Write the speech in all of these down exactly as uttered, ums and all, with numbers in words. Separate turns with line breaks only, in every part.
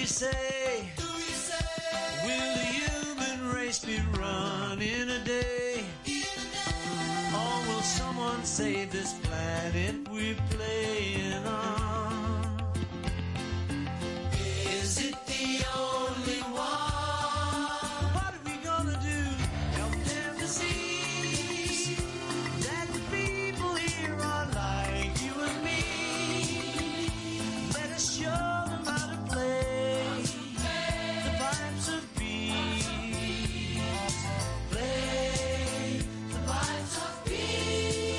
say, do you say, will the human race be run in a day? Or will someone save this planet we're playing on? Is it the only one? What are we gonna do? Help them to see that the people here are like you and me. Let us show them how to play the pipes of peace. Play the pipes of peace.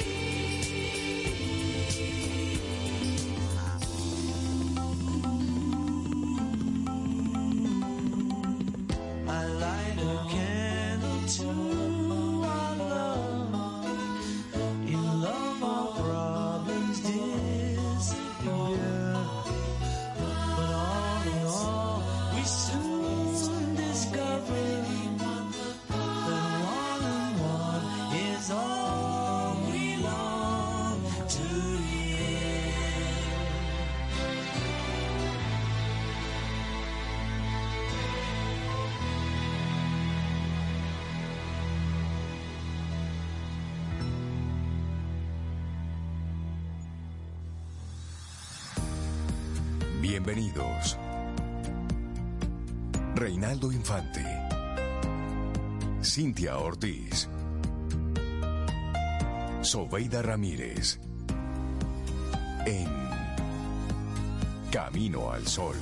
I light a candle to our love. In love our problems disappear. But all in all, we soon discover that one and one is all we long to hear.
Bienvenidos. Reinaldo Infante, Cintia Ortiz, Sobeida Ramírez, en Camino al Sol.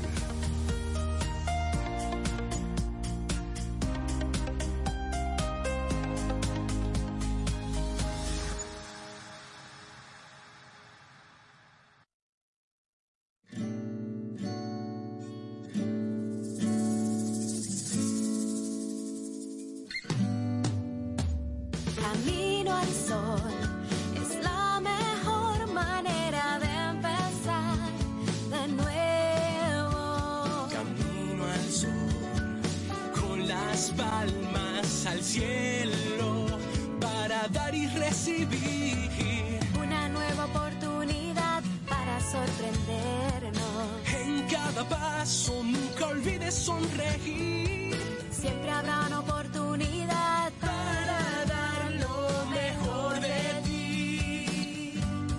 Camino al sol es la mejor manera de empezar de nuevo.
Camino al sol, con las palmas al cielo, para dar y recibir.
Una nueva oportunidad para sorprendernos.
En cada paso nunca olvides sonreír.
Siempre habrá una oportunidad
Para dar lo mejor de ti.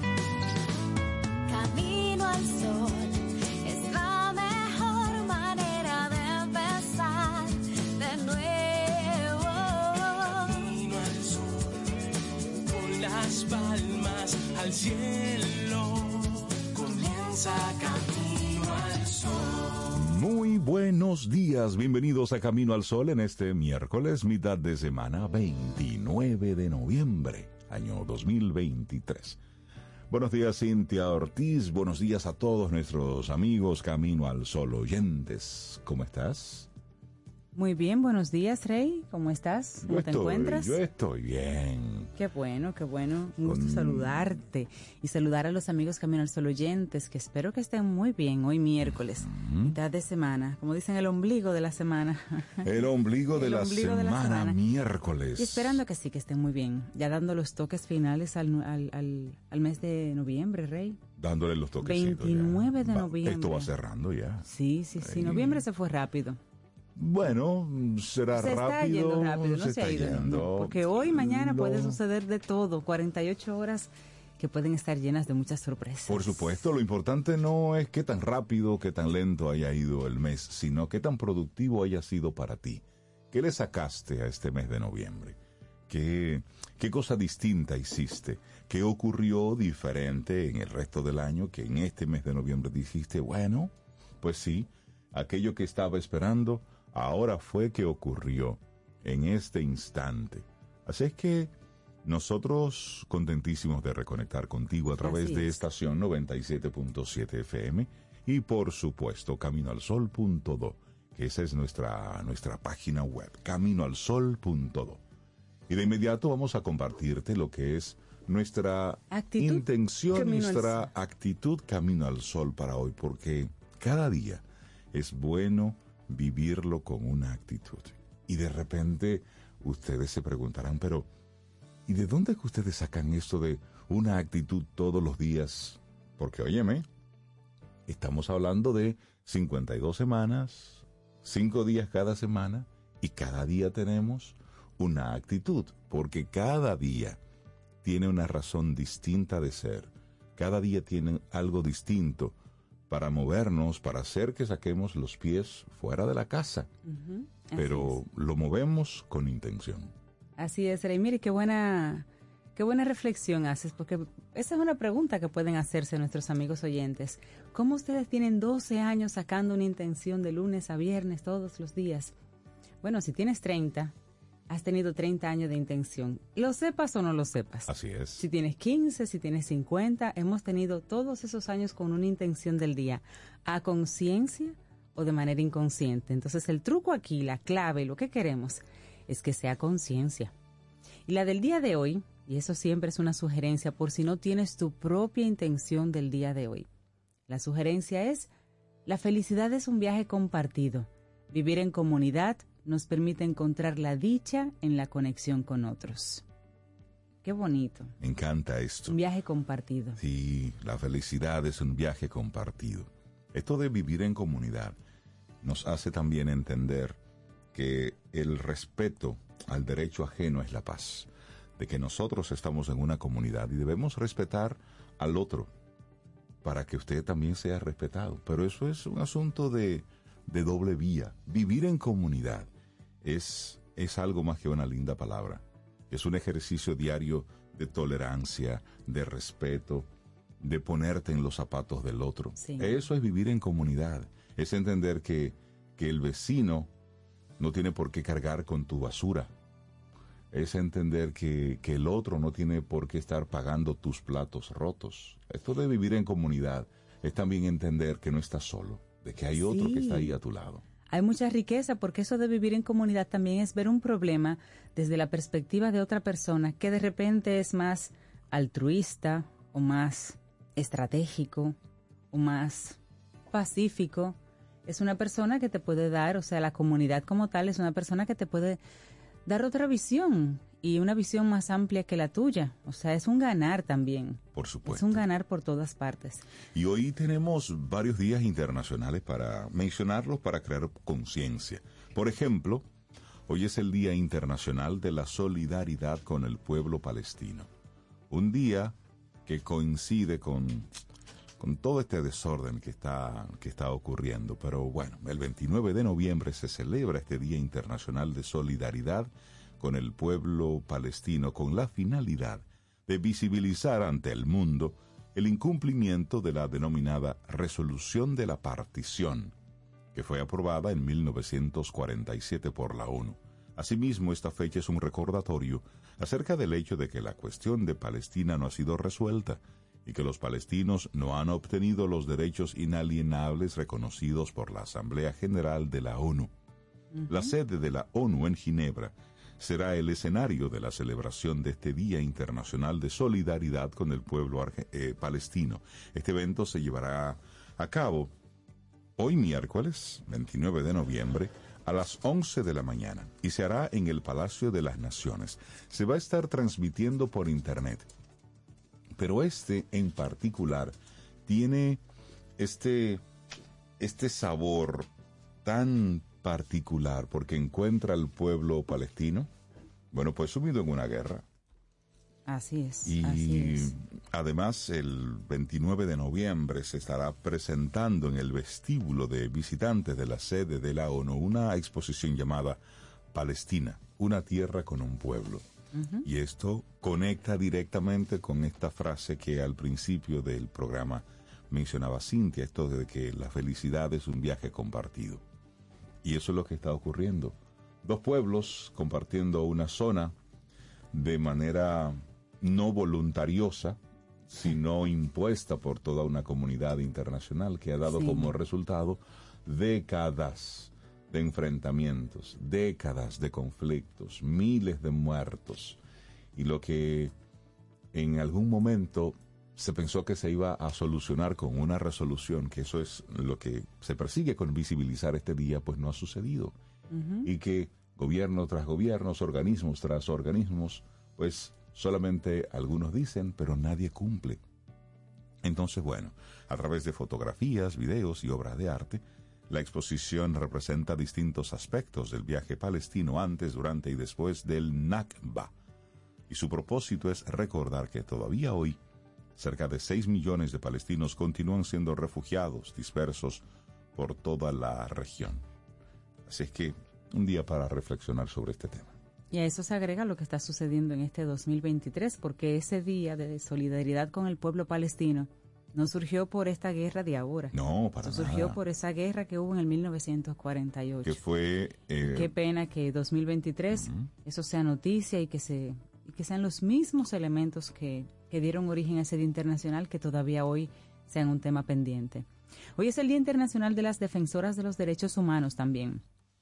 Camino al sol es la mejor manera de empezar de nuevo.
Camino al sol, con las palmas al cielo, comienza Camino al Sol.
Muy buenos días, bienvenidos a Camino al Sol en este miércoles, mitad de semana, veintinueve de noviembre, año dos mil veintitrés. Buenos días, Cintia Ortiz, buenos días a todos nuestros amigos Camino al Sol oyentes. ¿Cómo estás?
Muy bien, buenos días, Rey. ¿Cómo estás? ¿Cómo
Yo
te
estoy-
encuentras?
Yo estoy bien.
Qué bueno, qué bueno. Un gusto
Con-
saludarte y saludar a los amigos Camino al Sol oyentes, que espero que estén muy bien hoy miércoles, mitad de semana, como dicen, el ombligo de la semana.
El ombligo de,
El
la,
ombligo de la
semana,
semana.
miércoles.
Y esperando que sí, que estén muy bien. Ya dando los toques finales al, al, al, al mes de noviembre, Rey.
Dándole los toquecitos. ya.
veintinueve de
Va-
noviembre.
Esto va cerrando ya.
Sí, sí, sí.
Ay.
Noviembre se fue rápido.
Bueno, será
Se está
rápido.
yendo rápido, no se, ha ido. no,
yendo.
no, porque hoy, mañana
Lo-
puede suceder de todo. cuarenta y ocho horas que pueden estar llenas de muchas sorpresas.
Por supuesto, lo importante no es qué tan rápido, qué tan lento haya ido el mes, sino qué tan productivo haya sido para ti. ¿Qué le sacaste a este mes de noviembre? ¿Qué, qué cosa distinta hiciste? ¿Qué ocurrió diferente en el resto del año que en este mes de noviembre dijiste, bueno, pues sí, aquello que estaba esperando ahora fue que ocurrió en este instante? Así es que nosotros contentísimos de reconectar contigo a través
Así
de
es.
estación noventa y siete punto siete F M y por supuesto camino al sol punto do, que esa es nuestra, nuestra página web, camino al sol punto do. Y de inmediato vamos a compartirte lo que es nuestra
Actitud
intención,
camino al
nuestra
sol.
actitud camino al sol para hoy, porque cada día es bueno vivirlo con una actitud. Y de repente ustedes se preguntarán, pero ¿y de dónde es que ustedes sacan esto de una actitud todos los días? Porque óyeme, estamos hablando de cincuenta y dos semanas, cinco días cada semana, y cada día tenemos una actitud, porque cada día tiene una razón distinta de ser. Cada día tiene algo distinto para movernos, para hacer que saquemos los pies fuera de la casa.
Uh-huh.
Pero lo movemos con intención.
Así es, Rey. Mire, qué buena, qué buena reflexión haces, porque esa es una pregunta que pueden hacerse nuestros amigos oyentes. ¿Cómo ustedes tienen doce años sacando una intención de lunes a viernes todos los días? Bueno, si tienes treinta, has tenido treinta años de intención. Lo sepas o no lo sepas.
Así es.
Si tienes quince, si tienes cincuenta, hemos tenido todos esos años con una intención del día, a conciencia o de manera inconsciente. Entonces el truco aquí, la clave, lo que queremos es que sea conciencia. Y la del día de hoy, y eso siempre es una sugerencia por si no tienes tu propia intención del día de hoy. La sugerencia es, la felicidad es un viaje compartido. Vivir en comunidad nos permite encontrar la dicha en la conexión con otros. Qué bonito.
Me encanta esto.
Un viaje compartido.
Sí, la felicidad es un viaje compartido. Esto de vivir en comunidad nos hace también entender que el respeto al derecho ajeno es la paz, de que nosotros estamos en una comunidad y debemos respetar al otro para que usted también sea respetado. Pero eso es un asunto de, de doble vía. Vivir en comunidad es, es algo más que una linda palabra. Es un ejercicio diario de tolerancia, de respeto, de ponerte en los zapatos del otro.
Sí.
Eso es vivir en comunidad. Es entender que, que el vecino no tiene por qué cargar con tu basura. Es entender que, que el otro no tiene por qué estar pagando tus platos rotos. Esto de vivir en comunidad es también entender que no estás solo, de que hay otro
Sí.
que está ahí a tu lado.
Hay mucha riqueza porque eso de vivir en comunidad también es ver un problema desde la perspectiva de otra persona que de repente es más altruista o más estratégico o más pacífico. Es una persona que te puede dar, o sea, la comunidad como tal es una persona que te puede dar otra visión y una visión más amplia que la tuya. O sea, es un ganar también.
Por supuesto.
Es un ganar por todas partes.
Y hoy tenemos varios días internacionales para mencionarlos, para crear conciencia. Por ejemplo, hoy es el Día Internacional de la Solidaridad con el Pueblo Palestino. Un día que coincide con, con todo este desorden que está, que está ocurriendo. Pero bueno, el veintinueve de noviembre se celebra este Día Internacional de Solidaridad con el pueblo palestino, con la finalidad de visibilizar ante el mundo el incumplimiento de la denominada Resolución de la Partición, que fue aprobada en mil novecientos cuarenta y siete por la ONU. Asimismo, esta fecha es un recordatorio acerca del hecho de que la cuestión de Palestina no ha sido resuelta y que los palestinos no han obtenido los derechos inalienables reconocidos por la Asamblea General de la ONU. Uh-huh. La sede de la ONU en Ginebra será el escenario de la celebración de este Día Internacional de Solidaridad con el pueblo arge- eh, palestino. Este evento se llevará a cabo hoy miércoles, veintinueve de noviembre, a las once de la mañana y se hará en el Palacio de las Naciones. Se va a estar transmitiendo por internet, pero este en particular tiene este, este sabor tan particular porque encuentra al pueblo palestino, bueno, pues sumido en una guerra.
Así es.
Y
así es.
Además, el veintinueve de noviembre se estará presentando en el vestíbulo de visitantes de la sede de la ONU una exposición llamada Palestina, una tierra con un pueblo. Uh-huh. Y esto conecta directamente con esta frase que al principio del programa mencionaba Cintia, esto de que la felicidad es un viaje compartido. Y eso es lo que está ocurriendo. Dos pueblos compartiendo una zona de manera no voluntariosa, sino impuesta por toda una comunidad internacional que ha dado sí. como resultado décadas de enfrentamientos, décadas de conflictos, miles de muertos. Y lo que en algún momento se pensó que se iba a solucionar con una resolución, que eso es lo que se persigue con visibilizar este día, pues no ha sucedido. Uh-huh. Y que gobierno tras gobiernos, organismos tras organismos, pues solamente algunos dicen, pero nadie cumple. Entonces, bueno, a través de fotografías, videos y obras de arte, La exposición representa distintos aspectos del viaje palestino antes, durante y después del Nakba. Y su propósito es recordar que todavía hoy cerca de seis millones de palestinos continúan siendo refugiados dispersos por toda la región. Así es que un día para reflexionar sobre este tema.
Y a eso se agrega lo que está sucediendo en este dos mil veintitrés, porque ese día de solidaridad con el pueblo palestino no surgió por esta guerra de ahora.
No, para
Eso
nada.
surgió por esa guerra que hubo en el mil novecientos cuarenta y ocho.
Que fue... eh,
Qué pena que dos mil veintitrés
uh-huh.
eso sea noticia y que se y que sean los mismos elementos que, que dieron origen a ese Día Internacional que todavía hoy sean un tema pendiente. Hoy es el Día Internacional de las Defensoras de los Derechos Humanos también.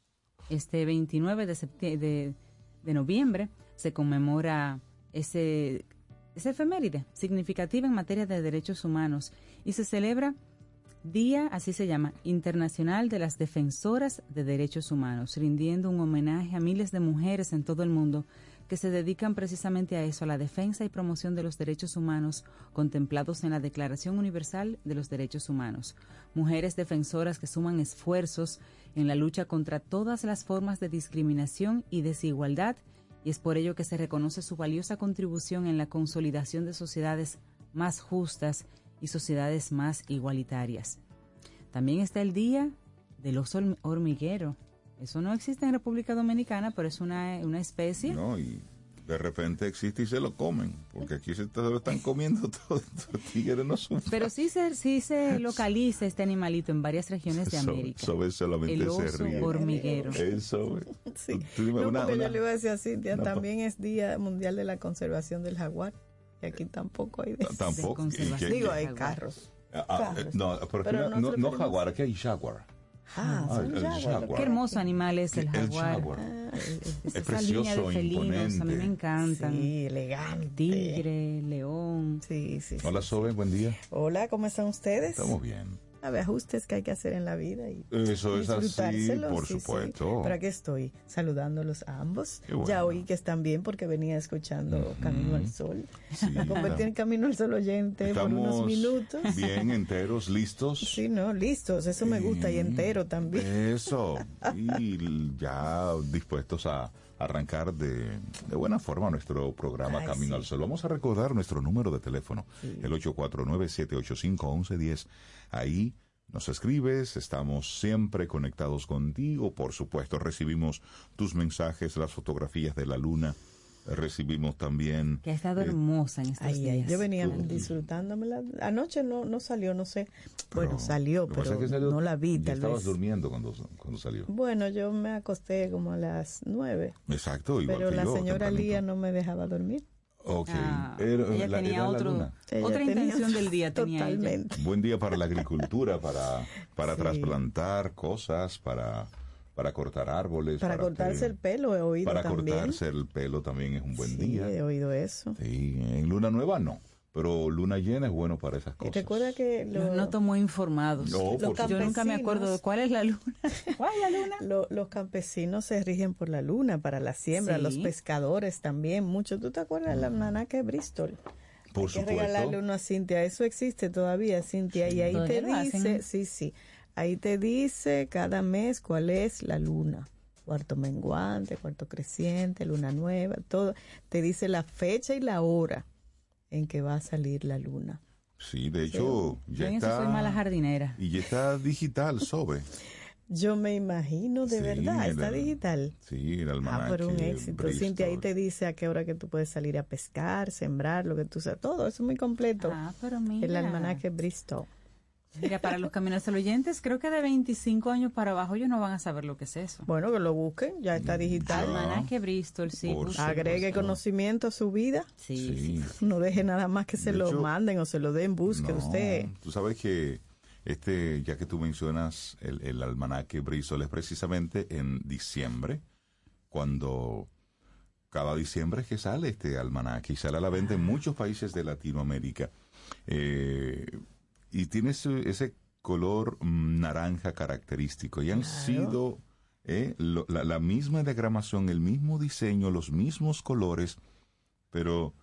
Este veintinueve de, septi- de, de noviembre se conmemora ese, ese efeméride significativa en materia de derechos humanos y se celebra Día, así se llama, Internacional de las Defensoras de Derechos Humanos, rindiendo un homenaje a miles de mujeres en todo el mundo que se dedican precisamente a eso, a la defensa y promoción de los derechos humanos contemplados en la Declaración Universal de los Derechos Humanos. Mujeres defensoras que suman esfuerzos en la lucha contra todas las formas de discriminación y desigualdad, y es por ello que se reconoce su valiosa contribución en la consolidación de sociedades más justas y sociedades más igualitarias. También está el Día del Oso Hormiguero. Eso no existe en República Dominicana, pero es una, una especie.
No, y de repente existe y se lo comen, porque aquí se, se lo están comiendo todo. Estos tigres no son.
Pero sí se, sí se localiza este animalito en varias regiones de América.
Eso solamente
el
se
oso
ríe.
hormiguero.
Eso.
Sí.
Tú- tú dime
No,
una-
porque
una-
yo le iba a decir a Cintia,
una pa-
también es Día Mundial de la Conservación del Jaguar. Y aquí tampoco hay de eso.
Tampoco.
conservación.
¿Qué-
Digo,
qué-
hay
Jaguar.
carros.
Ah, ah,
carros.
no, pero,
Pero
no,
nos
no, no
referimos-
jaguar, aquí hay jaguar.
Ah,
Ah,
son
el
jaguar.
jaguar.
Qué hermoso animal es el
El
jaguar.
jaguar.
Ah,
Es
Es
esa línea de
precioso,
felinos, a mí me
imponente.
encantan.
sí, elegante.
Tigre, león.
Sí, sí, sí.
Hola, Sobe, buen día.
Hola, ¿cómo están ustedes?
Estamos bien.
A ver, ajustes que hay que hacer en la vida y
Eso es así,
disfrutárselo,
por
sí, sí.
supuesto.
Pero aquí estoy, saludándolos a ambos.
Qué bueno.
Ya oí que están bien porque venía escuchando
Ujú.
Camino al Sol.
Sí,
Me convertí en Camino al Sol oyente por unos
Estamos
minutos.
bien enteros, listos.
Sí, no, listos, eso me gusta y
Sí.
entero también.
Eso. Y ya dispuestos a arrancar de, de buena forma nuestro programa
Ay,
Camino
sí.
al Sol. Vamos a recordar nuestro número de teléfono, el ocho cuatro nueve, siete ocho cinco, once diez. Ahí nos escribes, estamos siempre conectados contigo. Por supuesto, recibimos tus mensajes, las fotografías de la luna. Recibimos también...
Que ha estado
eh,
hermosa en estos
Ay, ay,
días.
yo venía
Sí.
disfrutándomela. Anoche no, no salió, no sé.
pero
Bueno, salió,
lo que pasa
pero
es que salió-
no la vi,
ya
tal
estabas
vez.
durmiendo cuando, cuando salió.
Bueno, yo me acosté como a las nueve,
Exacto, igual
pero
que
la
yo,
señora
tempranito.
Lía no me dejaba dormir.
Ok.
Ah,
Era-
ella
la-
tenía
era la
otro,
luna.
Ella
otra
tenía-
intención del día. Tenía ella.
Totalmente.
Buen día para la agricultura, para, para
Sí.
trasplantar cosas, para, para cortar árboles.
Para cortarse
que-
el pelo he oído
Para
también.
cortarse el pelo también es un buen
Sí,
día.
he oído eso.
Sí, en luna nueva no, pero luna llena es bueno para esas
Y
cosas.
recuerda que
Los
lo-
noto muy informados.
No, por
Yo nunca me acuerdo de
campesinos-
cuál es la luna. ¿Cuál es la luna?
lo- los campesinos se rigen por la luna para la siembra,
Sí.
los pescadores también, mucho. ¿Tú te acuerdas del almanaque de Bristol?
Por
Hay que
supuesto.
regalarle uno a Cintia. Eso existe todavía, Cintia. Y ahí
Todavía
te
lo
dice,
hacen.
sí, sí, ahí te dice cada mes cuál es la luna. Cuarto menguante, cuarto creciente, luna nueva, todo. Te dice la fecha y la hora en que va a salir la luna.
Sí, de hecho,
Yo
ya
en eso
está.
soy mala jardinera.
Y ya está digital, Sobe.
Yo me imagino, de
Sí,
verdad, está
el-
digital.
Sí, el
Ah,
almanaque.
pero un éxito.
Bristol.
Cintia ahí te dice a qué hora que tú puedes salir a pescar, sembrar, lo que tú sabes. Todo eso es muy completo.
Ah, pero mira.
El almanaque Bristol.
Mira, para los caminos al oyentes, creo que de veinticinco años para abajo ellos no van a saber lo que es eso.
Bueno, que lo busquen, ya está digital.
Almanaque Bristol, sí.
Por
justo.
Agregue
supuesto.
conocimiento a su vida.
Sí, sí.
Sí.
No deje nada más que se
De
lo
hecho,
manden o se lo den, busque
No,
usted.
Tú sabes que este, ya que tú mencionas el, el almanaque Bristol, es precisamente en diciembre, cuando cada diciembre es que sale este almanaque y sale a la venta en muchos países de Latinoamérica. Eh, y tiene ese, ese color mm, naranja característico y han
Claro.
sido eh, lo- la, la misma diagramación, el mismo diseño, los mismos colores, pero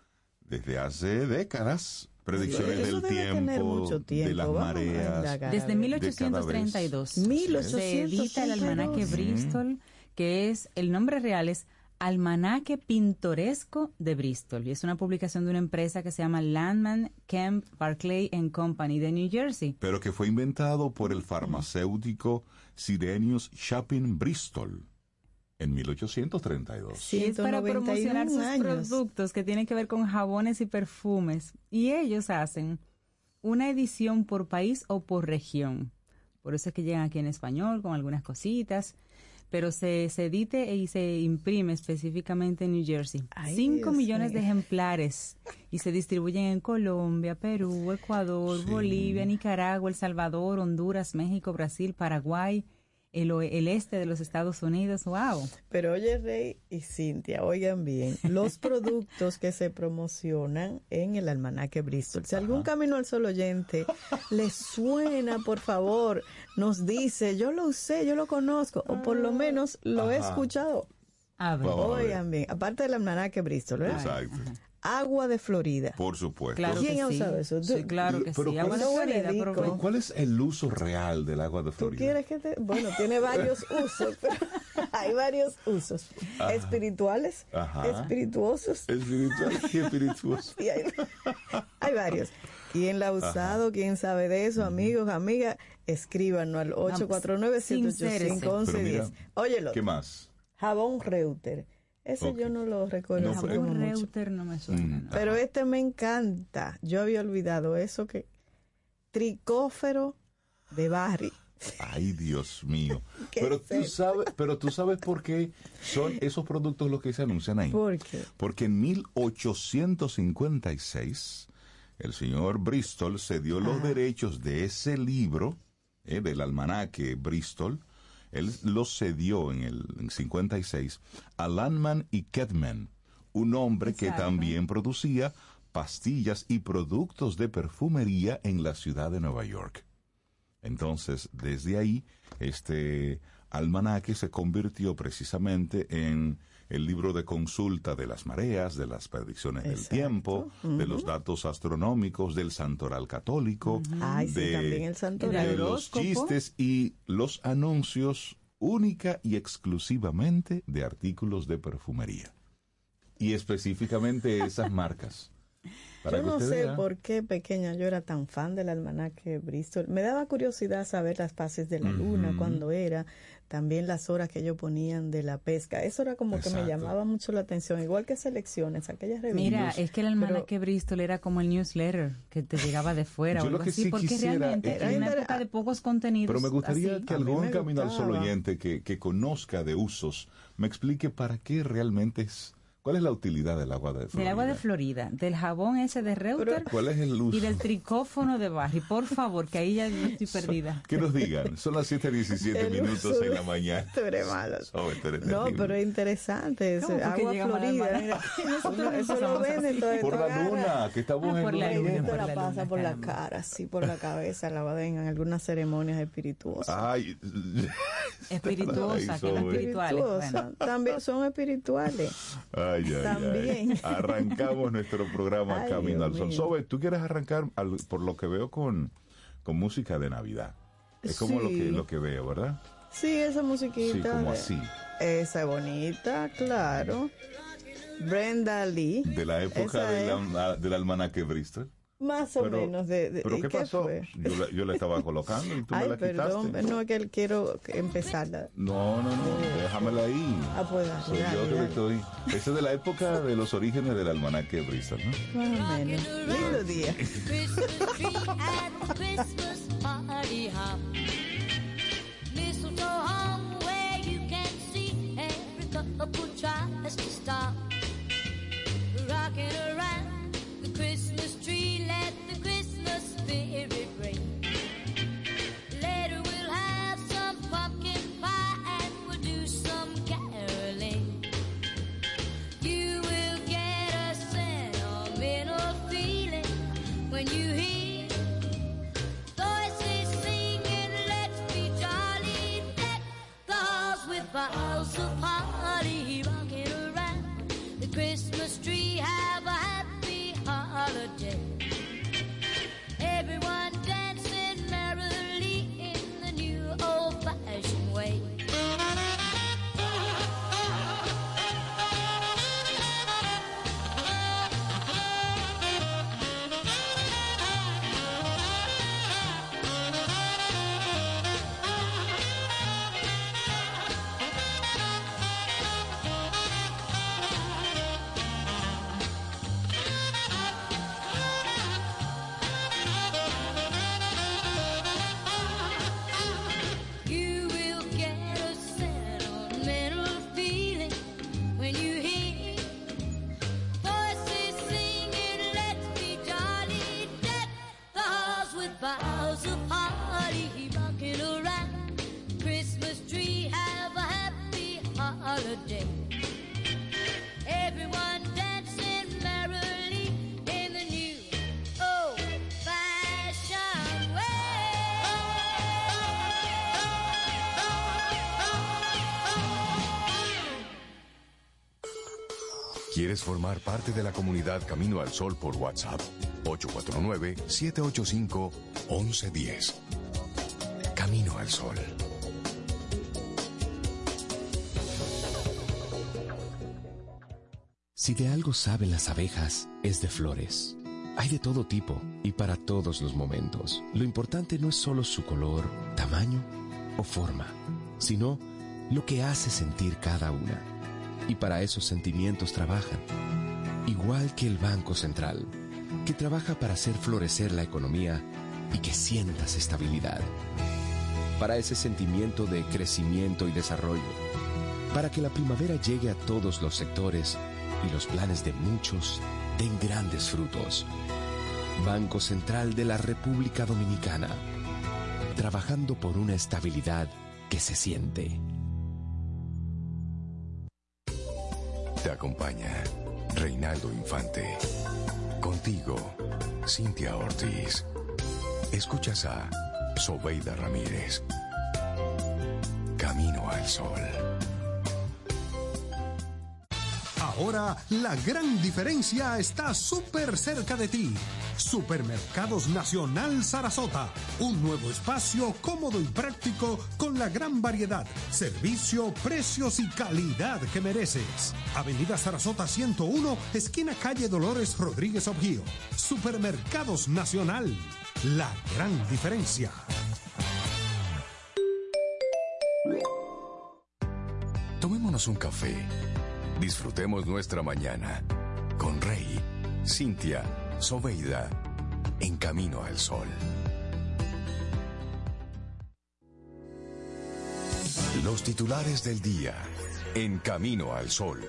desde hace décadas. Predicciones
Sí, eso
del
debe tener
tiempo,
mucho tiempo.
de las
Vamos a
mareas.
indagar.
Desde
Cada
mil
vez.
ochocientos treinta y dos
mil
se edita el
ochocientos treinta y dos.
almanaque Bristol, que es, el nombre real es Almanaque Pintoresco de Bristol, y es una publicación de una empresa que se llama Landman, Kemp, Barclay and Company de New Jersey.
Pero que fue inventado por el farmacéutico Sirenius Chapin Bristol en mil ochocientos treinta y dos.
Y es para promocionar sus
años.
productos que tienen que ver con jabones y perfumes. Y ellos hacen una edición por país o por región. Por eso es que llegan aquí en español con algunas cositas. Pero se, se edite y se imprime específicamente en New Jersey.
Ay,
Cinco
Dios
millones
mío.
de ejemplares. Y se distribuyen en Colombia, Perú, Ecuador,
Sí.
Bolivia, Nicaragua, El Salvador, Honduras, México, Brasil, Paraguay, el, oe- el este de los Estados Unidos. ¡Wow!
Pero oye, Rey y Cintia, oigan bien, los productos que se promocionan en el almanaque Bristol. Si algún Camino al Sol oyente les suena, por favor, nos dice, yo lo usé, yo lo conozco, o por lo menos lo he
Ajá.
escuchado.
A ver.
Vamos a ver.
Oigan bien, aparte del almanaque Bristol, ¿verdad?
Exacto.
Agua de Florida.
Por supuesto.
Claro
¿Quién
que
ha
sí.
usado eso?
Sí,
Tú-
claro que
Pero
sí.
¿cuál
Agua de
es-
Florida,
Huele
pero-
rico.
¿Cuál es el uso real del agua de
¿Tú
Florida?
quieres que te...? Bueno, tiene varios usos, pero hay varios usos. Espirituales,
Ajá.
espirituosos,
Espiritual y espirituoso.
y hay, hay varios. ¿Quién la ha usado? ¿Quién sabe de eso? Amigos, amigas, escríbanos al ocho cuatro nueve, siete ocho cinco, once
Pero mira,
diez. Óyelo,
¿Qué más?
jabón Reuter. Ese
Ok.
yo no lo recuerdo.
No,
así
pero-
como
Jabón
mucho.
Reuter no me suena.
Mm.
¿no?
Pero este me encanta. Yo había olvidado eso que... Tricófero de Barry.
Ay, Dios mío.
¿Qué
Pero
es
tú
eso?
sabes, pero tú sabes por qué son esos productos los que se anuncian ahí.
¿Por qué?
Porque en mil ochocientos cincuenta y seis el señor Bristol cedió los derechos de ese libro, eh, del almanaque Bristol. Él los cedió en el en cincuenta y seis a Landman y Kedman, un hombre que
Exacto.
también producía pastillas y productos de perfumería en la ciudad de Nueva York. Entonces, desde ahí, este almanaque se convirtió precisamente en el libro de consulta de las mareas, de las predicciones del
Exacto.
tiempo, de los datos astronómicos, del santoral católico,
Ay, sí,
de,
también el santo.
Y de
de
el
los
horóscopo.
chistes y los anuncios única y exclusivamente de artículos de perfumería. Y específicamente esas marcas. Para
Yo
que
no
usted
sé
vea.
por qué pequeña yo era tan fan del almanaque Bristol. Me daba curiosidad saber las fases de la luna,
Ujú.
cuándo era, también las horas que ellos ponían de la pesca. Eso era como que me
Exacto.
llamaba mucho la atención, igual que selecciones, aquellas revistas.
Mira, es que el almanaque Bristol era como el newsletter que te llegaba de fuera
Yo
o
lo
algo
que
así,
sí
porque
quisiera
realmente
es
era
que-
una época de pocos contenidos.
Pero me gustaría
así.
que
A mí
algún
me
camino al sol
gustaba.
oyente que, que conozca de usos me explique para qué realmente es, cuál es la utilidad del agua de Florida.
Del agua de Florida, del jabón ese de Reuter
¿Cuál es el uso?
y del tricófono de Barry. Por favor, que ahí ya yo estoy perdida.
Que nos digan. Son las siete diecisiete
El
minutos
uso
en
de-
la mañana.
Tú eres malo.
Oh, esto eres
No,
terrible.
pero es interesante. Ese,
¿Cómo fue que
agua
llegamos al
Florida.
almanaque?
Mira,
Nosotros
uno-
nos
eso lo
pasamos
venden
así.
todo.
Por
tú
la
agarras-
luna, que estamos
Ah,
en
por la
luna
luna,
llena.
Te
por
la
la
pasa
luna,
por la
caramba.
cara, sí, por la cabeza, la va en algunas ceremonias espirituosas.
Ay,
Espirituosa,
Ay,
que no
Zoe.
espirituales.
Espirituosas.
Bueno,
También son espirituales.
ay, ay,
También.
ay. Arrancamos nuestro programa
Ay,
Camino
Dios
al Sol.
mío.
Sobe, tú quieres arrancar, al- por lo que veo, con, con música de Navidad. Es como lo,
Sí.
que, lo que veo, ¿verdad?
Sí, esa musiquita.
Sí, como
de-
así.
Esa es bonita, claro. Brenda Lee.
De la época
Esa
del,
es
alma- del almanaque Bristol.
Más o
Pero-
menos. De, de-
¿Pero
¿y
qué pasó?
fue?
Yo la, yo la estaba colocando y tú
Ay,
me la
perdón,
quitaste.
no, que él quiero empezarla.
No, no, no, déjamela ahí.
Ah, pues dale,
Soy
dale,
yo que le
dale.
estoy. Esa es de la época de los orígenes del almanaque Bristol, ¿no?
Más o menos. Lindo día.
Christmas tree at the Christmas party hop. Mistletoe hung where you can see every couple tries to stop. Rocking around the Christmas tree, let the Christmas spirit ring. Later we'll have some pumpkin pie and we'll do some caroling. You will get a sentimental feeling when you hear voices singing, let's be jolly, deck the halls with boughs of holly, rocking around the Christmas tree, have a
¿Quieres formar parte de la comunidad Camino al Sol por WhatsApp? ocho cuatro nueve, siete ocho cinco, once uno cero. Camino al Sol.
Si de algo saben las abejas, es de flores. Hay de todo tipo y para todos los momentos. Lo importante no es solo su color, tamaño o forma, sino lo que hace sentir cada una. Y para esos sentimientos trabajan. Igual que el Banco Central, que trabaja para hacer florecer la economía y que sientas estabilidad. Para ese sentimiento de crecimiento y desarrollo. Para que la primavera llegue a todos los sectores y los planes de muchos den grandes frutos. Banco Central de la República Dominicana. Trabajando por una estabilidad que se siente.
Te acompaña Reinaldo Infante. Contigo, Cintia Ortiz. Escuchas a Sobeida Ramírez. Camino al Sol.
Ahora la gran diferencia está súper cerca de ti. Supermercados Nacional Sarasota. Un nuevo espacio cómodo y práctico con la gran variedad, servicio, precios y calidad que mereces. Avenida Sarasota ciento uno, esquina calle Dolores Rodríguez Objío. Supermercados Nacional. La gran diferencia.
Tomémonos un café. Disfrutemos nuestra mañana con Rey, Cintia, Sobeida, en Camino al Sol. Los titulares del día en Camino al Sol.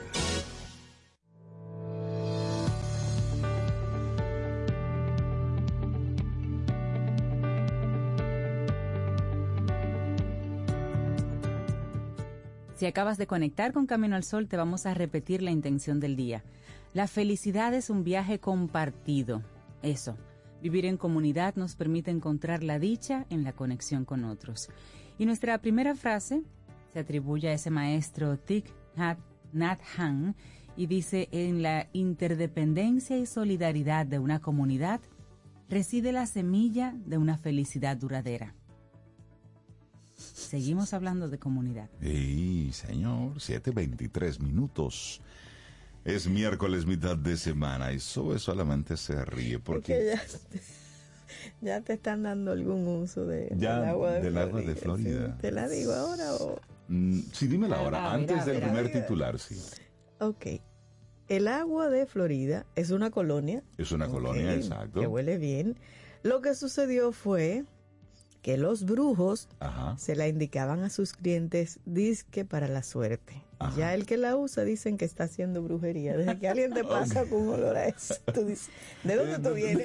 Si acabas de conectar con Camino al Sol, te vamos a repetir la intención del día. La felicidad es un viaje compartido. Eso, vivir en comunidad nos permite encontrar la dicha en la conexión con otros. Y nuestra primera frase se atribuye a ese maestro Thich Nhat Hanh y dice: en la interdependencia y solidaridad de una comunidad reside la semilla de una felicidad duradera. Seguimos hablando de comunidad.
Sí, señor, siete veintitrés minutos. Es miércoles, mitad de semana, y Sobe solamente se ríe porque...
Es que ya, te, ya te están dando algún uso de,
ya,
del agua de
del
Florida.
agua de Florida.
¿Sí? ¿Te la digo ahora o...?
Mm, sí, dímela ahora,
Ah,
antes
mira,
del
mira,
primer
mira.
titular, sí.
Ok. El agua de Florida es una colonia.
Es una
Ok,
colonia, exacto.
Que huele bien. Lo que sucedió fue que los brujos
Ajá.
se la indicaban a sus clientes disque para la suerte.
Ajá.
Ya el que la usa dicen que está haciendo brujería. Desde que alguien te pasa con un olor a eso, tú dices, ¿de dónde tú vienes?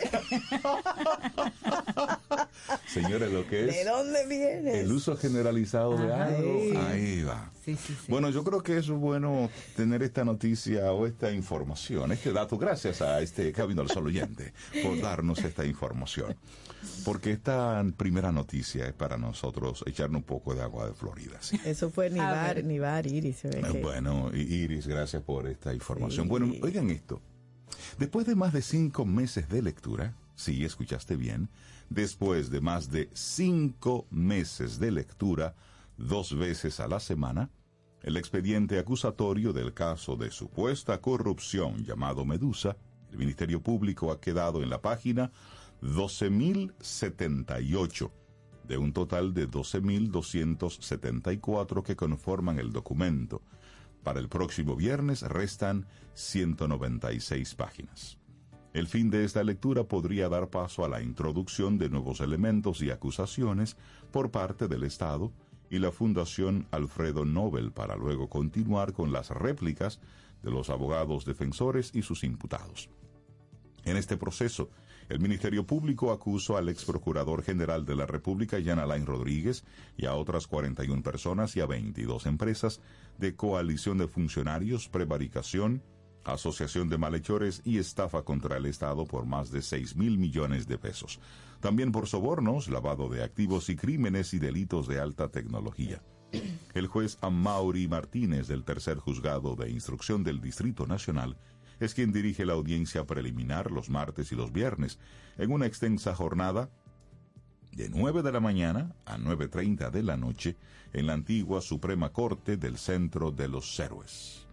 Señores, lo que es
¿De dónde vienes?
el uso generalizado de
Ajá.
algo,
Sí.
ahí va.
Sí, sí, sí.
Bueno, yo creo que es bueno tener esta noticia o esta información, este dato, gracias a este Camino al Sol oyente por darnos esta información. Porque esta primera noticia es para nosotros echarnos un poco de agua de Florida. ¿Sí?
Eso fue
A
Nivar,
ver.
Nivar Iris. Se ve
Eh,
que-
Bueno, I- Iris, gracias por esta información.
Sí.
Bueno, oigan esto. Después de más de cinco meses de lectura, sí, escuchaste bien, después de más de cinco meses de lectura, dos veces a la semana, el expediente acusatorio del caso de supuesta corrupción llamado Medusa, el Ministerio Público ha quedado en la página doce mil setenta y ocho, de un total de doce mil doscientos setenta y cuatro que conforman el documento. Para el próximo viernes restan ciento noventa y seis páginas. El fin de esta lectura podría dar paso a la introducción de nuevos elementos y acusaciones por parte del Estado y la Fundación Alfredo Nobel, para luego continuar con las réplicas de los abogados defensores y sus imputados. En este proceso, el Ministerio Público acusó al ex procurador general de la República, Jean Alain Rodríguez, y a otras cuarenta y una personas y a veintidós empresas de coalición de funcionarios, prevaricación, asociación de malhechores y estafa contra el Estado por más de seis mil millones de pesos. También por sobornos, lavado de activos y crímenes y delitos de alta tecnología. El juez Amaury Martínez del Tercer Juzgado de Instrucción del Distrito Nacional es quien dirige la audiencia preliminar los martes y los viernes, en una extensa jornada de nueve de la mañana a nueve treinta de la noche en la antigua Suprema Corte del Centro de los Héroes.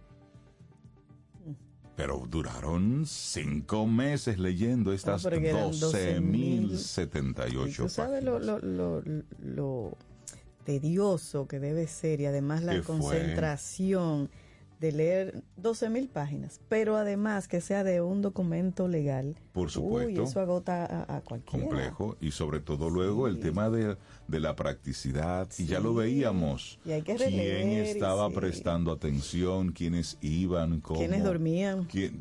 Pero duraron cinco meses leyendo estas
Ah, porque eran
doce mil setenta y ocho
¿Tú sabes lo, lo, lo, lo tedioso que debe ser y además la
¿Qué fue?
concentración de leer doce mil páginas, pero además que sea de un documento legal?
Por supuesto.
Uy, eso agota a, a cualquiera.
Complejo, y sobre todo luego el tema de, de la practicidad, y ya lo veíamos.
Y hay que
quién
releer, y
estaba
sí.
prestando atención, quiénes iban, cómo.
¿Quiénes dormían?
quién-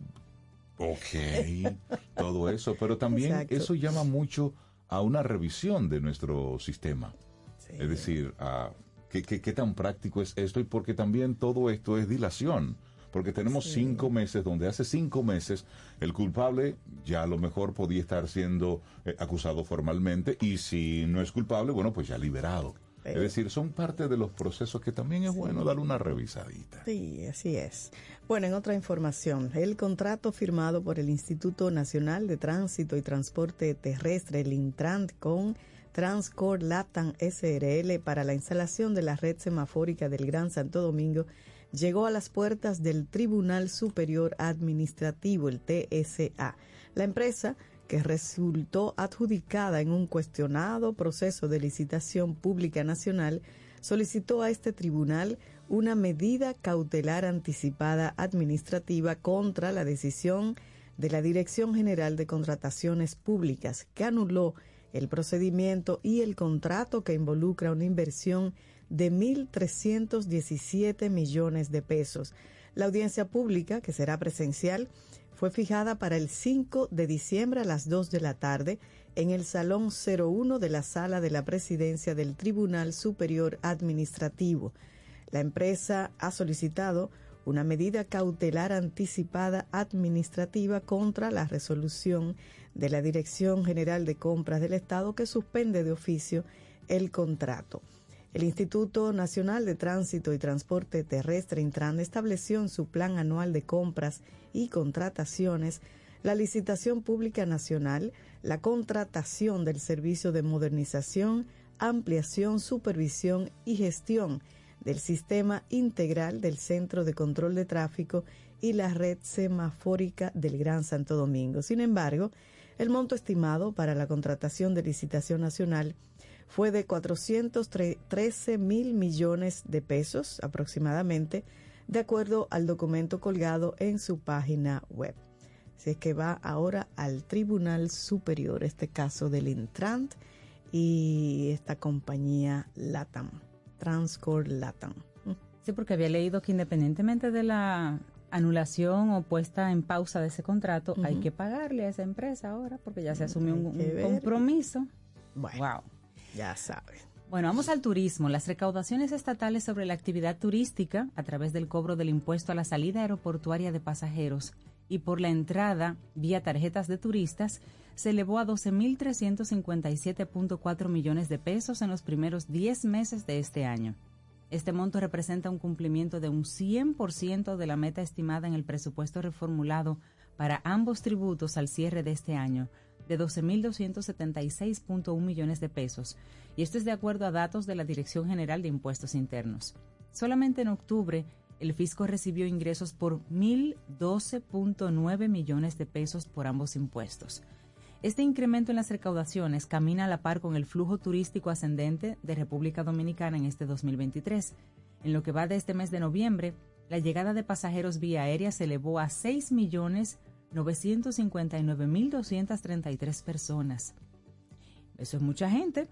Ok, todo eso, pero también
Exacto.
eso llama mucho a una revisión de nuestro sistema.
Sí.
Es decir, a qué, qué, qué tan práctico es esto, y porque también todo esto es dilación. Porque tenemos
Sí.
cinco meses, donde hace cinco meses el culpable ya a lo mejor podía estar siendo eh, acusado formalmente, y si no es culpable, bueno, pues ya liberado.
Pero-
es decir, son parte de los procesos que también es bueno darle una revisadita.
Sí, así es. Bueno, en otra información, el contrato firmado por el Instituto Nacional de Tránsito y Transporte Terrestre, el Intran, con Transcor Latam S R L para la instalación de la red semafórica del Gran Santo Domingo llegó a las puertas del Tribunal Superior Administrativo, el T S A. La empresa, que resultó adjudicada en un cuestionado proceso de licitación pública nacional, solicitó a este tribunal una medida cautelar anticipada administrativa contra la decisión de la Dirección General de Contrataciones Públicas, que anuló el procedimiento y el contrato que involucra una inversión de mil trescientos diecisiete millones de pesos. La audiencia pública, que será presencial, fue fijada para el cinco de diciembre a las dos de la tarde en el Salón cero uno de la Sala de la Presidencia del Tribunal Superior Administrativo. La empresa ha solicitado una medida cautelar anticipada administrativa contra la resolución de la Dirección General de Compras del Estado, que suspende de oficio el contrato. El Instituto Nacional de Tránsito y Transporte Terrestre, Intran, estableció en su plan anual de compras y contrataciones la licitación pública nacional, la contratación del servicio de modernización, ampliación, supervisión y gestión del sistema integral del Centro de Control de Tráfico y la red semafórica del Gran Santo Domingo. Sin embargo, el monto estimado para la contratación de licitación nacional fue de cuatrocientos trece mil millones de pesos aproximadamente, de acuerdo al documento colgado en su página web. Así es que va ahora al Tribunal Superior, este caso del Intran y esta compañía Latam, Transcor Latam.
Sí, porque había leído que independientemente de la anulación o puesta en pausa de ese contrato,
Ujú.
hay que pagarle a esa empresa ahora, porque ya se asumió un,
Hay que
un
ver.
compromiso.
Bueno,
Wow.
ya sabes.
Bueno, vamos al turismo. Las recaudaciones estatales sobre la actividad turística a través del cobro del impuesto a la salida aeroportuaria de pasajeros y por la entrada vía tarjetas de turistas se elevó a doce mil trescientos cincuenta y siete punto cuatro millones de pesos en los primeros diez meses de este año. Este monto representa un cumplimiento de un cien por ciento de la meta estimada en el presupuesto reformulado para ambos tributos al cierre de este año, de doce mil doscientos setenta y seis punto uno millones de pesos, y esto es de acuerdo a datos de la Dirección General de Impuestos Internos. Solamente en octubre, el fisco recibió ingresos por mil doce punto nueve millones de pesos por ambos impuestos. Este incremento en las recaudaciones camina a la par con el flujo turístico ascendente de República Dominicana en este dos mil veintitrés. En lo que va de este mes de noviembre, la llegada de pasajeros vía aérea se elevó a seis millones novecientos cincuenta y nueve mil doscientas treinta y tres personas. Eso es mucha gente.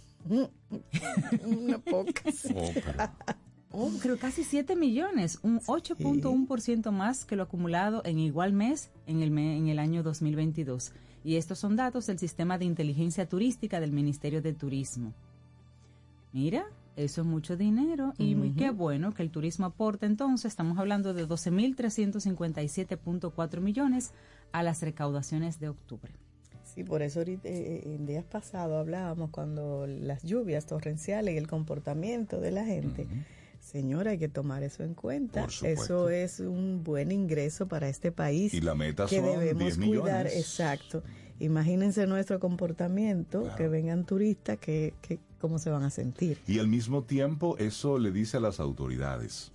Una poca.
Oh, pero-
Oh, creo casi siete millones, un ocho punto uno por ciento más que lo acumulado en igual mes en el, me- en el año dos mil veintidós. Y estos son datos del Sistema de Inteligencia Turística del Ministerio de Turismo. Mira, eso es mucho dinero y muy qué bueno que el turismo aporte. Entonces, estamos hablando de doce mil trescientos cincuenta y siete punto cuatro millones a las recaudaciones de octubre.
Sí, por eso ahorita, eh, en días pasados hablábamos cuando las lluvias torrenciales y el comportamiento de la gente. Uh-huh. Señora, hay que tomar eso en cuenta. Eso es un buen ingreso para este país.
Y la meta
que
son
debemos
diez
cuidar.
millones.
Exacto. Imagínense nuestro comportamiento,
claro.
que vengan turistas, que, que cómo se van a sentir.
Y al mismo tiempo eso le dice a las autoridades,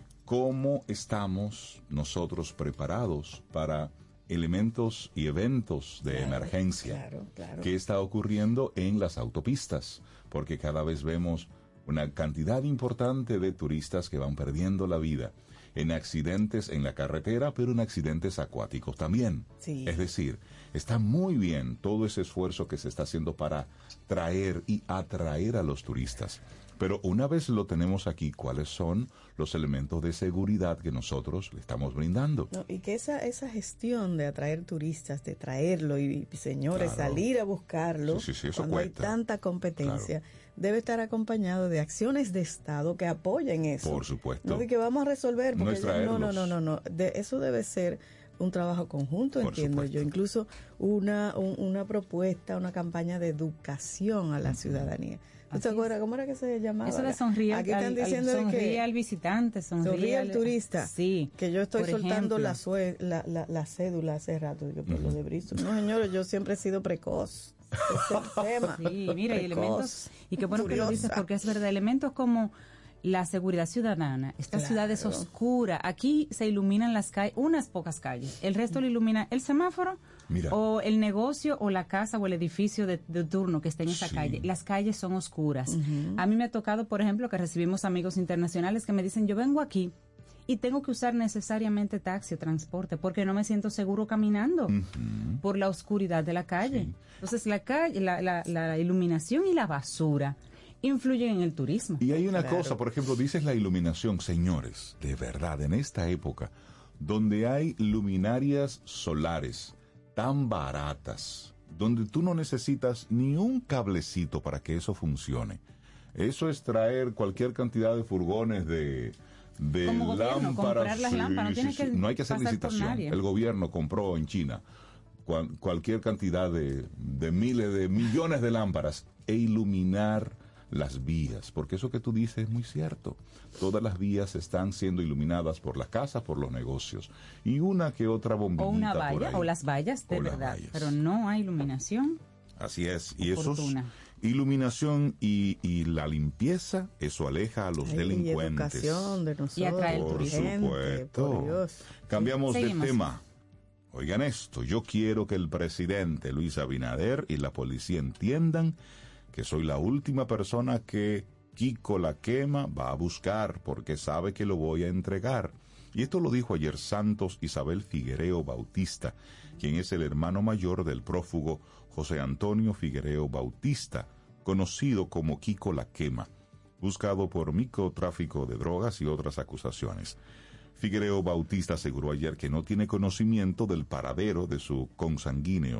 ¿cómo estamos nosotros preparados para elementos y eventos de
claro,
emergencia?
Claro, claro.
¿Qué está ocurriendo en las autopistas? Porque cada vez vemos una cantidad importante de turistas que van perdiendo la vida en accidentes en la carretera, pero en accidentes acuáticos también.
Sí.
Es decir, está muy bien todo ese esfuerzo que se está haciendo para traer y atraer a los turistas. Pero una vez lo tenemos aquí, ¿cuáles son los elementos de seguridad que nosotros le estamos brindando?
No, y que esa esa gestión de atraer turistas, de traerlo y, y señores,
Claro.
salir a buscarlo,
Sí, sí, sí, eso
cuando
cuesta.
hay tanta competencia, debe estar acompañado de acciones de Estado que apoyen eso.
Por supuesto.
No de que vamos a resolver,
No
porque
es
ya- no, no,
traerlos.
no, no, no. De, eso debe ser un trabajo conjunto,
Por
entiendo
supuesto.
yo. Incluso una, un- una propuesta, una campaña de educación a la ciudadanía. ¿Tú te
Así
acuerdas cómo era que se llamaba?
Eso de sonríe,
Aquí
al,
están
al-
diciendo de
sonríe
que
al visitante, sonríe,
sonríe al turista.
Sí.
Que yo estoy
por
soltando
ejemplo.
la, sue- la, la, la cédula hace rato, digo, por lo de Bristol. No, señores, yo siempre he sido precoz. Ese es el tema.
Sí, mira, y
Precoz,
elementos, y qué bueno que lo dices,
curiosa.
porque es verdad, elementos como la seguridad ciudadana. Esta
Claro.
ciudad es oscura. Aquí se iluminan las calles, unas pocas calles. El resto lo ilumina el semáforo,
Mira.
o el negocio, o la casa, o el edificio de, de turno que está en esa
Sí.
calle. Las calles son oscuras. A mí me ha tocado, por ejemplo, que recibimos amigos internacionales que me dicen, yo vengo aquí y tengo que usar necesariamente taxi o transporte porque no me siento seguro caminando
Ujú.
por la oscuridad de la calle.
Sí.
Entonces, la calle, la, la, la iluminación y la basura influyen en el turismo.
Y hay una
Claro.
cosa, por ejemplo, dices la iluminación, señores, de verdad, en esta época, donde hay luminarias solares tan baratas, donde tú no necesitas ni un cablecito para que eso funcione. Eso es traer cualquier cantidad de furgones de, de
Como gobierno,
lámparas.
comprar las lámparas, no tienes que
No hay que hacer
pasar por
licitación.
nadie.
El gobierno compró en China cual- cualquier cantidad de, de miles, de millones de lámparas e iluminar las vías, porque eso que tú dices es muy cierto. Todas las vías están siendo iluminadas por las casas, por los negocios, y una que otra bombillita
O una
por
valla,
ahí.
o las vallas de
O las
verdad,
vallas.
pero no hay iluminación.
Así es, y eso es
Fortuna.
iluminación y, y la limpieza, eso aleja a los
Ay, y
delincuentes.
educación de nosotros.
Y atrae el
Por
turismo.
gente,
supuesto.
por Dios.
Cambiamos de
Seguimos.
tema. Oigan esto, yo quiero que el presidente Luis Abinader y la policía entiendan que soy la última persona que Kiko La Quema va a buscar porque sabe que lo voy a entregar. Y esto lo dijo ayer Santos Isabel Figuereo Bautista, quien es el hermano mayor del prófugo José Antonio Figuereo Bautista, conocido como Kiko La Quema, buscado por microtráfico de drogas y otras acusaciones. Figuereo Bautista aseguró ayer que no tiene conocimiento del paradero de su consanguíneo,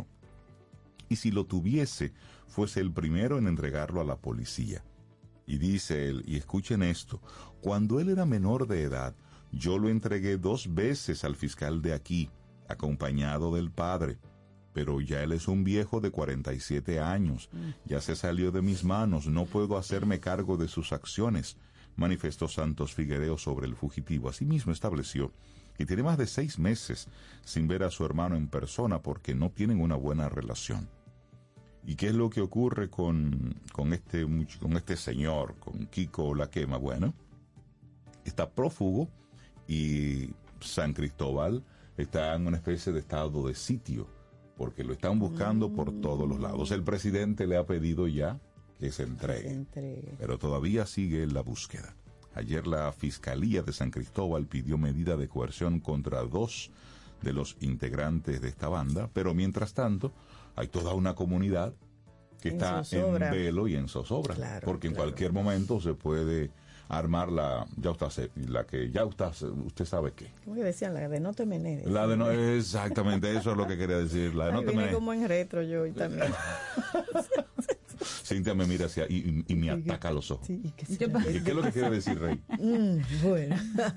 y si lo tuviese, fuese el primero en entregarlo a la policía. Y dice él, y escuchen esto, cuando él era menor de edad, yo lo entregué dos veces al fiscal de aquí, acompañado del padre, pero ya él es un viejo de cuarenta y siete años, ya se salió de mis manos, no puedo hacerme cargo de sus acciones, manifestó Santos Figuereo sobre el fugitivo. Asimismo estableció que tiene más de seis meses sin ver a su hermano en persona porque no tienen una buena relación. ¿Y qué es lo que ocurre con, con, este, much- con este señor, con Kiko La Quema? Bueno, está prófugo y San Cristóbal está en una especie de estado de sitio porque lo están buscando por todos los lados. El presidente le ha pedido ya que se entregue,
Se entregue.
pero todavía sigue la búsqueda. Ayer la Fiscalía de San Cristóbal pidió medida de coerción contra dos de los integrantes de esta banda, pero mientras tanto hay toda una comunidad que
En
está en
zozobra.
velo y en zozobra,
Claro,
porque en
claro.
cualquier momento se puede armar la, ya usted, se- la que ya usted, usted sabe qué.
¿Cómo que decían? La de no te menedes.
La de no, exactamente eso es lo que quería decir, la de no
Ay,
te
vine
me-
como en retro yo hoy también.
Cintia me mira hacia y, y, y me ataca los ojos.
Sí, ¿qué,
¿Qué pasa?
¿Qué, qué es lo que quiere decir, Rey?
Mm, bueno.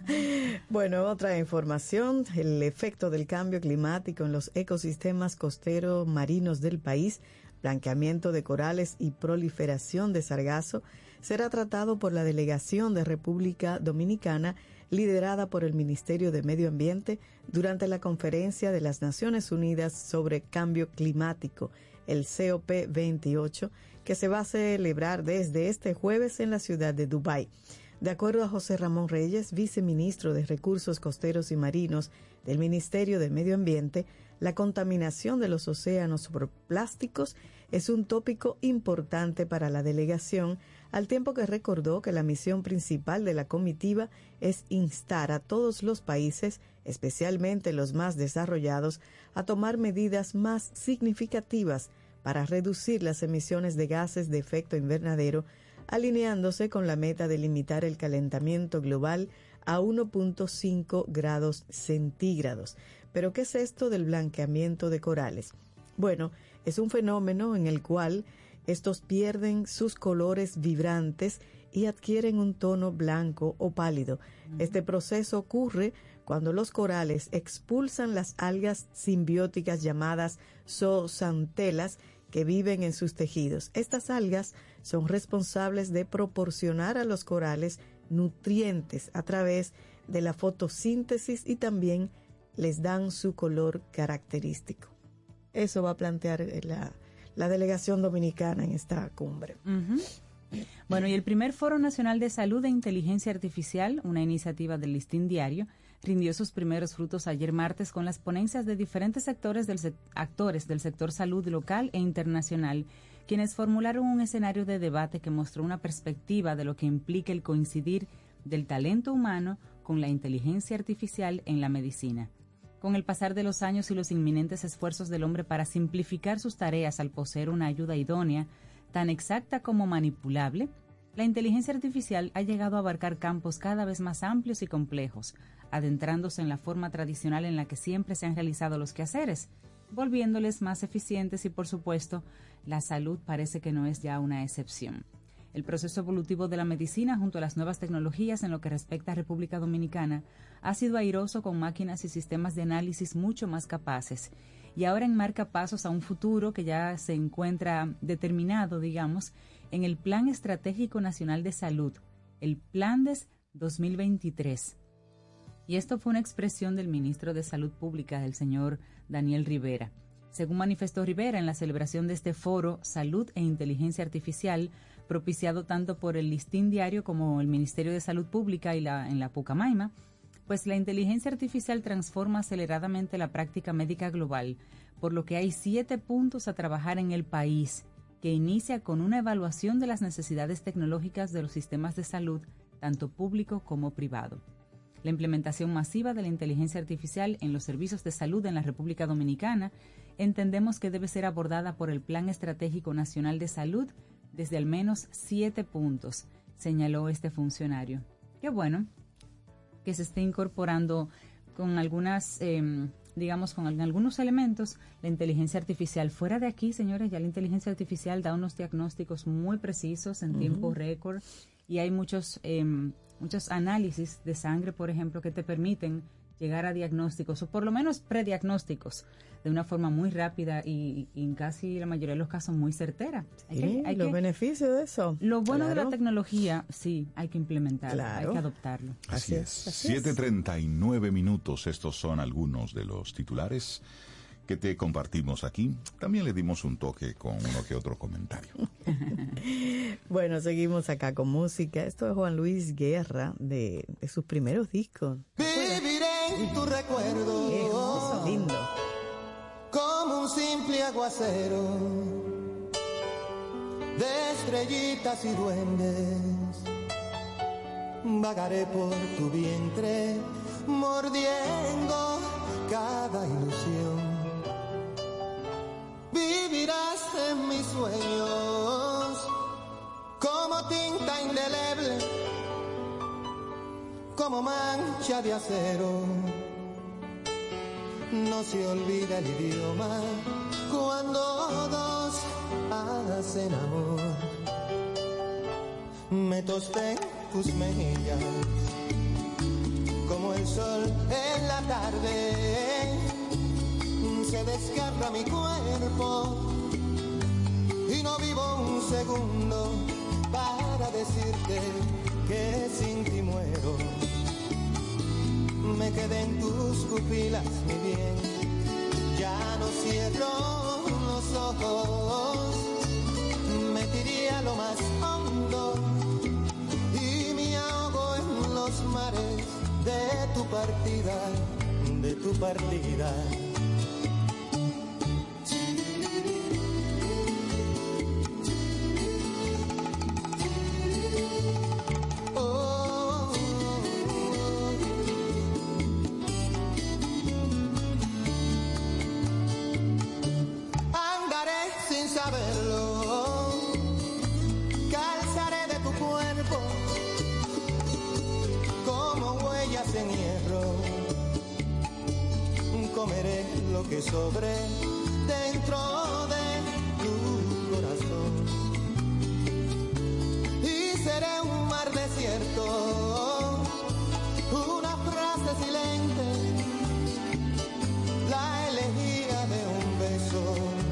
Bueno, otra información, el efecto del cambio climático en los ecosistemas costeros marinos del país, blanqueamiento de corales y proliferación de sargazo, será tratado por la delegación de República Dominicana liderada por el Ministerio de Medio Ambiente durante la Conferencia de las Naciones Unidas sobre Cambio Climático, el C O P veintiocho, que se va a celebrar desde este jueves en la ciudad de Dubái. De acuerdo a José Ramón Reyes, viceministro de Recursos Costeros y Marinos del Ministerio de Medio Ambiente, la contaminación de los océanos por plásticos es un tópico importante para la delegación, al tiempo que recordó que la misión principal de la comitiva es instar a todos los países, especialmente los más desarrollados, a tomar medidas más significativas para reducir las emisiones de gases de efecto invernadero, alineándose con la meta de limitar el calentamiento global a uno punto cinco grados centígrados. ¿Pero qué es esto del blanqueamiento de corales? Bueno, es un fenómeno en el cual estos pierden sus colores vibrantes y adquieren un tono blanco o pálido. Este proceso ocurre cuando los corales expulsan las algas simbióticas llamadas zooxantelas que viven en sus tejidos. Estas algas son responsables de proporcionar a los corales nutrientes a través de la fotosíntesis y también les dan su color característico. Eso va a plantear la, la delegación dominicana en esta cumbre.
Uh-huh. Bueno, y el primer Foro Nacional de Salud e Inteligencia Artificial, una iniciativa del Listín Diario, rindió sus primeros frutos ayer martes con las ponencias de diferentes sectores del sec- actores del sector salud local e internacional, quienes formularon un escenario de debate que mostró una perspectiva de lo que implica el coincidir del talento humano con la inteligencia artificial en la medicina. Con el pasar de los años y los inminentes esfuerzos del hombre para simplificar sus tareas al poseer una ayuda idónea, tan exacta como manipulable, la inteligencia artificial ha llegado a abarcar campos cada vez más amplios y complejos, adentrándose en la forma tradicional en la que siempre se han realizado los quehaceres, volviéndoles más eficientes y, por supuesto, la salud parece que no es ya una excepción. El proceso evolutivo de la medicina junto a las nuevas tecnologías en lo que respecta a República Dominicana ha sido airoso con máquinas y sistemas de análisis mucho más capaces y ahora enmarca pasos a un futuro que ya se encuentra determinado, digamos, en el Plan Estratégico Nacional de Salud, el PLANDES dos mil veintitrés. Y esto fue una expresión del ministro de Salud Pública, el señor Daniel Rivera. Según manifestó Rivera en la celebración de este foro Salud e Inteligencia Artificial, propiciado tanto por el Listín Diario como el Ministerio de Salud Pública y la, en la Pucamaima, pues la inteligencia artificial transforma aceleradamente la práctica médica global, por lo que hay siete puntos a trabajar en el país, que inicia con una evaluación de las necesidades tecnológicas de los sistemas de salud, tanto público como privado. La implementación masiva de la inteligencia artificial en los servicios de salud en la República Dominicana entendemos que debe ser abordada por el Plan Estratégico Nacional de Salud desde al menos siete puntos, señaló este funcionario. Qué bueno que se esté incorporando con algunas, eh, digamos, con algunos elementos la inteligencia artificial. Fuera de aquí, señores, ya la inteligencia artificial da unos diagnósticos muy precisos en uh-huh. tiempo récord y hay muchos, eh, muchos análisis de sangre, por ejemplo, que te permiten llegar a diagnósticos o por lo menos prediagnósticos de una forma muy rápida y, y en casi la mayoría de los casos muy certera.
Hay sí, que, hay los que, beneficios de eso.
Lo bueno claro. de la tecnología, sí, hay que implementarlo,
claro.
hay que adoptarlo.
Así, Así es. es. siete treinta y nueve minutos, estos son algunos de los titulares que te compartimos aquí. También le dimos un toque con uno que otro comentario.
Bueno, seguimos acá con música. Esto es Juan Luis Guerra, de, de sus primeros discos.
Viviré en tu recuerdo.
Qué hermoso, lindo.
Como un simple aguacero de estrellitas y duendes. Vagaré por tu vientre, mordiendo cada ilusión. Vivirás en mis sueños como tinta indeleble, como mancha de acero. no se olvida el idioma cuando dos hacen amor. Me tosté en tus mejillas como el sol en la tarde, se desgarra mi cuerpo y no vivo un segundo para decirte que sin ti muero. Me quedé en tus pupilas, mi bien, ya no cierro los ojos, me tiré a lo más hondo y me ahogo en los mares de tu partida, de tu partida. Comeré lo que sobre dentro de tu corazón y seré un mar desierto, una frase silente, la elegía de un beso,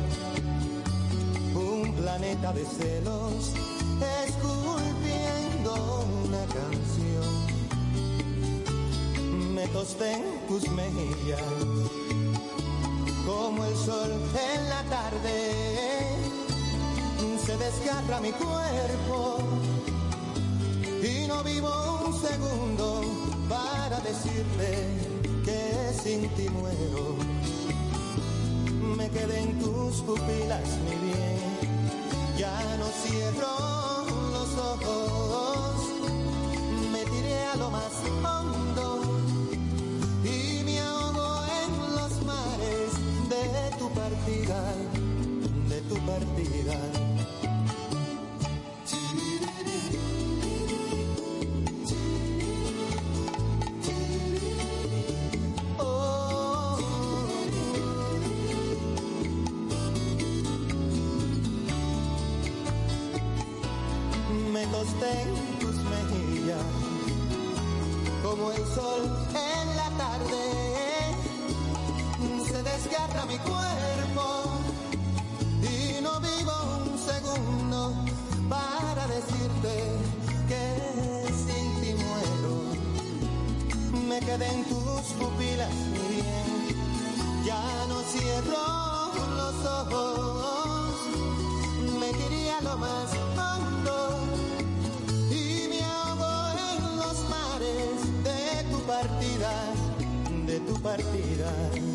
un planeta de celos esculpiendo una canción. Me tosté en tus mejillas como el sol en la tarde, se desgarra mi cuerpo y no vivo un segundo para decirte que sin ti muero. Me quedé en tus pupilas, mi bien, ya no cierro los ojos, me tiré a lo más hondo y me ahogo en los mares de tu partida, de tu partida. Oh, me tosté en tus mejillas como el sol en la tarde, se desgarra mi cuerpo y no vivo un segundo para decirte que sin ti muero. Me quedé en tus pupilas, mi bien, ya no cierro los ojos, me tiré a lo más hondo y me ahogo en los mares de tu partida, de tu partida.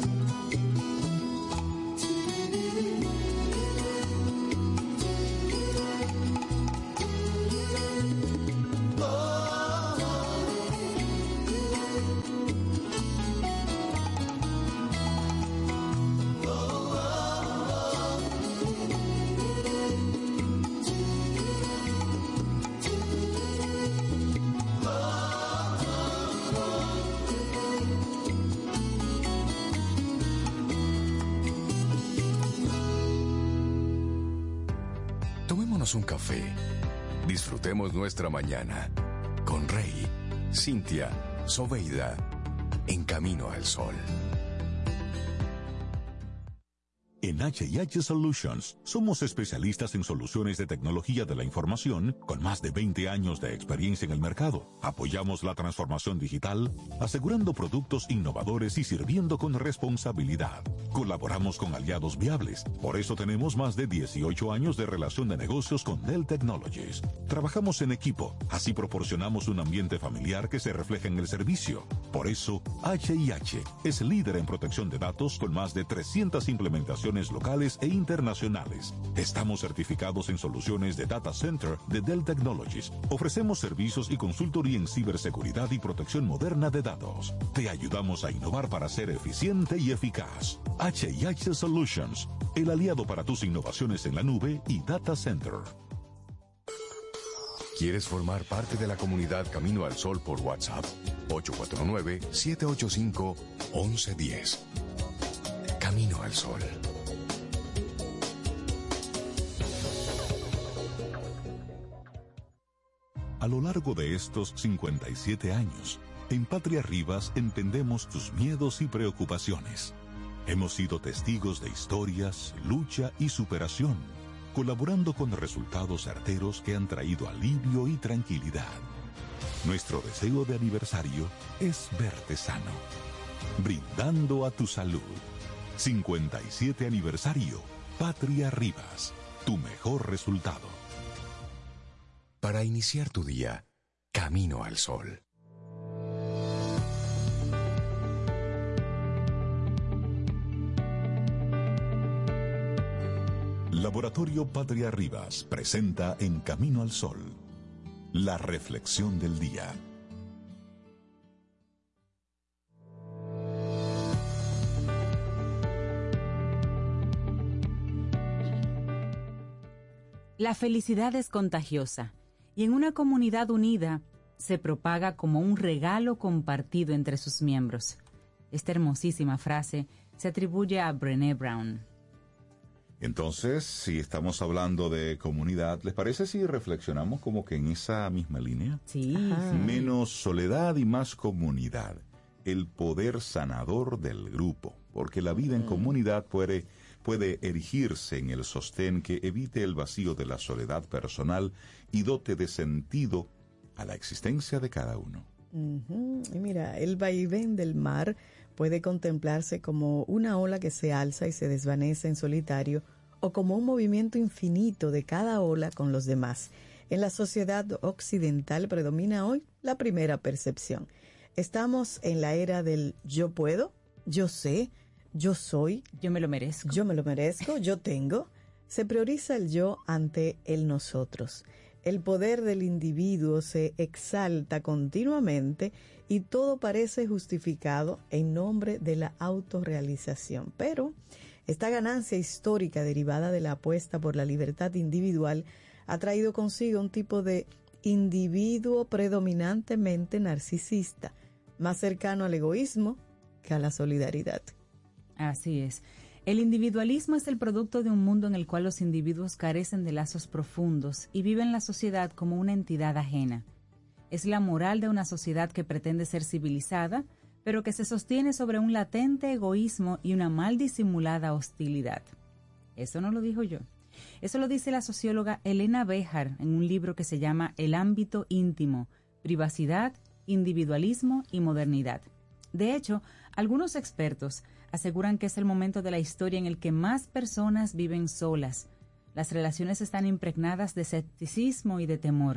Tomémonos un café. Disfrutemos nuestra mañana con Rey, Cintia, Sobeida, en Camino al Sol.
En H y H Solutions somos especialistas en soluciones de tecnología de la información con más de veinte años de experiencia en el mercado. Apoyamos la transformación digital, asegurando productos innovadores y sirviendo con responsabilidad. Colaboramos con aliados viables, por eso tenemos más de dieciocho años de relación de negocios con Dell Technologies. Trabajamos en equipo, así proporcionamos un ambiente familiar que se refleja en el servicio. Por eso, H y H es líder en protección de datos con más de trescientas implementaciones locales e internacionales. Estamos certificados en soluciones de Data Center de Dell Technologies. Ofrecemos servicios y consultoría en ciberseguridad y protección moderna de datos. Te ayudamos a innovar para ser eficiente y eficaz. H y H Solutions, el aliado para tus innovaciones en la nube y Data Center.
¿Quieres formar parte de la comunidad Camino al Sol por WhatsApp? ocho cuatro nueve, siete ocho cinco, uno uno uno cero. Camino al Sol.
A lo largo de estos cincuenta y siete años, en Patria Rivas entendemos tus miedos y preocupaciones. Hemos sido testigos de historias, lucha y superación, colaborando con resultados certeros que han traído alivio y tranquilidad. Nuestro deseo de aniversario es verte sano, brindando a tu salud. cincuenta y siete aniversario, Patria Rivas, tu mejor resultado.
Para iniciar tu día, Camino al Sol.
Laboratorio Patria Rivas presenta en Camino al Sol la reflexión del día.
La felicidad es contagiosa y en una comunidad unida se propaga como un regalo compartido entre sus miembros. Esta hermosísima frase se atribuye a Brené Brown.
Entonces, si estamos hablando de comunidad, ¿les parece si reflexionamos como que en esa misma línea?
Sí.
Ajá.
Menos soledad y más comunidad. El poder sanador del grupo. Porque la vida en comunidad puede, puede erigirse en el sostén que evite el vacío de la soledad personal y dote de sentido a la existencia de cada uno.
Ujú. Y mira, el vaivén del mar puede contemplarse como una ola que se alza y se desvanece en solitario o como un movimiento infinito de cada ola con los demás. En la sociedad occidental predomina hoy la primera percepción. Estamos en la era del yo puedo, yo sé, yo soy,
Yo me lo merezco.
yo me lo merezco, yo tengo. Se prioriza el yo ante el nosotros. El poder del individuo se exalta continuamente y todo parece justificado en nombre de la autorrealización. Pero esta ganancia histórica derivada de la apuesta por la libertad individual ha traído consigo un tipo de individuo predominantemente narcisista, más cercano al egoísmo que a la solidaridad.
Así es. El individualismo es el producto de un mundo en el cual los individuos carecen de lazos profundos y viven la sociedad como una entidad ajena. Es la moral de una sociedad que pretende ser civilizada, pero que se sostiene sobre un latente egoísmo y una mal disimulada hostilidad. Eso no lo digo yo. Eso lo dice la socióloga Elena Béjar en un libro que se llama El ámbito íntimo, privacidad, individualismo y modernidad. De hecho, algunos expertos aseguran que es el momento de la historia en el que más personas viven solas. Las relaciones están impregnadas de escepticismo y de temor.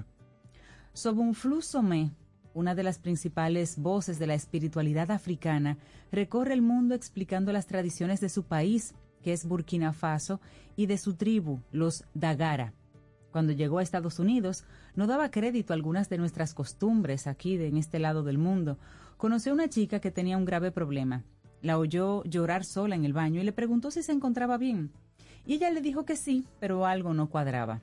Sobunflu Somé, una de las principales voces de la espiritualidad africana, recorre el mundo explicando las tradiciones de su país, que es Burkina Faso, y de su tribu, los Dagara. Cuando llegó a Estados Unidos, no daba crédito a algunas de nuestras costumbres aquí, de, en este lado del mundo. Conoció a una chica que tenía un grave problema. La oyó llorar sola en el baño y le preguntó si se encontraba bien. Y ella le dijo que sí, pero algo no cuadraba.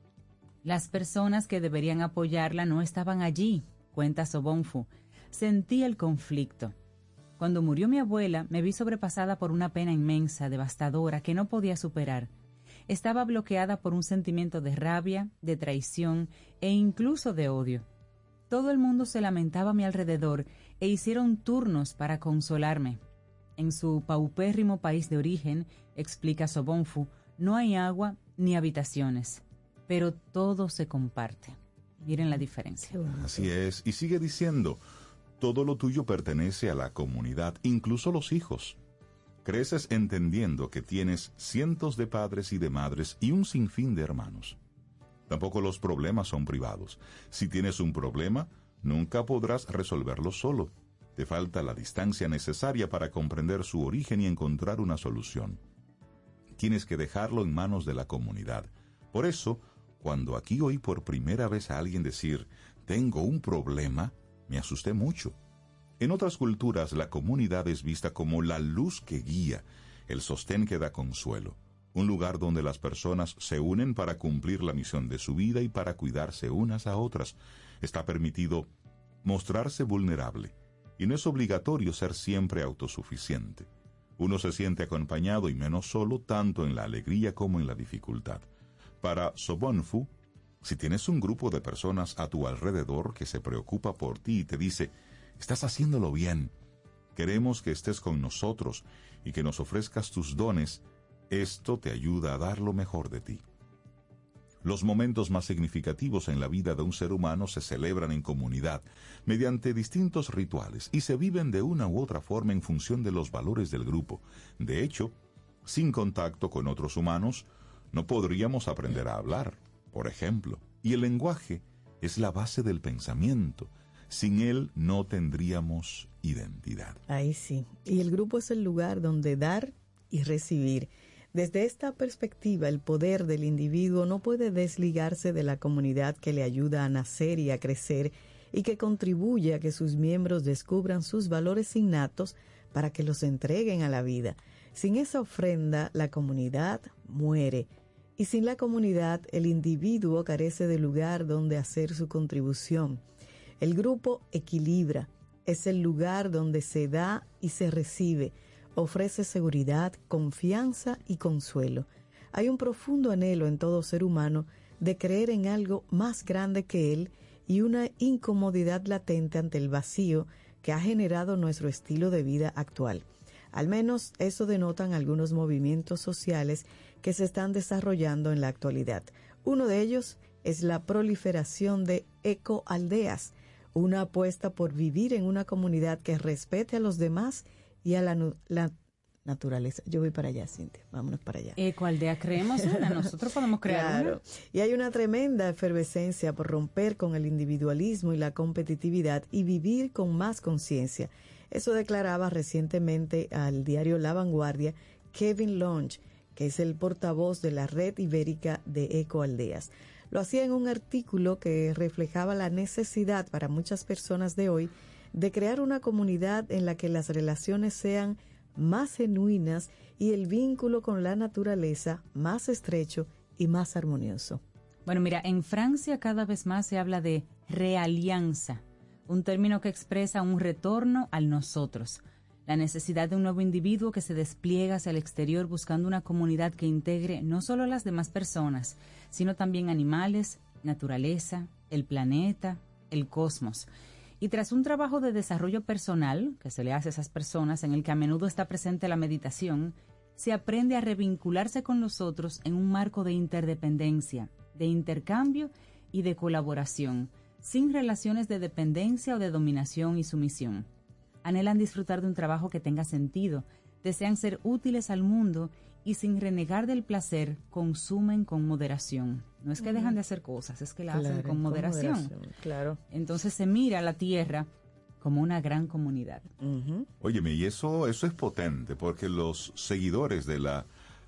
Las personas que deberían apoyarla no estaban allí, cuenta Sobonfu. Sentí el conflicto. Cuando murió mi abuela, me vi sobrepasada por una pena inmensa, devastadora, que no podía superar. Estaba bloqueada por un sentimiento de rabia, de traición e incluso de odio. Todo el mundo se lamentaba a mi alrededor e hicieron turnos para consolarme. En su paupérrimo país de origen, explica Sobonfu, no hay agua ni habitaciones, pero todo se comparte. Miren la diferencia.
Así es. Y sigue diciendo, todo lo tuyo pertenece a la comunidad, incluso los hijos. Creces entendiendo que tienes cientos de padres y de madres y un sinfín de hermanos. Tampoco los problemas son privados. Si tienes un problema, nunca podrás resolverlo solo. Te falta la distancia necesaria para comprender su origen y encontrar una solución. Tienes que dejarlo en manos de la comunidad. Por eso, cuando aquí oí por primera vez a alguien decir, tengo un problema, me asusté mucho. En otras culturas, la comunidad es vista como la luz que guía, el sostén que da consuelo, un lugar donde las personas se unen para cumplir la misión de su vida y para cuidarse unas a otras. Está permitido mostrarse vulnerable, y no es obligatorio ser siempre autosuficiente. Uno se siente acompañado y menos solo, tanto en la alegría como en la dificultad. Para Sobonfu, si tienes un grupo de personas a tu alrededor que se preocupa por ti y te dice, estás haciéndolo bien, queremos que estés con nosotros y que nos ofrezcas tus dones, esto te ayuda a dar lo mejor de ti. Los momentos más significativos en la vida de un ser humano se celebran en comunidad, mediante distintos rituales, y se viven de una u otra forma en función de los valores del grupo. De hecho, sin contacto con otros humanos, no podríamos aprender a hablar, por ejemplo, y el lenguaje es la base del pensamiento. Sin él no tendríamos identidad.
Ahí sí. Y el grupo es el lugar donde dar y recibir. Desde esta perspectiva, el poder del individuo no puede desligarse de la comunidad que le ayuda a nacer y a crecer y que contribuye a que sus miembros descubran sus valores innatos para que los entreguen a la vida. Sin esa ofrenda, la comunidad muere. Y sin la comunidad, el individuo carece de lugar donde hacer su contribución. El grupo equilibra, es el lugar donde se da y se recibe, ofrece seguridad, confianza y consuelo. Hay un profundo anhelo en todo ser humano de creer en algo más grande que él y una incomodidad latente ante el vacío que ha generado nuestro estilo de vida actual. Al menos eso denotan algunos movimientos sociales que se están desarrollando en la actualidad. Uno de ellos es la proliferación de ecoaldeas, una apuesta por vivir en una comunidad que respete a los demás y a la, la naturaleza. Yo voy para allá, Cintia, vámonos para allá.
Ecoaldea, creemos una, nosotros podemos crear
claro.
una.
Y hay una tremenda efervescencia por romper con el individualismo y la competitividad y vivir con más conciencia. Eso declaraba recientemente al diario La Vanguardia Kevin Longe, que es el portavoz de la Red Ibérica de Ecoaldeas. Lo hacía en un artículo que reflejaba la necesidad para muchas personas de hoy de crear una comunidad en la que las relaciones sean más genuinas y el vínculo con la naturaleza más estrecho y más armonioso.
Bueno, mira, en Francia cada vez más se habla de realianza, un término que expresa un retorno al nosotros, la necesidad de un nuevo individuo que se despliega hacia el exterior buscando una comunidad que integre no solo a las demás personas, sino también animales, naturaleza, el planeta, el cosmos. Y tras un trabajo de desarrollo personal que se le hace a esas personas, en el que a menudo está presente la meditación, se aprende a revincularse con los otros en un marco de interdependencia, de intercambio y de colaboración, sin relaciones de dependencia o de dominación y sumisión. Anhelan disfrutar de un trabajo que tenga sentido, desean ser útiles al mundo y sin renegar del placer, consumen con moderación. No es que dejan de hacer cosas, es que la
Claro,
hacen con moderación.
con moderación, claro.
Entonces se mira a la tierra como una gran comunidad.
Uh-huh.
Óyeme, y eso, eso es potente, porque los seguidores de la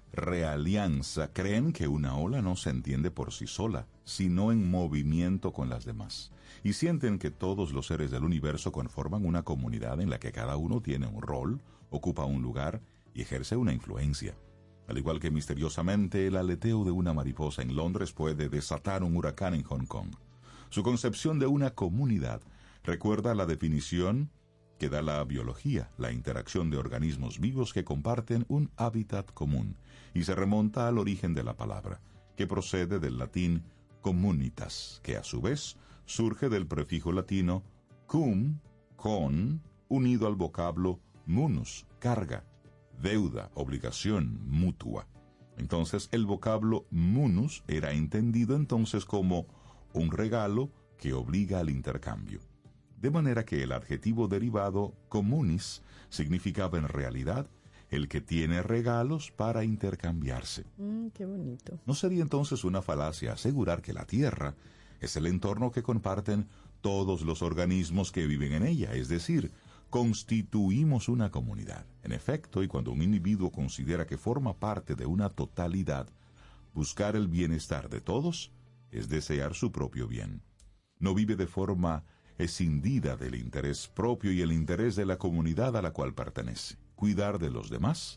Realianza creen que una ola no se entiende por sí sola, sino en movimiento con las demás. Y sienten que todos los seres del universo conforman una comunidad en la que cada uno tiene un rol, ocupa un lugar y ejerce una influencia. Al igual que misteriosamente el aleteo de una mariposa en Londres puede desatar un huracán en Hong Kong. Su concepción de una comunidad recuerda la definición que da la biología, la interacción de organismos vivos que comparten un hábitat común, y se remonta al origen de la palabra, que procede del latín communitas, que a su vez surge del prefijo latino cum, con, unido al vocablo munus, carga, deuda, obligación mutua. Entonces el vocablo munus era entendido entonces como un regalo que obliga al intercambio. De manera que el adjetivo derivado communis significaba en realidad el que tiene regalos para intercambiarse.
Mm, qué bonito.
¿No sería entonces una falacia asegurar que la Tierra es el entorno que comparten todos los organismos que viven en ella? Es decir, constituimos una comunidad. En efecto, y cuando un individuo considera que forma parte de una totalidad, buscar el bienestar de todos es desear su propio bien. No vive de forma escindida del interés propio y el interés de la comunidad a la cual pertenece. Cuidar de los demás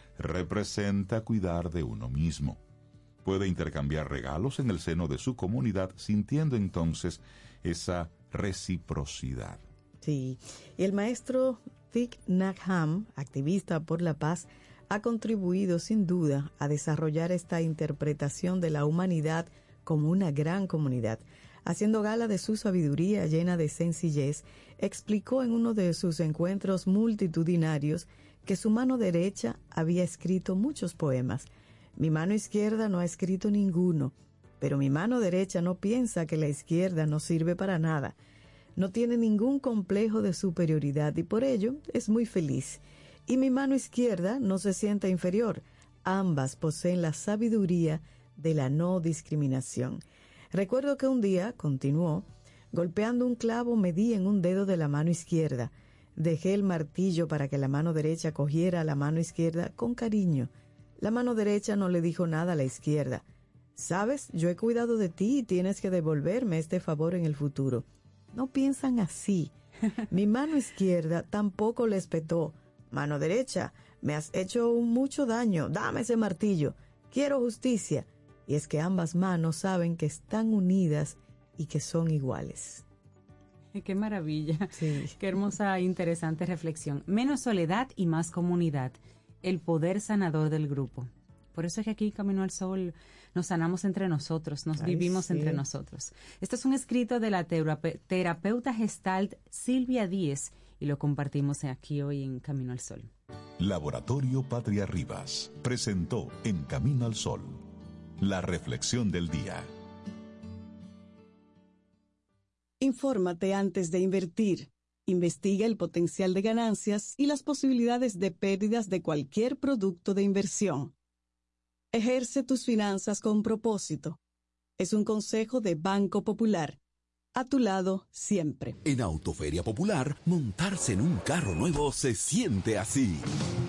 representa cuidar de uno mismo. Puede intercambiar regalos en el seno de su comunidad, sintiendo entonces esa reciprocidad.
Sí, y el maestro Thich Nhat Hanh, activista por la paz, ha contribuido sin duda a desarrollar esta interpretación de la humanidad como una gran comunidad. Haciendo gala de su sabiduría llena de sencillez, explicó en uno de sus encuentros multitudinarios que su mano derecha había escrito muchos poemas. Mi mano izquierda no ha escrito ninguno, pero mi mano derecha no piensa que la izquierda no sirve para nada. No tiene ningún complejo de superioridad y por ello es muy feliz. Y mi mano izquierda no se siente inferior. Ambas poseen la sabiduría de la no discriminación. Recuerdo que un día, continuó, golpeando un clavo me di en un dedo de la mano izquierda. Dejé el martillo para que la mano derecha cogiera a la mano izquierda con cariño. La mano derecha no le dijo nada a la izquierda. Sabes, yo he cuidado de ti y tienes que devolverme este favor en el futuro. No piensan así. Mi mano izquierda tampoco le espetó. Mano derecha, me has hecho mucho daño, dame ese martillo. Quiero justicia. Y es que ambas manos saben que están unidas y que son iguales.
Qué maravilla.
Sí.
Qué hermosa e interesante reflexión. Menos soledad y más comunidad. El poder sanador del grupo. Por eso es que aquí, Camino al Sol, nos sanamos entre nosotros, nos
Ay,
vivimos
sí.
entre nosotros. Esto es un escrito de la terape- terapeuta gestalt Silvia Díez y lo compartimos aquí hoy en Camino al Sol.
Laboratorio Patria Rivas presentó En Camino al Sol, la reflexión del día.
Infórmate antes de invertir. Investiga el potencial de ganancias y las posibilidades de pérdidas de cualquier producto de inversión. Ejerce tus finanzas con propósito. Es un consejo de Banco Popular. A tu lado siempre.
En Autoferia Popular, montarse en un carro nuevo se siente así.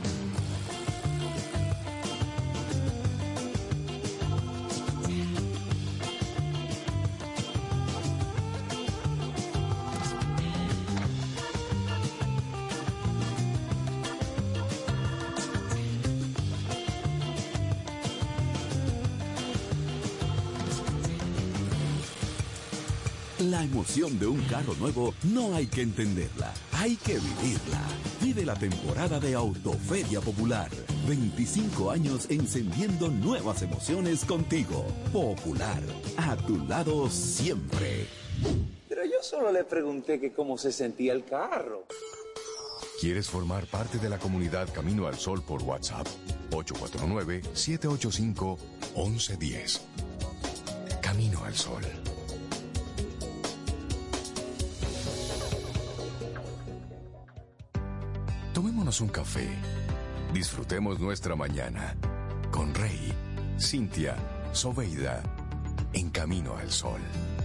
La emoción de un carro nuevo no hay que entenderla, hay que vivirla. Vive la temporada de Autoferia Popular. veinticinco años encendiendo nuevas emociones contigo. Popular, a tu lado siempre.
Pero yo solo le pregunté que cómo se sentía el carro.
¿Quieres formar parte de la comunidad Camino al Sol por WhatsApp? ocho cuatro nueve, siete ocho cinco, once diez. Camino al Sol. Tomémonos un café. Disfrutemos nuestra mañana con Rey, Cintia, Sobeida, en Camino al Sol.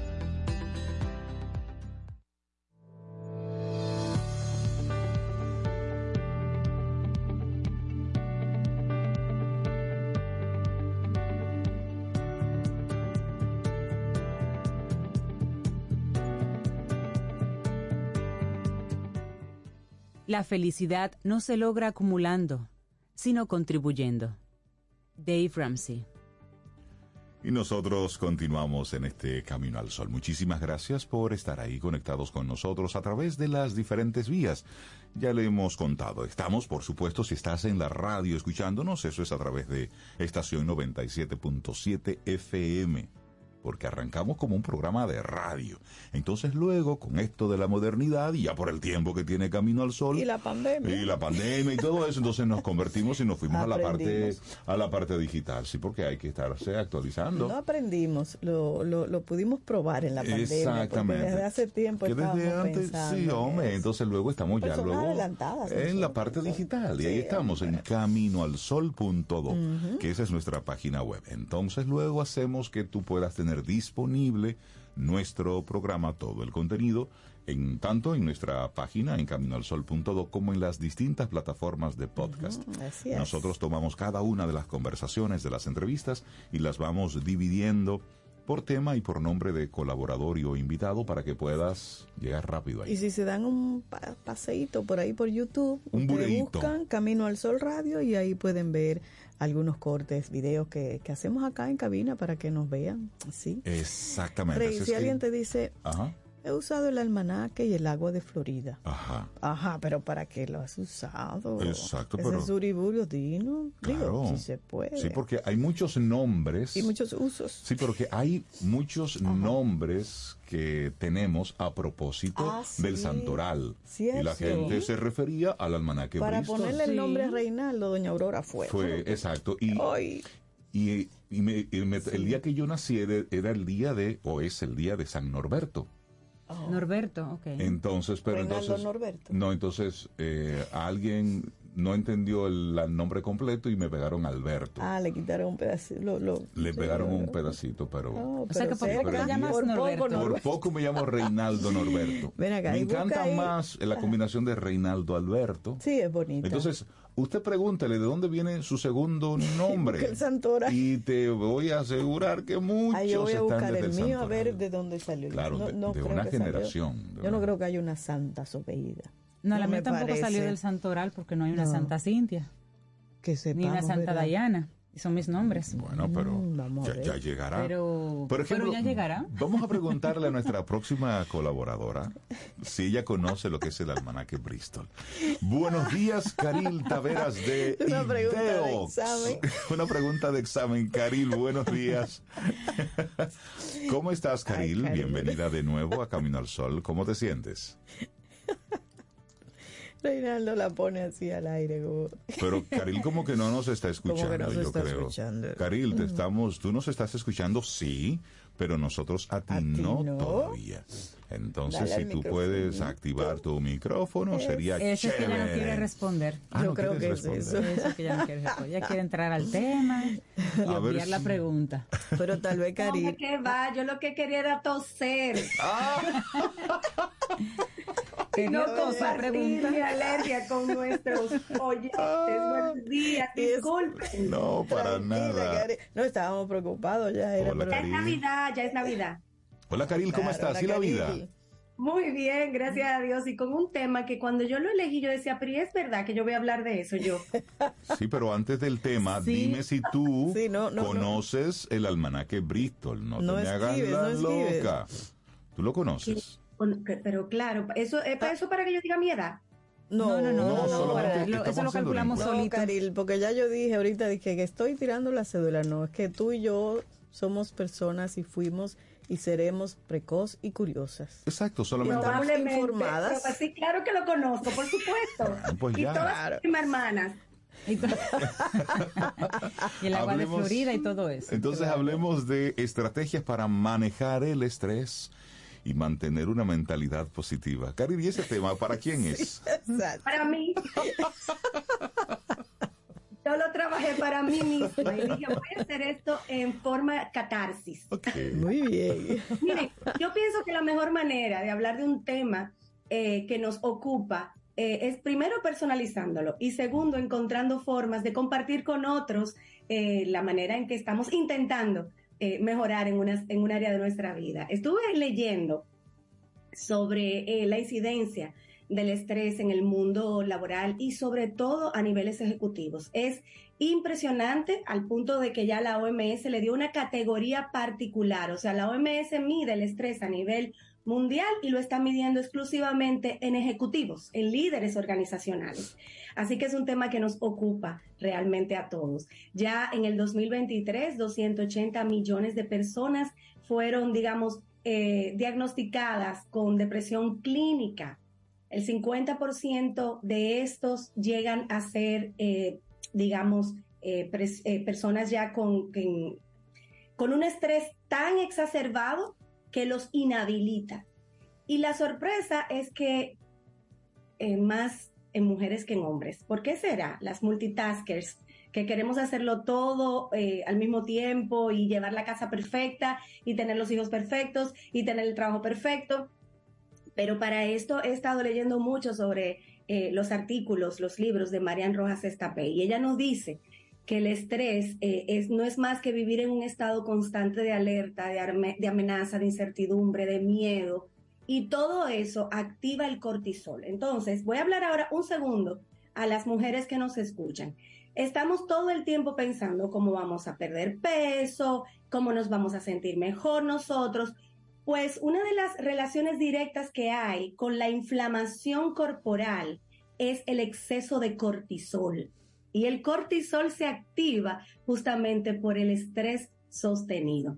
La felicidad no se logra acumulando, sino contribuyendo. Dave Ramsey.
Y nosotros continuamos en este Camino al Sol. Muchísimas gracias por estar ahí conectados con nosotros a través de las diferentes vías. Ya le hemos contado. Estamos, por supuesto, si estás en la radio escuchándonos, eso es a través de estación noventa y siete punto siete F M. Porque arrancamos como un programa de radio. Entonces luego, con esto de la modernidad, y ya por el tiempo que tiene Camino al Sol...
Y la pandemia.
Y la pandemia y todo eso, entonces nos convertimos y nos fuimos a la parte
Aprendimos.
a la parte digital. Sí, porque hay que estarse actualizando.
No aprendimos, lo, lo, lo pudimos probar en la pandemia.
Exactamente.
Porque desde hace tiempo
Que desde
estábamos
antes,
pensando
sí,
en
hombre,
eso.
entonces luego estamos ya
Personas
luego
adelantadas
en la
nosotros.
parte digital y ahí
Sí,
estamos en camino al sol punto do,
Ujú.
que esa es nuestra página web. Entonces luego hacemos que tú puedas tener disponible nuestro programa, todo el contenido, en tanto en nuestra página en camino al sol punto do como en las distintas plataformas de podcast.
Ujú, así es.
Nosotros tomamos cada una de las conversaciones, de las entrevistas y las vamos dividiendo por tema y por nombre de colaborador y o invitado para que puedas llegar rápido ahí.
Y si se dan un pa- paseíto por ahí por YouTube,
Un
ustedes
buleíto.
buscan Camino al Sol Radio y ahí pueden ver algunos cortes, videos que, que hacemos acá en cabina para que nos vean. Así.
Exactamente.
Rey,
Así es
si
que-
alguien te dice,
Ajá.
He usado el almanaque y el agua de Florida.
Ajá.
Ajá, pero ¿para qué lo has usado?
Exacto,
Ese
pero...
es Uriburio Dino.
Claro.
Digo, si se puede.
Sí, porque hay muchos nombres.
Y muchos usos.
Sí, pero que hay muchos Ajá. nombres que tenemos a propósito
ah, sí.
del santoral.
Cierto.
Y la gente se refería al almanaque
Para
Bristol.
ponerle el
Sí.
nombre a Reinaldo, doña Aurora fue.
Fue, exacto. Y,
Ay.
y, y, me- y me- el día que yo nací era, era el día de, o es el día de San Norberto.
Oh.
Norberto, ok.
Entonces, pero
Reinaldo
entonces...
Norberto.
No, entonces eh, alguien no entendió el, el nombre completo y me pegaron Alberto.
Ah, le quitaron un pedacito. Lo, lo,
Le
sí,
pegaron
lo-
un pedacito, pero...
No,
O sea que
pero
por
cerca,
poco te llamas
por poco
Norberto.
Por
Norberto.
poco me llamo Reinaldo Norberto.
Ven acá,
me
y busca
encanta
ahí.
más la combinación de Reinaldo Alberto.
Sí, es bonito.
Entonces, usted pregúntele de dónde viene su segundo nombre.
Busca el santoral.
Y te voy a asegurar que muchos
Ah, yo voy a
están
buscar
desde
el mío a
santoral.
ver de dónde salió.
Claro,
No-
de,
no
de
creo
una
que salió-
generación. de
Yo no
una-
creo que haya una santa sobeída.
No, la
no
mía
me
tampoco
parece.
salió del santoral porque no hay una
No.
Santa Cintia,
Que sepamos,
ni una Santa
¿verdad?
Diana. Y son mis nombres.
Bueno, pero
Mm, vamos a
ya,
ver.
ya llegará.
Pero,
Por ejemplo,
pero ya llegará.
Vamos a preguntarle a nuestra próxima colaboradora si ella conoce lo que es el almanaque Bristol. Buenos días, Caril Taveras de
Una pregunta de
Ideox.
examen.
Una pregunta de examen, Caril, buenos días. ¿Cómo estás, Caril?
Ay, Caril.
Bienvenida de nuevo a Camino al Sol. ¿Cómo te sientes?
Reinaldo la pone así al aire. Como...
Pero Caril como que no nos está escuchando,
Como que no se
yo
está
creo.
escuchando.
Caril, te estamos, tú nos estás escuchando, sí, pero nosotros a ti,
¿A ti
no,
no?
todavía. Entonces,
Dale
si
al
tú
micrófono.
puedes activar tu micrófono, sería
Eso es que ella no
chévere.
quiere responder.
Ah,
Yo
¿no
creo
quieres
que es
responder?
eso.
Eso es que ella no quiere responder. Ella quiere entrar al tema y
A ver
obviar la
si-
pregunta.
Pero tal vez
No,
Caril.
que va, yo lo que quería era toser.
Quería
No
toser,
compartir
pregunta.
mi alergia con nuestros oyentes. Buenos días,
Y es-
disculpen.
No, para
Tranquila,
nada.
Caril. No, estábamos preocupados ya. Era,
Hola,
pero-
Ya es
Caril.
Navidad, ya es Navidad.
Hola, Caril, ¿cómo
Claro,
estás? ¿Y la
Caril.
vida?
Muy bien, gracias a Dios. Y con un tema que cuando yo lo elegí, yo decía, pero ¿y es verdad que yo voy a hablar de eso yo?
Sí, pero antes del tema,
Sí.
dime si tú
Sí, no, no, no.
conoces el almanaque Bristol. No,
No
te me hagas
esquives,
la
no esquives.
loca. ¿Tú lo conoces?
Con- que- Pero claro, eso, eh, para eso para que yo diga mi edad.
No,
No, no, no,
No,
no,
solamente
para- lo-
estamos
eso lo
haciendo
calculamos
una
No,
solito.
Caril, porque ya yo dije ahorita dije que estoy tirando la cédula. No, es que tú y yo somos personas y fuimos y seremos precoz y curiosas.
Exacto, solamente.
Estamos
Probablemente,
informadas.
pero pues sí, claro que lo conozco, por supuesto.
Ah, pues
y
ya.
todas
Claro.
mis hermanas.
Y, to- y el agua
Hablemos-
de Florida y todo eso.
Entonces hablemos de estrategias para manejar el estrés y mantener una mentalidad positiva. Caril, ¿y ese tema para quién es?
Exacto.
Para mí, yo lo trabajé para mí misma y dije, voy a hacer esto en forma catarsis.
Ok.
Muy bien.
Miren, yo pienso que la mejor manera de hablar de un tema eh, que nos ocupa eh, es primero personalizándolo y segundo encontrando formas de compartir con otros eh, la manera en que estamos intentando eh, mejorar en, una, en un área de nuestra vida. Estuve leyendo sobre eh, la incidencia del estrés en el mundo laboral y sobre todo a niveles ejecutivos. Es impresionante al punto de que ya la O M S le dio una categoría particular, o sea, la O M S mide el estrés a nivel mundial y lo está midiendo exclusivamente en ejecutivos, en líderes organizacionales. Así que es un tema que nos ocupa realmente a todos. Ya en el dos mil veintitrés, doscientos ochenta millones de personas fueron, digamos, eh, diagnosticadas con depresión clínica. El cincuenta por ciento de estos llegan a ser, eh, digamos, eh, pres- eh, personas ya con, con, con un estrés tan exacerbado que los inhabilita. Y la sorpresa es que eh, más en mujeres que en hombres. ¿Por qué será? Las multitaskers, que queremos hacerlo todo eh, al mismo tiempo y llevar la casa perfecta y tener los hijos perfectos y tener el trabajo perfecto. Pero para esto he estado leyendo mucho sobre eh, los artículos, los libros de Marian Rojas Estapé, y ella nos dice que el estrés eh, es, no es más que vivir en un estado constante de alerta, de, arme, de amenaza, de incertidumbre, de miedo, y todo eso activa el cortisol. Entonces, voy a hablar ahora un segundo a las mujeres que nos escuchan. Estamos todo el tiempo pensando cómo vamos a perder peso, cómo nos vamos a sentir mejor nosotros, Pues una de las relaciones directas que hay con la inflamación corporal es el exceso de cortisol. Y el cortisol se activa justamente por el estrés sostenido.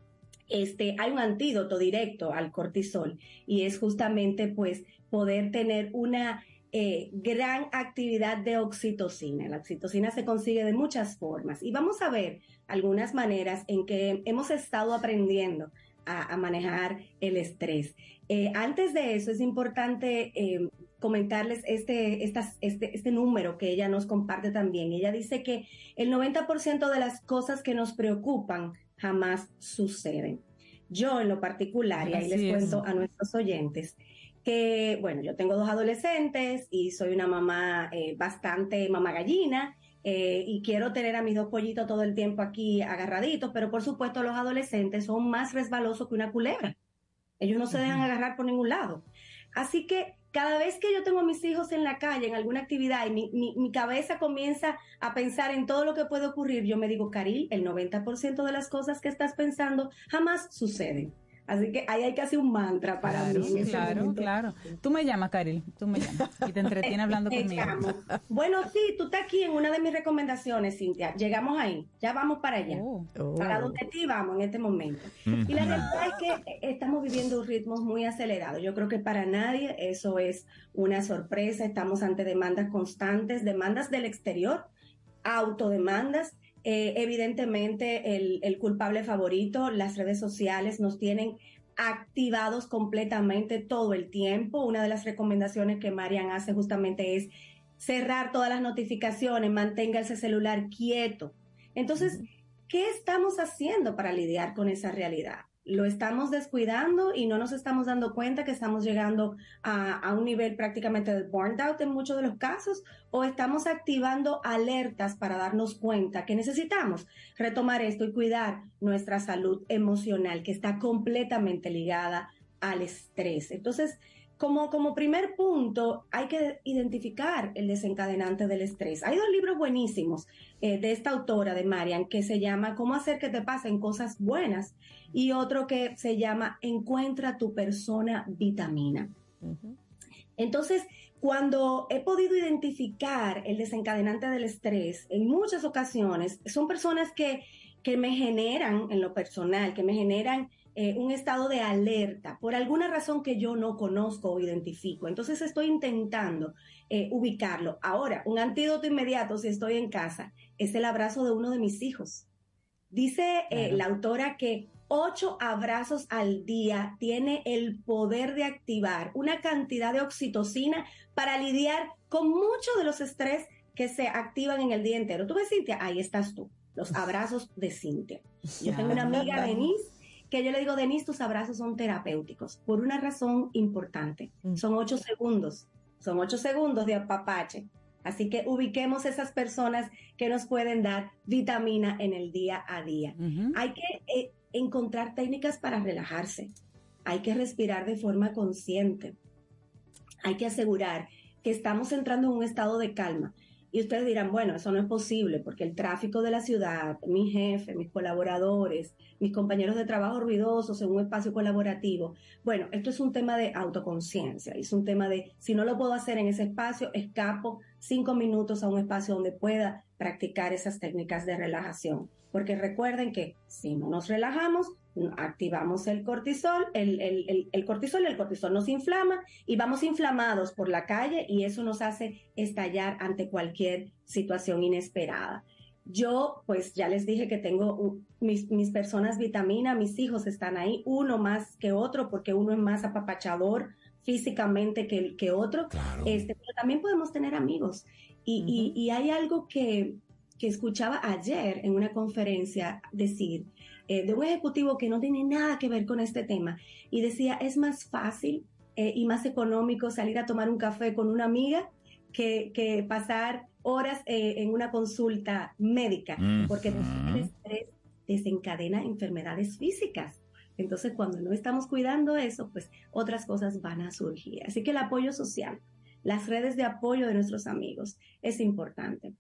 Este, hay un antídoto directo al cortisol y es justamente pues poder tener una eh, gran actividad de oxitocina. La oxitocina se consigue de muchas formas y vamos a ver algunas maneras en que hemos estado aprendiendo a, a manejar el estrés. Eh, antes de eso es importante eh, comentarles este, estas, este, este número que ella nos comparte también. Ella dice que el noventa por ciento de las cosas que nos preocupan jamás suceden. Yo en lo particular, y ahí les cuento a nuestros oyentes, que bueno, yo tengo dos adolescentes y soy una mamá eh, bastante mamá gallina, eh, y quiero tener a mis dos pollitos todo el tiempo aquí agarraditos, pero por supuesto los adolescentes son más resbalosos que una culebra. Ellos no se dejan agarrar por ningún lado. Así que cada vez que yo tengo a mis hijos en la calle, en alguna actividad, y mi, mi, mi cabeza comienza a pensar en todo lo que puede ocurrir, yo me digo, Caril, el noventa por ciento de las cosas que estás pensando jamás suceden. Así que ahí hay casi un mantra para
claro,
mí.
Claro, claro. Tú me llamas, Caril, tú me llamas y te entretienes hablando conmigo.
Bueno, sí, tú estás aquí en una de mis recomendaciones, Cintia. Llegamos ahí, ya vamos para allá. Oh. Para donde ti vamos en este momento. Y la realidad es que estamos viviendo ritmos muy acelerados. Yo creo que para nadie eso es una sorpresa. Estamos ante demandas constantes, demandas del exterior, autodemandas. Eh, evidentemente el, el culpable favorito, las redes sociales nos tienen activados completamente todo el tiempo. Una de las recomendaciones que Marian hace justamente es cerrar todas las notificaciones, mantenga ese celular quieto. Entonces, ¿qué estamos haciendo para lidiar con esa realidad? Lo estamos descuidando y no nos estamos dando cuenta que estamos llegando a, a un nivel prácticamente de burnout out en muchos de los casos, o estamos activando alertas para darnos cuenta que necesitamos retomar esto y cuidar nuestra salud emocional, que está completamente ligada al estrés. Entonces, como, como primer punto, hay que identificar el desencadenante del estrés. Hay dos libros buenísimos eh, de esta autora, de Marian, que se llama Cómo hacer que te pasen cosas buenas, y otro que se llama Encuentra tu persona vitamina. Uh-huh. Entonces, cuando he podido identificar el desencadenante del estrés, en muchas ocasiones son personas que, que me generan, en lo personal, que me generan eh, un estado de alerta por alguna razón que yo no conozco o identifico. Entonces estoy intentando eh, ubicarlo. Ahora, un antídoto inmediato si estoy en casa es el abrazo de uno de mis hijos. Dice eh, claro. la autora que ocho abrazos al día tiene el poder de activar una cantidad de oxitocina para lidiar con muchos de los estrés que se activan en el día entero. ¿Tú ves, Cintia? Ahí estás tú, los abrazos de Cintia. Yo tengo una amiga, Denise, que yo le digo, Denise, tus abrazos son terapéuticos por una razón importante. Son ocho segundos, son ocho segundos de apapache. Así que ubiquemos esas personas que nos pueden dar vitamina en el día a día. Uh-huh. Hay que eh, encontrar técnicas para relajarse. Hay que respirar de forma consciente. Hay que asegurar que estamos entrando en un estado de calma. Y ustedes dirán, bueno, eso no es posible porque el tráfico de la ciudad, mi jefe, mis colaboradores, mis compañeros de trabajo ruidosos en un espacio colaborativo. Bueno, esto es un tema de autoconciencia, es un tema de, si no lo puedo hacer en ese espacio, escapo cinco minutos a un espacio donde pueda practicar esas técnicas de relajación. Porque recuerden que si no nos relajamos, activamos el cortisol, el, el, el, el cortisol, el cortisol nos inflama y vamos inflamados por la calle y eso nos hace estallar ante cualquier situación inesperada. Yo, pues ya les dije que tengo uh, mis, mis personas vitamina, mis hijos están ahí, uno más que otro porque uno es más apapachador físicamente que, que otro, claro. este, pero también podemos tener amigos y, uh-huh. y, y hay algo que, que escuchaba ayer en una conferencia decir, Eh, de un ejecutivo que no tiene nada que ver con este tema y decía, es más fácil eh, y más económico salir a tomar un café con una amiga que, que pasar horas eh, en una consulta médica, mm-hmm. porque el estrés desencadena enfermedades físicas. Entonces, cuando no estamos cuidando eso, pues otras cosas van a surgir. Así que el apoyo social, las redes de apoyo de nuestros amigos es importante.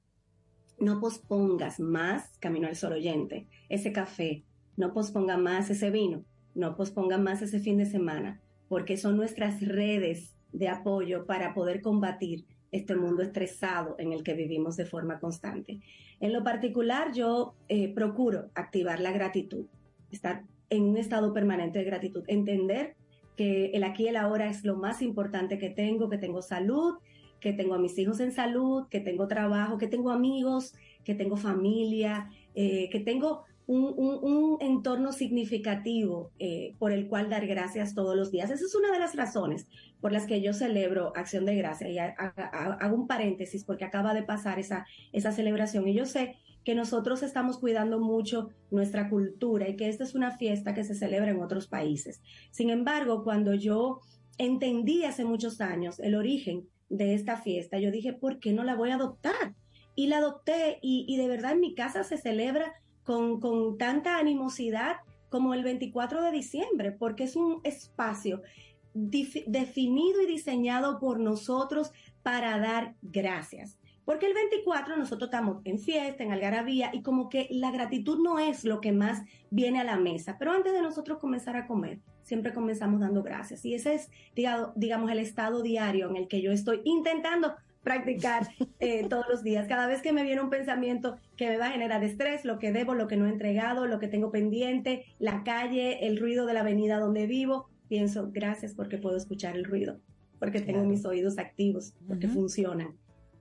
No pospongas más, Camino al Sol oyente, ese café. No posponga más ese vino, no pospongan más ese fin de semana, porque son nuestras redes de apoyo para poder combatir este mundo estresado en el que vivimos de forma constante. En lo particular, yo eh, procuro activar la gratitud, estar en un estado permanente de gratitud, entender que el aquí y el ahora es lo más importante que tengo, que tengo salud, que tengo a mis hijos en salud, que tengo trabajo, que tengo amigos, que tengo familia, eh, que tengo un, un, un entorno significativo eh, por el cual dar gracias todos los días. Esa es una de las razones por las que yo celebro Acción de Gracias. Y hago un paréntesis porque acaba de pasar esa, esa celebración. Y yo sé que nosotros estamos cuidando mucho nuestra cultura y que esta es una fiesta que se celebra en otros países. Sin embargo, cuando yo entendí hace muchos años el origen de esta fiesta, yo dije, ¿por qué no la voy a adoptar? Y la adopté y, y de verdad en mi casa se celebra con, con tanta animosidad como el veinticuatro de diciembre, porque es un espacio dif- definido y diseñado por nosotros para dar gracias. Porque el veinticuatro nosotros estamos en fiesta, en algarabía, y como que la gratitud no es lo que más viene a la mesa. Pero antes de nosotros comenzar a comer, siempre comenzamos dando gracias. Y ese es, digamos, digamos el estado diario en el que yo estoy intentando practicar eh, todos los días. Cada vez que me viene un pensamiento que me va a generar estrés, lo que debo, lo que no he entregado, lo que tengo pendiente, la calle, el ruido de la avenida donde vivo, pienso, gracias porque puedo escuchar el ruido, porque tengo
Claro.
mis oídos activos, porque
Ujú.
funcionan.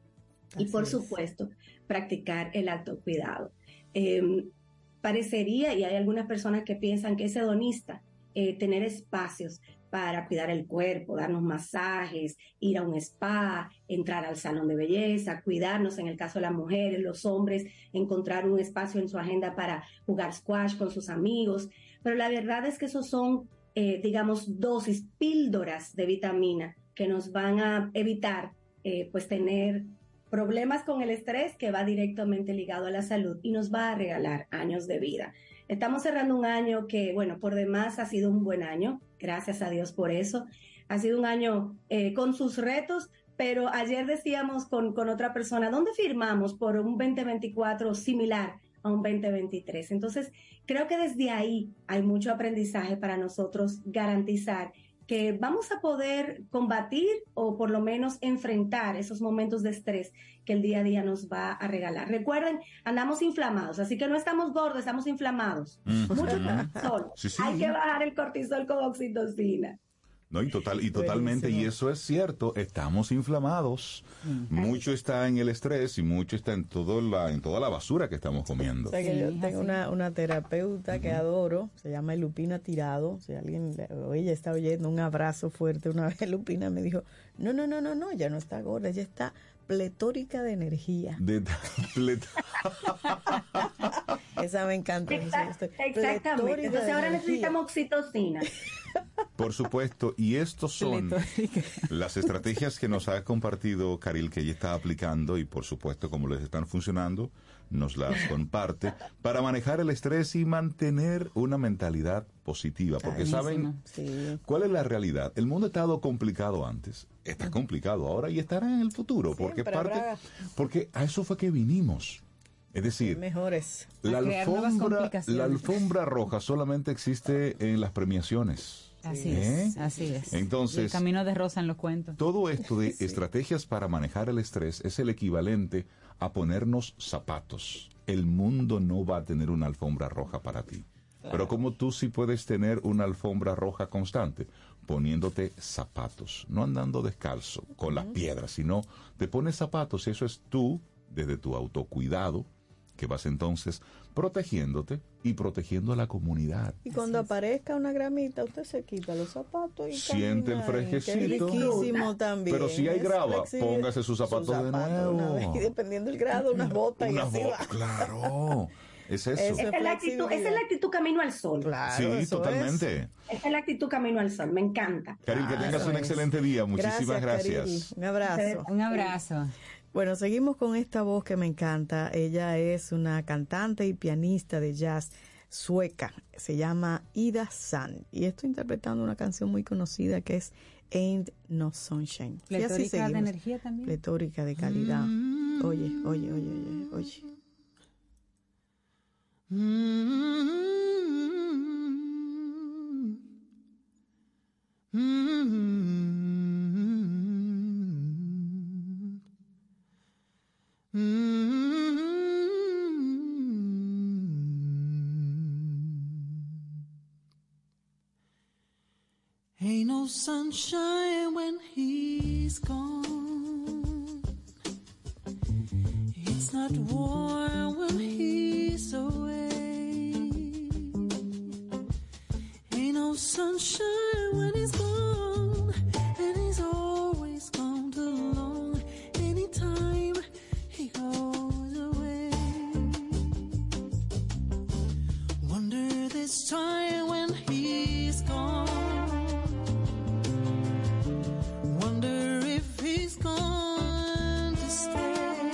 Y
Así
por
es.
supuesto, practicar el autocuidado. Eh, parecería, y hay algunas personas que piensan que es hedonista, eh, tener espacios para cuidar el cuerpo, darnos masajes, ir a un spa, entrar al salón de belleza, cuidarnos en el caso de las mujeres, los hombres, encontrar un espacio en su agenda para jugar squash con sus amigos. Pero la verdad es que esos son, eh, digamos, dosis, píldoras de vitamina que nos van a evitar eh, pues tener problemas con el estrés, que va directamente ligado a la salud y nos va a regalar años de vida. Estamos cerrando un año que, bueno, por demás ha sido un buen año, gracias a Dios por eso. Ha sido un año eh, con sus retos, pero ayer decíamos con, con otra persona, ¿dónde firmamos por un veinte veinticuatro similar a un veinte veintitrés? Entonces, creo que desde ahí hay mucho aprendizaje para nosotros garantizar que vamos a poder combatir o por lo menos enfrentar esos momentos de estrés que el día a día nos va a regalar. Recuerden, andamos inflamados, así que no estamos gordos, estamos inflamados.
Mm.
Mucho
Mm.
cortisol.
Sí, sí.
Hay que bajar el cortisol con oxitocina.
No, y total, y totalmente, y eso es cierto, estamos inflamados. Mucho está en el estrés y mucho está en todo la, en toda la basura que estamos comiendo.
O sea, que yo tengo una, una terapeuta que adoro, se llama Lupina Tirado. Si alguien le- o ella está oyendo, un abrazo fuerte. Una vez Lupina me dijo, no, no, no, no, no, ella no está gorda, ella está pletórica de energía.
De ple-
Esa me encanta.
Exact-
yo estoy
Exactamente.
pletórica
Entonces
de
ahora
energía.
necesitamos oxitocina.
Por supuesto, y estos son las estrategias que nos ha compartido Caril, que ella está aplicando, y por supuesto, como les están funcionando, nos las comparte para manejar el estrés y mantener una mentalidad positiva. Porque saben
Sí.
cuál es la realidad. El mundo ha estado complicado antes, está complicado ahora y estará en el futuro, porque
Siempre
parte,
habrá.
porque a eso fue que vinimos. Es decir,
Mejores.
la
A crear nuevas
alfombra,
complicaciones.
la alfombra roja solamente existe en las premiaciones.
Así
¿Eh?
es, así es.
Entonces,
Y el camino de rosa en los cuentos.
todo esto de estrategias para manejar el estrés es el equivalente a ponernos zapatos. El mundo no va a tener una alfombra roja para ti. Pero como tú sí puedes tener una alfombra roja constante, poniéndote zapatos, no andando descalzo con las piedras, sino te pones zapatos y eso es tú, desde tu autocuidado, que vas entonces protegiéndote y protegiendo a la comunidad.
Y cuando aparezca una gramita, usted se quita los zapatos y
Siente el
camina, y qué
fresquecito.
riquísimo también.
Pero si hay
es
grava,
flexible.
póngase sus zapatos de
una
nuevo.
vez, y dependiendo del grado, unas botas y
Unas
así
botas,
va.
claro. Es eso.
Eso
Esa es la actitud, esa es la actitud camino al sol.
Claro,
Sí,
eso
totalmente.
Esa es la actitud camino al sol. Me encanta.
Caril, que tengas un excelente día. Muchísimas gracias.
Caril. Un abrazo.
Un abrazo.
Bueno, seguimos con esta voz que me encanta. Ella es una cantante y pianista de jazz sueca. Se llama Ida Sand. Y estoy interpretando una canción muy conocida que es Ain't No Sunshine. Y así
Pletórica de
seguimos.
energía también.
Pletórica de calidad. Oye, oye, oye, oye, oye.
Ain't no sunshine when he's gone. It's not warm when he's away. Ain't no sunshine when he's gone, and he's always gone too long. Anytime he goes away, wonder this time when he's gone. Wonder if he's going to stay.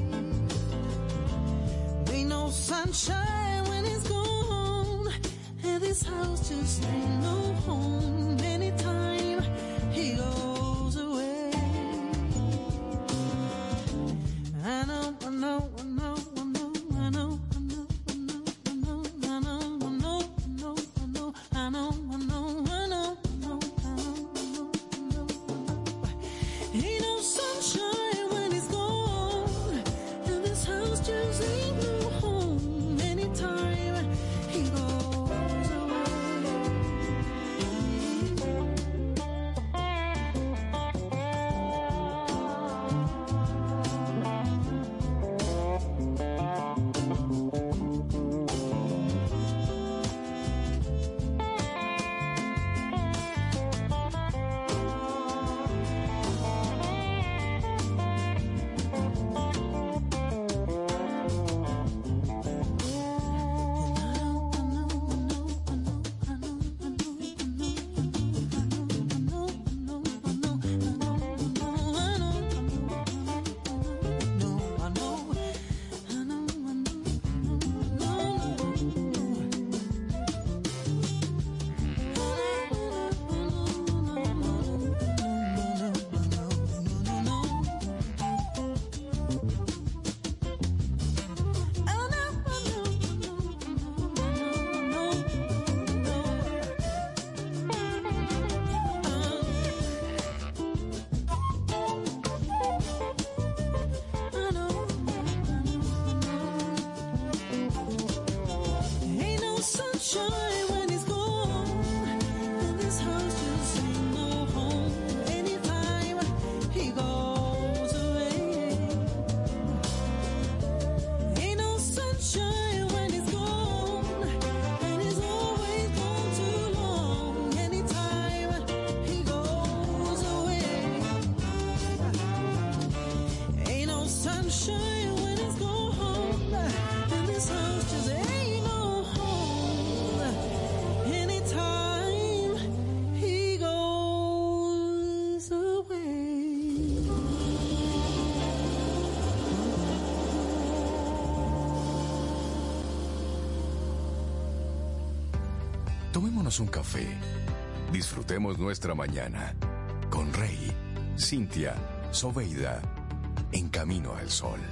Ain't no sunshine when he's gone, and this house just ain't no home. Anytime he goes away, I know, I know, I know, I know, I know, I know, I know, I know, I know, I know, I know, I know, I know, I know, I know, I know, I know. Ain't no sunshine when he's gone, and this house just ain't no home. Anytime he goes away. Ain't no sunshine when he's gone, and this house just ain't no home. Anytime he goes away. Ain't no sunshine when he's gone, and he's always gone too long. Anytime he goes away. Ain't no sunshine when he's gone, and this house just ain't no home. Anytime he goes away.
Tomémonos un café. Disfrutemos nuestra mañana con Rey, Cintia, Soveida, en Camino al Sol.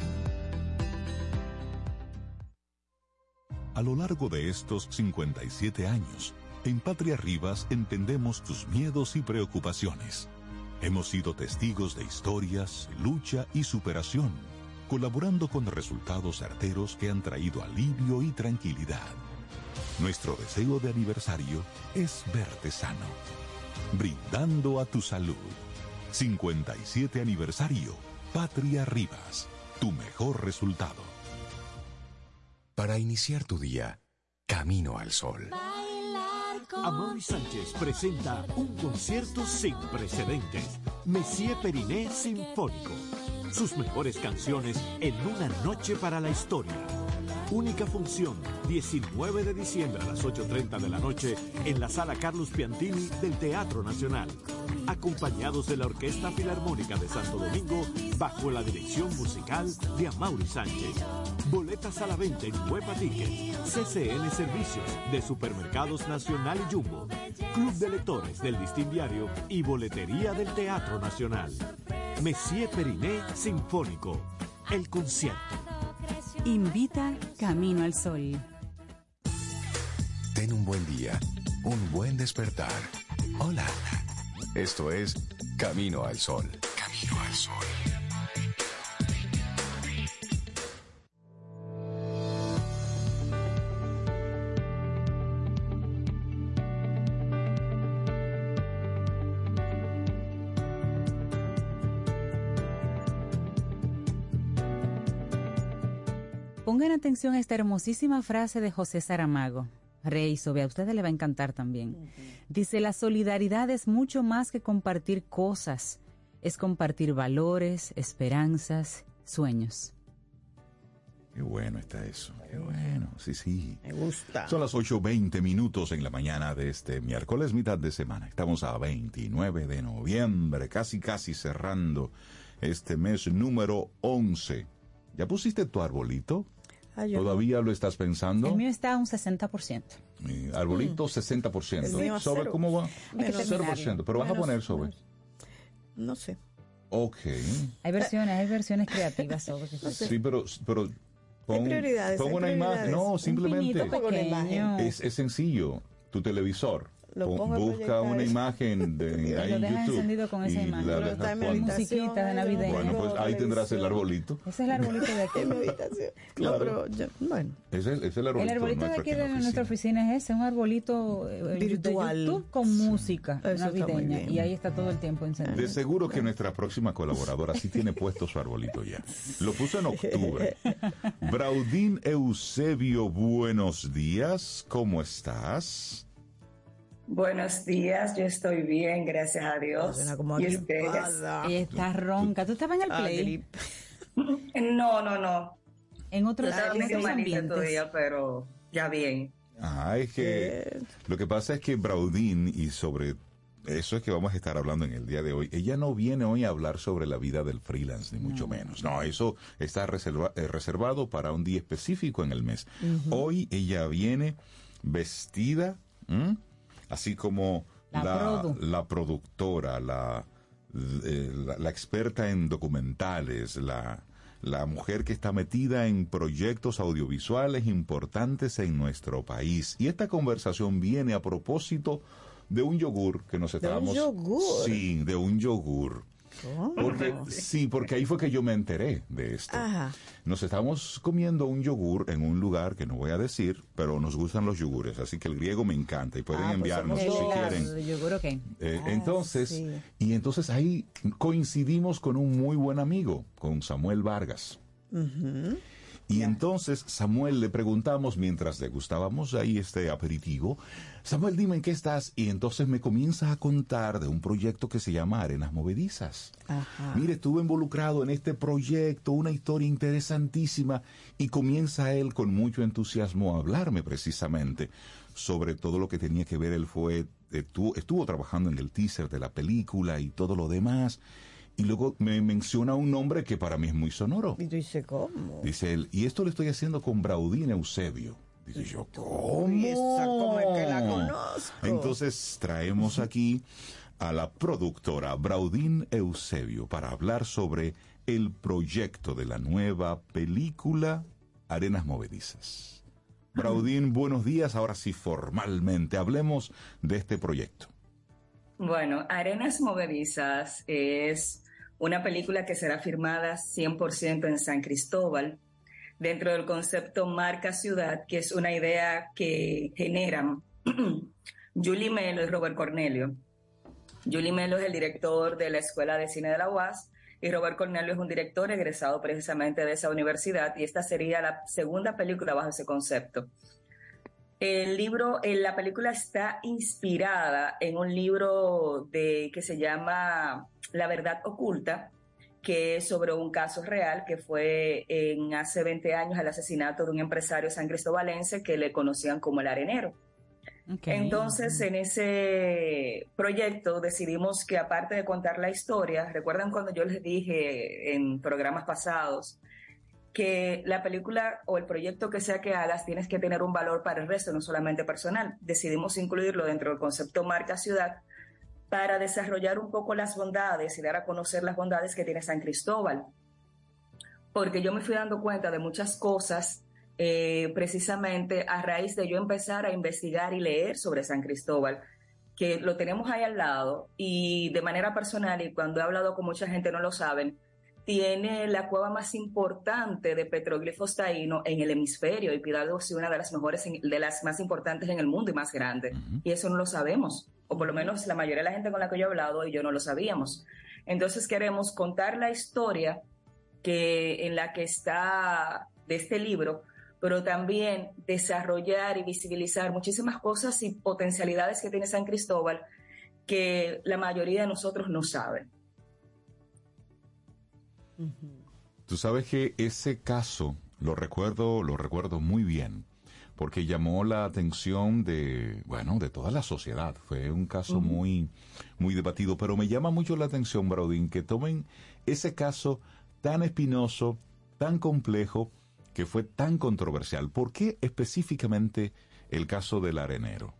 A lo largo de estos cincuenta y siete años, en Patria Rivas entendemos tus miedos y preocupaciones. Hemos sido testigos de historias, lucha y superación, colaborando con resultados certeros que han traído alivio y tranquilidad. Nuestro deseo de aniversario es verte sano, brindando a tu salud. cincuenta y siete aniversario, Patria Rivas, tu mejor resultado.
Para iniciar tu día, Camino al Sol.
Amaury Sánchez presenta un concierto sin precedentes. Messier Periné Sinfónico. Sus mejores canciones en una noche para la historia. Única función, diecinueve de diciembre a las ocho y media de la noche en la Sala Carlos Piantini del Teatro Nacional. Acompañados de la Orquesta Filarmónica de Santo Domingo bajo la dirección musical de Amaury Sánchez. Boletas a la venta en Huepa Ticket, C C N Servicios de Supermercados Nacional y Jumbo, Club de Lectores del Listín Diario y Boletería del Teatro Nacional. Messier Periné Sinfónico, el concierto.
Invita Camino al Sol.
Ten un buen día, un buen despertar. Hola. Esto es Camino al Sol. Camino al Sol.
pongan atención a esta hermosísima frase de José Saramago. Rey Sobe, a ustedes les va a encantar también. Uh-huh. Dice, la solidaridad es mucho más que compartir cosas, es compartir valores, esperanzas, sueños.
Qué bueno está eso, qué bueno, sí, sí.
Me gusta.
Son las ocho veinte minutos en la mañana de este miércoles, mitad de semana. Estamos a veintinueve de noviembre, casi casi cerrando este mes número once. ¿Ya pusiste tu arbolito? Ah, ¿Todavía no. lo estás pensando?
El mío está a un sesenta por ciento.
Mi arbolito, mm. sesenta por ciento. ¿Sobre cero. Cómo va? cero por ciento. ¿Pero vas a poner sobre?
No sé.
Ok.
Hay versiones, hay versiones creativas sobre.
No sé. Sí, pero... pero pon,
hay prioridades.
Pon
hay
una
prioridades.
imagen. No, simplemente.
Una imagen.
Es, es sencillo. Tu televisor.
Lo
Pon, busca una imagen de ahí
lo
en
deja
YouTube
encendido con esa imagen.
La deja
musiquita de navideña.
Bueno, pues ahí tendrás el arbolito.
Ese es el arbolito de aquí.
En mi habitación. Claro. No, pero yo, bueno.
Ese es el arbolito.
El arbolito de aquí de nuestra oficina es ese, un arbolito virtual de YouTube con música sí. navideña. Y ahí está todo el tiempo encendido.
De seguro que nuestra próxima colaboradora sí tiene puesto su arbolito ya. Lo puso en octubre. Braudín Eusebio, buenos días. ¿Cómo estás?
Buenos días, yo estoy bien, gracias a Dios.
Como
y ustedes.
Está ronca. ¿Tú estabas en el play?
No, no, no.
En otros
ambientes todavía, pero ya bien.
Ah, es que lo que pasa es que Braudín, y sobre eso es que vamos a estar hablando en el día de hoy, ella no viene hoy a hablar sobre la vida del freelance, ni mucho no. menos. No, eso está reserva, eh, reservado para un día específico en el mes. Uh-huh. Hoy ella viene vestida... ¿m? Así como la, la, produ. la productora, la, eh, la, la experta en documentales, la, la mujer que está metida en proyectos audiovisuales importantes en nuestro país. Y esta conversación viene a propósito de un yogur que nos estábamos...
¿De un yogur?
Sí, de un yogur.
¿Cómo?
Porque, sí, porque ahí fue que yo me enteré de esto.
Ajá.
Nos estábamos comiendo un yogur en un lugar que no voy a decir, pero nos gustan los yogures, así que el griego me encanta y pueden
ah,
enviarnos
pues
si
el,
quieren.
El yogur, okay.
eh,
ah,
entonces,
sí.
y entonces ahí coincidimos con un muy buen amigo, con Samuel Vargas.
Uh-huh.
Y yeah. entonces Samuel le preguntamos mientras degustábamos ahí este aperitivo, Samuel, dime en qué estás, y entonces me comienza a contar de un proyecto que se llama Arenas Movedizas.
Ajá.
Mire, estuve involucrado en este proyecto, una historia interesantísima, y comienza él con mucho entusiasmo a hablarme precisamente sobre todo lo que tenía que ver. Él fue, estuvo, estuvo trabajando en el teaser de la película y todo lo demás. Y luego me menciona un nombre que para mí es muy sonoro.
Y dice, ¿cómo?
Dice él, y esto lo estoy haciendo con Braudín Eusebio. Dice yo, ¿cómo?
Y esa, ¿cómo es que la conozco?
Entonces traemos aquí a la productora Braudín Eusebio para hablar sobre el proyecto de la nueva película Arenas Movedizas. Braudín, buenos días. Ahora sí, formalmente, hablemos de este proyecto.
Bueno, Arenas Movedizas es una película que será filmada cien por ciento en San Cristóbal, dentro del concepto Marca Ciudad, que es una idea que generan Julie Melo y Robert Cornelio. Julie Melo es el director de la Escuela de Cine de la U A S y Robert Cornelio es un director egresado precisamente de esa universidad, y esta sería la segunda película bajo ese concepto. El libro, la película está inspirada en un libro de, que se llama La Verdad Oculta, que es sobre un caso real que fue en hace veinte años el asesinato de un empresario sancristobalense que le conocían como el Arenero. Okay. Entonces, en ese proyecto decidimos que, aparte de contar la historia, ¿recuerdan cuando yo les dije en programas pasados que la película o el proyecto que sea que hagas tienes que tener un valor para el resto, no solamente personal? Decidimos incluirlo dentro del concepto Marca Ciudad para desarrollar un poco las bondades y dar a conocer las bondades que tiene San Cristóbal. Porque yo me fui dando cuenta de muchas cosas eh, precisamente a raíz de yo empezar a investigar y leer sobre San Cristóbal, que lo tenemos ahí al lado, y de manera personal, y cuando he hablado con mucha gente no lo saben, tiene la cueva más importante de petroglifos taínos en el hemisferio, y Piedad es una de las mejores, de las más importantes en el mundo y más grande. Uh-huh. Y eso no lo sabemos, o por lo menos la mayoría de la gente con la que yo he hablado y yo no lo sabíamos. Entonces queremos contar la historia que, en la que está de este libro, pero también desarrollar y visibilizar muchísimas cosas y potencialidades que tiene San Cristóbal que la mayoría de nosotros no saben.
Tú sabes que ese caso lo recuerdo, lo recuerdo muy bien, porque llamó la atención de, bueno, de toda la sociedad. Fue un caso uh-huh. muy, muy debatido, pero me llama mucho la atención, Braudín, que tomen ese caso tan espinoso, tan complejo, que fue tan controversial. ¿Por qué específicamente el caso del arenero?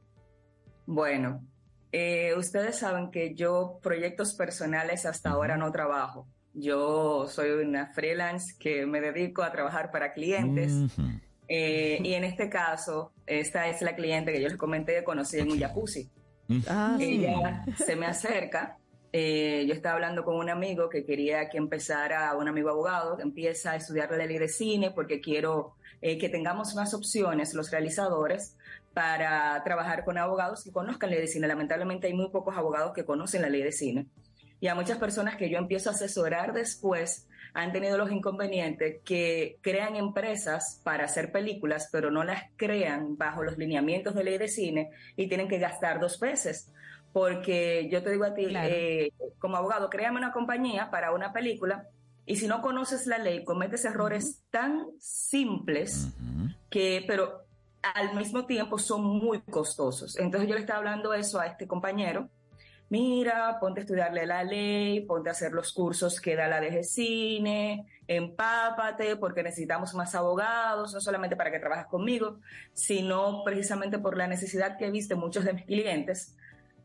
Bueno, eh, ustedes saben que yo proyectos personales hasta uh-huh. ahora no trabajo. Yo soy una freelance que me dedico a trabajar para clientes. Uh-huh. Eh, y en este caso, esta es la cliente que yo les comenté, conocí en un jacuzzi. Ah, Ella sí. se me acerca. Eh, yo estaba hablando con un amigo que quería que empezara, un amigo abogado, que empieza a estudiar la ley de cine porque quiero eh, que tengamos más opciones los realizadores para trabajar con abogados que conozcan ley de cine. Lamentablemente hay muy pocos abogados que conocen la ley de cine. Y a muchas personas que yo empiezo a asesorar después han tenido los inconvenientes que crean empresas para hacer películas, pero no las crean bajo los lineamientos de ley de cine y tienen que gastar dos veces. Porque yo te digo a ti, claro. eh, como abogado, créame una compañía para una película y si no conoces la ley, cometes errores uh-huh. tan simples uh-huh. que, pero al mismo tiempo son muy costosos. Entonces yo le estaba hablando eso a este compañero. Mira, ponte a estudiarle la ley, ponte a hacer los cursos que da la D G Cine, empápate, porque necesitamos más abogados, no solamente para que trabajes conmigo, sino precisamente por la necesidad que he visto en muchos de mis clientes.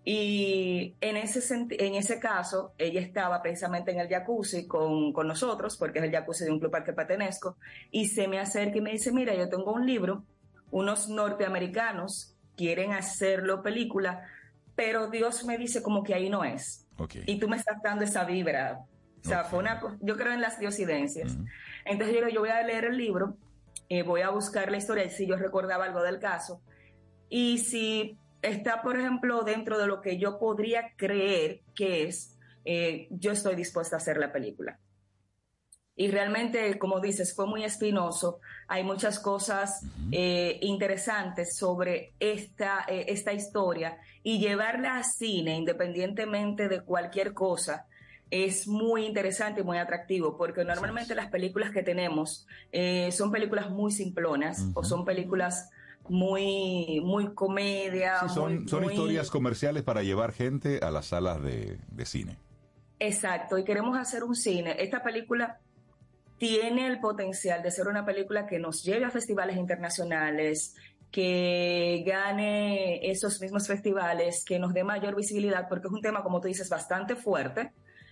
Y en ese, en ese caso, ella estaba precisamente en el jacuzzi con, con nosotros, porque es el jacuzzi de un club al que pertenezco, y se me acerca y me dice, mira, yo tengo un libro, unos norteamericanos quieren hacerlo película, pero Dios me dice como que ahí no es. Okay. Y tú me estás dando esa vibra. O sea, okay. fue una, yo creo en las diosidencias. Uh-huh. Entonces yo, yo voy a leer el libro, eh, voy a buscar la historia, si yo recordaba algo del caso, y si está, por ejemplo, dentro de lo que yo podría creer que es, eh, yo estoy dispuesta a hacer la película. Y realmente, como dices, fue muy espinoso. Hay muchas cosas uh-huh. eh, interesantes sobre esta, eh, esta historia y llevarla a cine, independientemente de cualquier cosa, es muy interesante y muy atractivo, porque normalmente las películas que tenemos eh, son películas muy simplonas uh-huh. o son películas muy muy comedia.
Sí, son,
muy,
son
muy...
historias comerciales para llevar gente a las salas de, de cine.
Exacto, y queremos hacer un cine. Esta película tiene el potencial de ser una película que nos lleve a festivales internacionales, que gane esos mismos festivales, que nos dé mayor visibilidad, porque es un tema, como tú dices, bastante fuerte,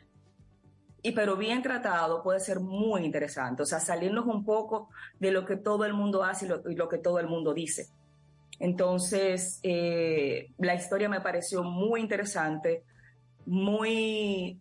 y pero bien tratado puede ser muy interesante. O sea, salirnos un poco de lo que todo el mundo hace y lo, y lo que todo el mundo dice. Entonces, eh, la historia me pareció muy interesante, muy...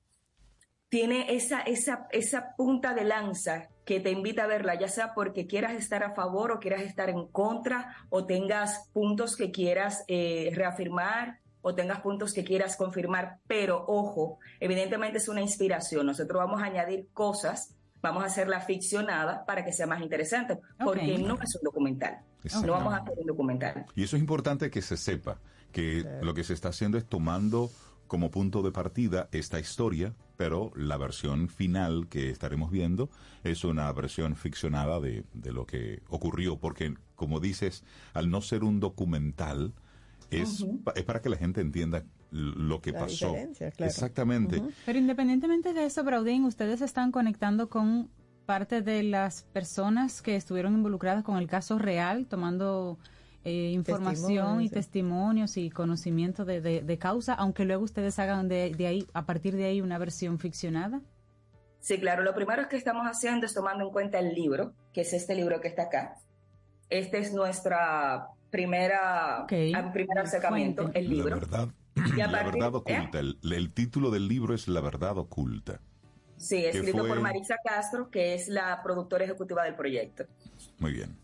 tiene esa, esa, esa punta de lanza que te invita a verla, ya sea porque quieras estar a favor o quieras estar en contra, o tengas puntos que quieras eh, reafirmar, o tengas puntos que quieras confirmar, pero ojo, evidentemente es una inspiración. Nosotros vamos a añadir cosas, vamos a hacerla ficcionada para que sea más interesante, porque okay. no es un documental. Exacto. No vamos a hacer un documental.
Y eso es importante que se sepa, que sí. lo que se está haciendo es tomando como punto de partida esta historia, pero la versión final que estaremos viendo es una versión ficcionada de, de lo que ocurrió, porque, como dices, al no ser un documental, es, uh-huh. pa, es para que la gente entienda lo que la pasó. Claro. Exactamente.
Uh-huh. Pero independientemente de eso, Braudín, ustedes están conectando con parte de las personas que estuvieron involucradas con el caso real, tomando eh, información y sí. testimonios y conocimiento de, de, de causa, aunque luego ustedes hagan de, de ahí, a partir de ahí, una versión ficcionada.
Sí, claro. Lo primero que estamos haciendo es tomando en cuenta el libro, que es este libro que está acá. Este es nuestra primera, okay. primer acercamiento, el libro.
La verdad, y a la partir, verdad oculta. ¿eh? El, el título del libro es La verdad oculta.
Sí, escrito fue... por Marisa Castro, que es la productora ejecutiva del proyecto.
Muy bien.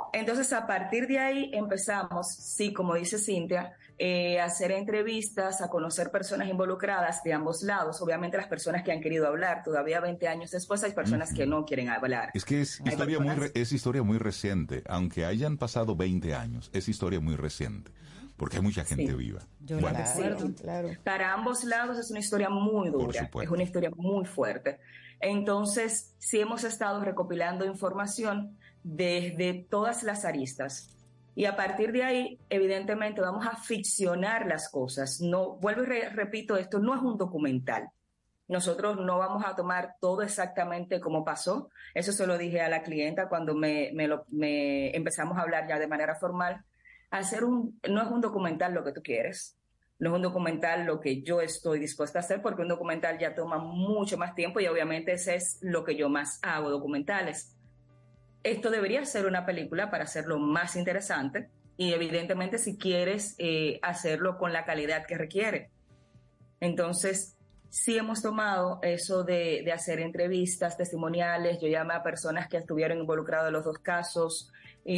No, entonces a partir de ahí empezamos, sí, como dice Cintia, eh, a hacer entrevistas, a conocer personas involucradas de ambos lados. Obviamente las personas que han querido hablar, todavía veinte años después hay personas que no quieren hablar.
Es que es
Hay
historia, muy
personas-
re- es historia muy reciente, aunque hayan pasado veinte años, es historia muy reciente, porque hay mucha gente
Sí.
viva.
Yo
Bueno,
Sí. Para ambos lados es una historia muy dura,
supuesto.
es una historia muy fuerte. Entonces, sí hemos estado recopilando información desde todas las aristas. Y a partir de ahí, evidentemente, vamos a ficcionar las cosas. No, vuelvo y re- repito, esto no es un documental. Nosotros no vamos a tomar todo exactamente como pasó. Eso se lo dije a la clienta cuando me, me lo- me empezamos a hablar ya de manera formal. Hacer un, no es un documental lo que tú quieres. No es un documental lo que yo estoy dispuesta a hacer, porque un documental ya toma mucho más tiempo y obviamente ese es lo que yo más hago, documentales. Esto debería ser una película para hacerlo más interesante y evidentemente si quieres eh, hacerlo con la calidad que requiere. Entonces, sí hemos tomado eso de, de hacer entrevistas testimoniales. Yo llamé a personas que estuvieron involucradas en los dos casos.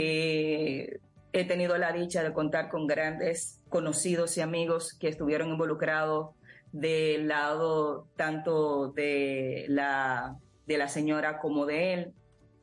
Eh, he tenido la dicha de contar con grandes conocidos y amigos que estuvieron involucrados del lado tanto de la, de la señora como de él.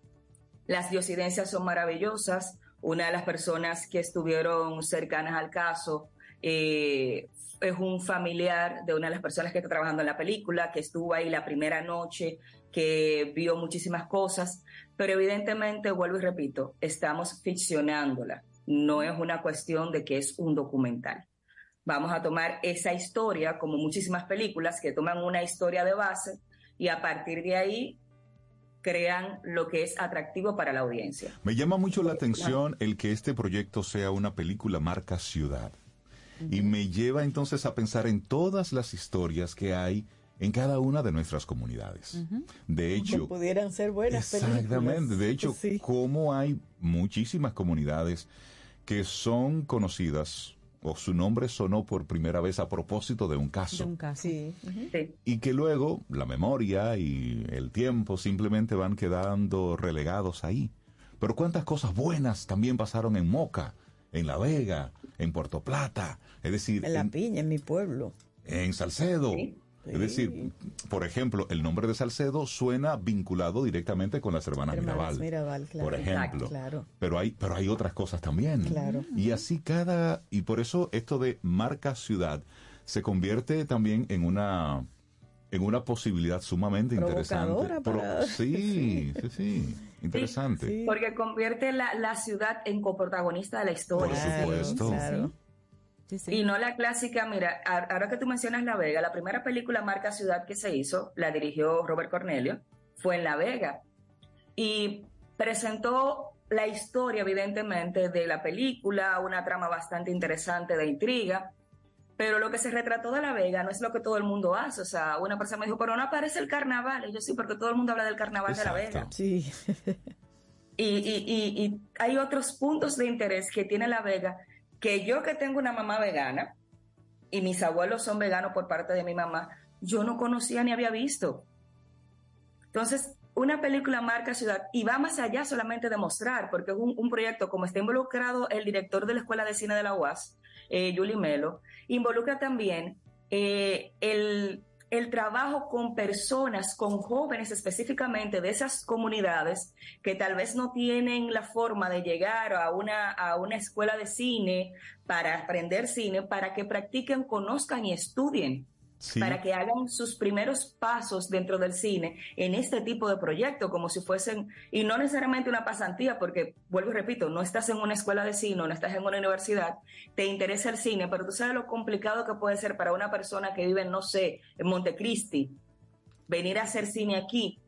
Las diosidencias son maravillosas. Una de las personas que estuvieron cercanas al caso eh, es un familiar de una de las personas que está trabajando en la película, que estuvo ahí la primera noche, que vio muchísimas cosas, pero evidentemente, vuelvo y repito, estamos ficcionándola. No es una cuestión de que es un documental. Vamos a tomar esa historia, como muchísimas películas que toman una historia de base y a partir de ahí crean lo que es atractivo para la audiencia.
Me llama mucho la atención el que este proyecto sea una película marca ciudad. Y me lleva entonces a pensar en todas las historias que hay en cada una de nuestras comunidades. De
Que
hecho,
pudieran ser buenas películas.
exactamente. De hecho,
Sí.
cómo hay muchísimas comunidades que son conocidas o su nombre sonó por primera vez a propósito de un caso.
De un caso.
Sí.
Y que luego la memoria y el tiempo simplemente van quedando relegados ahí. Pero cuántas cosas buenas también pasaron en Moca, en La Vega, en Puerto Plata, es decir,
En La
en,
Piña, en mi pueblo.
en Salcedo. Es decir, por ejemplo, el nombre de Salcedo suena vinculado directamente con las hermanas,
Hermanas
Mirabal,
Mirabal, claro.
por ejemplo.
Claro.
Pero hay, pero hay otras cosas también.
Claro.
Y así cada, y por eso esto de marca ciudad se convierte también en una, en una posibilidad sumamente interesante.
Provocadora para-
sí, sí, sí, interesante.
Sí, porque convierte la, la ciudad en coprotagonista de la historia.
Por supuesto.
Claro.
Y no la clásica, mira, a- ahora que tú mencionas La Vega, la primera película marca ciudad que se hizo, la dirigió Robert Cornelio, fue en La Vega. Y presentó la historia, evidentemente, de la película, una trama bastante interesante de intriga, pero lo que se retrató de La Vega no es lo que todo el mundo hace. O sea, una persona me dijo, pero no aparece el carnaval. Y yo sí, porque todo el mundo habla del carnaval de La Vega.
Sí.
Y, y, y, y hay otros puntos de interés que tiene La Vega, que yo que tengo una mamá vegana, y mis abuelos son veganos por parte de mi mamá, yo no conocía ni había visto. Entonces, una película marca ciudad y va más allá solamente de mostrar, porque es un, un proyecto, como está involucrado el director de la Escuela de Cine de la U A S, eh, Yuli Melo, involucra también eh, el, el trabajo con personas, con jóvenes específicamente de esas comunidades que tal vez no tienen la forma de llegar a una, a una escuela de cine para aprender cine, para que practiquen, conozcan y estudien.
Sí.
Para que hagan sus primeros pasos dentro del cine en este tipo de proyecto, como si fuesen, y no necesariamente una pasantía, porque, vuelvo y repito, no estás en una escuela de cine, no estás en una universidad, te interesa el cine, pero tú sabes lo complicado que puede ser para una persona que vive, no sé, en Montecristi, venir a hacer cine aquí,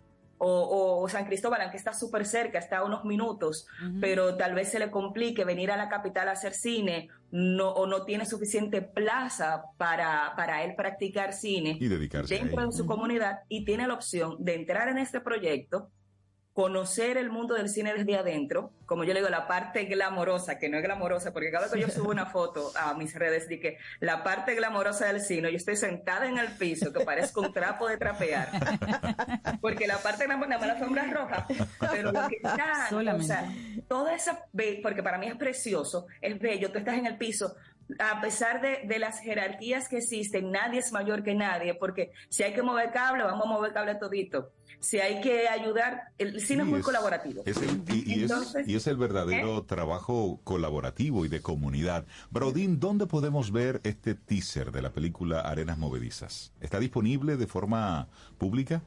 o, o San Cristóbal, aunque está súper cerca, está a unos minutos, uh-huh. pero tal vez se le complique venir a la capital a hacer cine, no, o no tiene suficiente plaza para, para él practicar cine
y dedicarse
dentro
a
de su
uh-huh.
comunidad, y tiene la opción de entrar en este proyecto conocer el mundo del cine desde adentro, como yo le digo, la parte glamorosa, que no es glamorosa, porque cada vez que yo subo una foto a mis redes de que la parte glamorosa del cine, yo estoy sentada en el piso, que parezco un trapo de trapear, porque la parte glamorosa, nada más la sombra roja, pero lo que está, o sea, toda esa, porque para mí es precioso, es bello, tú estás en el piso, a pesar de, de las jerarquías que existen, nadie es mayor que nadie, porque si hay que mover cable, vamos a mover cable todito. Si hay que ayudar, el cine sí, es muy es, colaborativo.
Es el, y, y, Entonces, es, y es el verdadero ¿eh? trabajo colaborativo y de comunidad. Braudín, ¿dónde podemos ver este teaser de la película Arenas Movedizas? ¿Está disponible de forma pública?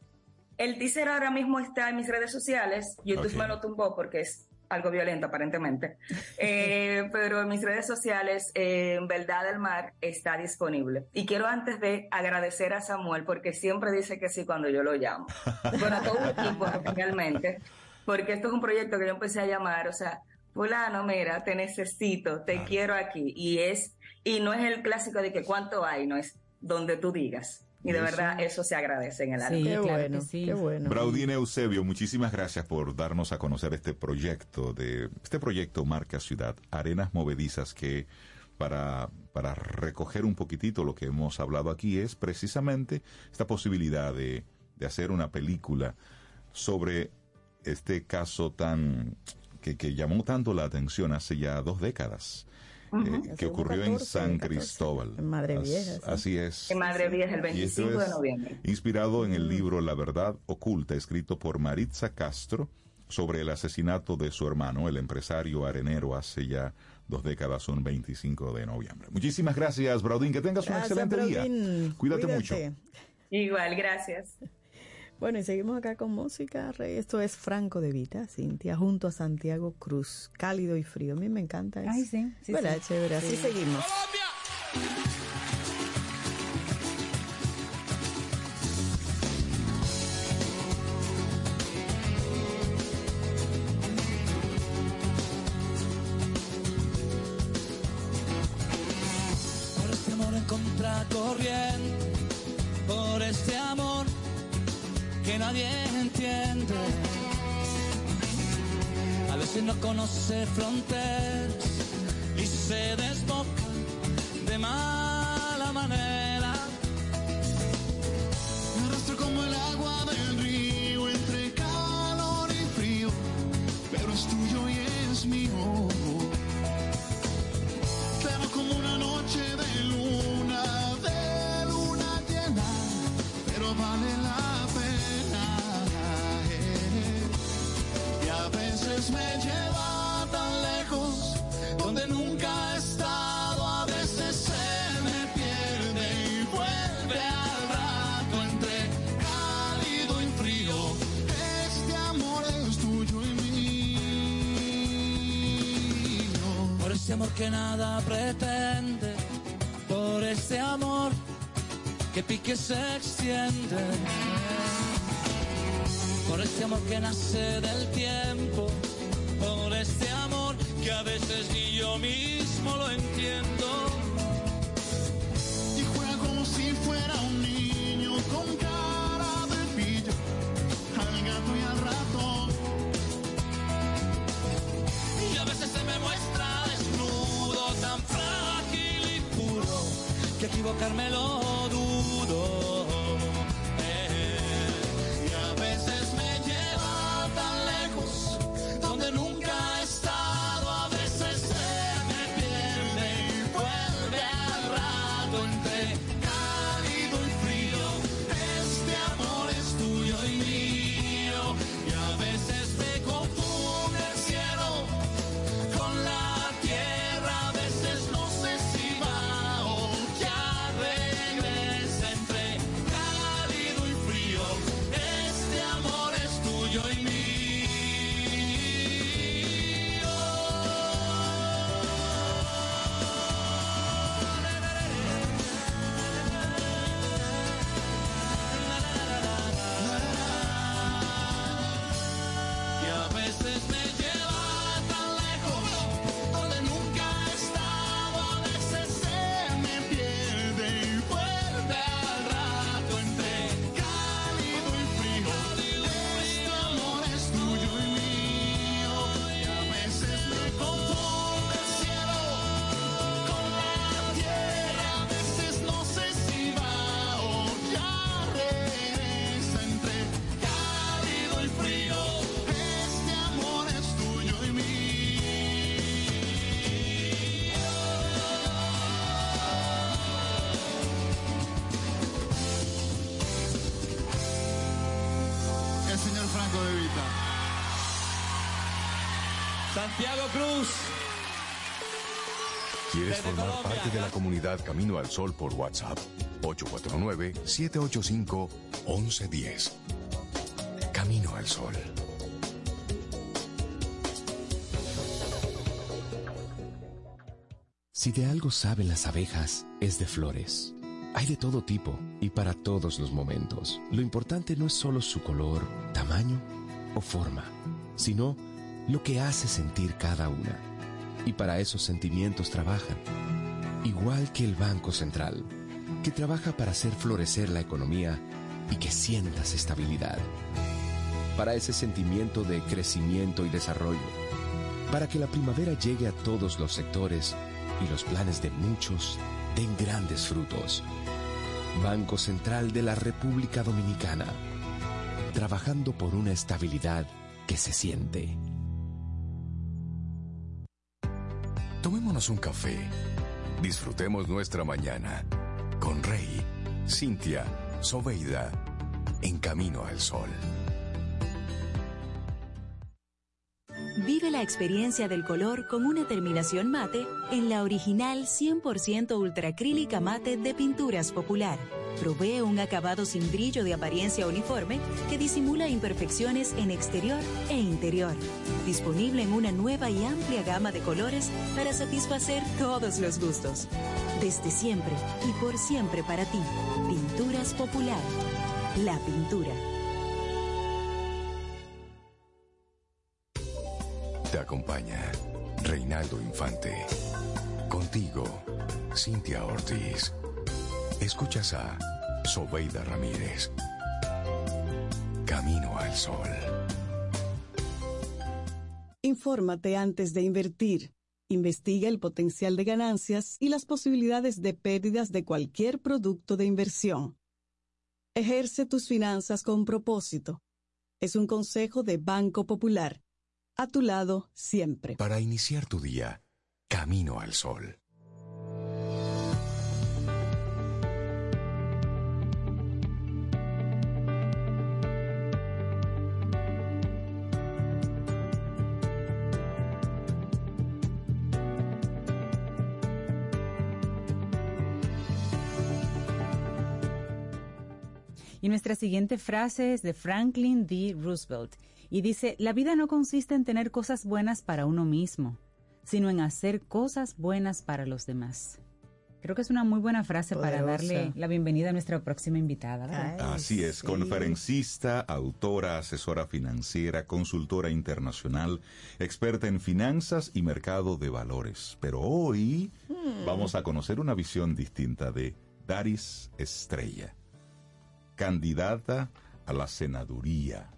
El teaser ahora mismo está en mis redes sociales. YouTube okay. me lo tumbó porque es algo violento aparentemente, eh, pero en mis redes sociales, eh, en Verdad del Mar, está disponible. Y quiero antes de agradecer a Samuel, porque siempre dice que sí cuando yo lo llamo. Bueno, a todo el equipo realmente, porque esto es un proyecto que yo empecé a llamar, o sea, fulano, mira, te necesito, te ah. quiero aquí, y es, y no es el clásico de que cuánto hay, no es donde tú digas. Y de verdad eso se agradece en el arte.
Sí, qué, claro bueno, sí. qué bueno.
Braudín Eusebio, muchísimas gracias por darnos a conocer este proyecto, de este proyecto Marca Ciudad, Arenas Movedizas, que para, para recoger un poquitito lo que hemos hablado aquí es precisamente esta posibilidad de, de hacer una película sobre este caso tan que, que llamó tanto la atención hace ya dos décadas. Uh-huh. eh, que ocurrió catorce, en San Cristóbal.
En Madre Vieja.
Sí. Así es.
En Madre Vieja, el veinticinco de noviembre.
Inspirado en el libro La Verdad Oculta, escrito por Maritza Castro, sobre el asesinato de su hermano, el empresario arenero, hace ya dos décadas, un veinticinco de noviembre. Muchísimas gracias, Braudín. Que tengas gracias, un excelente Braudín. día. Cuídate, Cuídate mucho.
Igual, gracias.
Bueno, y seguimos acá con música, Rey. Esto es Franco de Vita, Cintia, junto a Santiago Cruz. Cálido y frío. A mí me encanta eso.
Ay, sí. sí
¿verdad?
Sí.
Chévere. Así sí. seguimos.
Por este amor en contracorriente, por este amor que nadie entiende. A veces no conoce fronteras y se desboca de mala manera. Me arrastro como el agua del río entre calor y frío, pero es tuyo y es mío. Te amo como una noche de luna, de luna llena, pero vale la me lleva tan lejos donde nunca he estado. A veces se me pierde y vuelve al rato entre cálido y frío. Este amor es tuyo y mío. Por este amor que nada pretende, por este amor que pique se extiende, por este amor que nace del tiempo, por este amor que a veces ni yo mismo lo entiendo. Y juega como si fuera un niño con cara de pillo, al gato y al ratón. Y a veces se me muestra desnudo, tan frágil y puro, que equivocarme lo dudo. Nunca he estado, a veces se me pierde y
Santiago Cruz.
¿Quieres
Desde
formar
Colombia.
parte de la comunidad Camino al Sol por WhatsApp? ocho cuatro nueve, siete ocho cinco, once diez. Camino al Sol.
Si de algo saben las abejas, es de flores. Hay de todo tipo y para todos los momentos. Lo importante no es solo su color, tamaño o forma, sino lo que hace sentir cada una. Y para esos sentimientos trabajan. Igual que el Banco Central, que trabaja para hacer florecer la economía y que sientas estabilidad. Para ese sentimiento de crecimiento y desarrollo. Para que la primavera llegue a todos los sectores y los planes de muchos den grandes frutos. Banco Central de la República Dominicana. Trabajando por una estabilidad que se siente.
Tomémonos un café. Disfrutemos nuestra mañana con Rey, Cintia, Sobeida, en Camino al Sol.
Vive la experiencia del color con una terminación mate en la original cien por ciento ultracrílica mate de Pinturas Popular. Provee un acabado sin brillo de apariencia uniforme que disimula imperfecciones en exterior e interior. Disponible en una nueva y amplia gama de colores para satisfacer todos los gustos. Desde siempre y por siempre para ti. Pinturas Popular. La pintura.
Te acompaña Reinaldo Infante. Contigo, Cintia Ortiz. Escuchas a Sobeida Ramírez. Camino al Sol.
Infórmate antes de invertir. Investiga el potencial de ganancias y las posibilidades de pérdidas de cualquier producto de inversión. Ejerce tus finanzas con propósito. Es un consejo de Banco Popular. A tu lado siempre.
Para iniciar tu día, Camino al Sol.
Y nuestra siguiente frase es de Franklin D. Roosevelt y dice, la vida no consiste en tener cosas buenas para uno mismo, sino en hacer cosas buenas para los demás. Creo que es una muy buena frase
Poderosa.
para darle la bienvenida a nuestra próxima invitada, ¿verdad?
Así es,
sí.
conferencista, autora, asesora financiera, consultora internacional, experta en finanzas y mercado de valores. Pero hoy
Hmm.
vamos a conocer una visión distinta de Daris Estrella, candidata a la senaduría.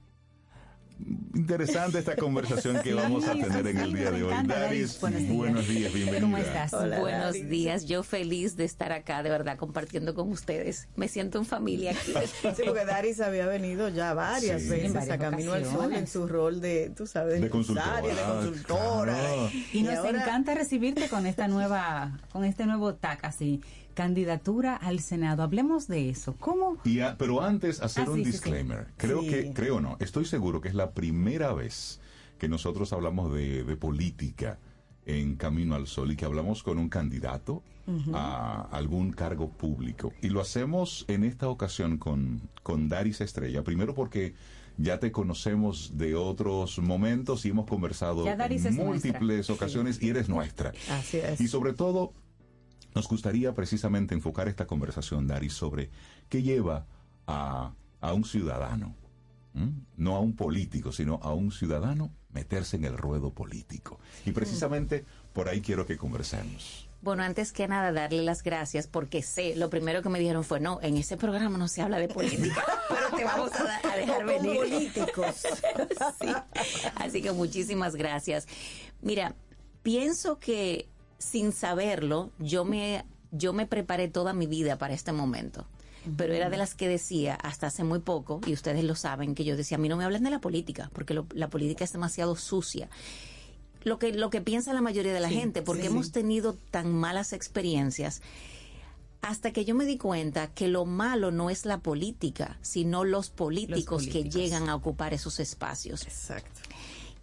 Interesante esta conversación que vamos a tener en el día de hoy. Daris, buenos días, buenos días, bienvenida.
¿Cómo estás?
Hola, buenos días, yo feliz de estar acá, de verdad, compartiendo con ustedes. Me siento en familia aquí.
Sí, porque Daris había venido ya varias
Sí.
veces
En varias
a Camino al Sol
ocasiones.
en su rol de, tú sabes,
De
empresaria,
consultora,
de consultora.
claro.
Y nos
ahora-
encanta recibirte con esta nueva, con este nuevo tag así, candidatura al Senado. Hablemos de eso. ¿Cómo?
Y a- pero antes hacer
Ah,
un
sí, sí,
disclaimer.
sí.
Creo
Sí.
que, creo no, estoy seguro que es la primera vez que nosotros hablamos de, de política en Camino al Sol y que hablamos con un candidato
Ujú.
a algún cargo público. Y lo hacemos en esta ocasión con, con Daris Estrella. Primero porque ya te conocemos de otros momentos y hemos conversado
Ya Daris
en
es
múltiples
nuestra.
ocasiones y eres nuestra.
Así es.
Y sobre todo, nos gustaría precisamente enfocar esta conversación, Daris, sobre qué lleva a, a un ciudadano, ¿m? no a un político, sino a un ciudadano meterse en el ruedo político. Y precisamente por ahí quiero que conversemos.
Bueno, antes que nada, darle las gracias porque sé, lo primero que me dijeron fue, no, en ese programa no se habla de política, pero te vamos a, da- a dejar
Con
venir.
políticos.
Sí. Así que muchísimas gracias. Mira, pienso que sin saberlo, yo me, yo me preparé toda mi vida para este momento. Pero era de las que decía hasta hace muy poco, y ustedes lo saben, que yo decía, a mí no me hablen de la política, porque lo- la política es demasiado sucia. Lo que, lo que piensa la mayoría de la
Sí,
gente, porque
sí,
hemos
sí.
tenido tan malas experiencias, hasta que yo me di cuenta que lo malo no es la política, sino los políticos, que
políticos.
llegan a ocupar esos espacios.
Exacto.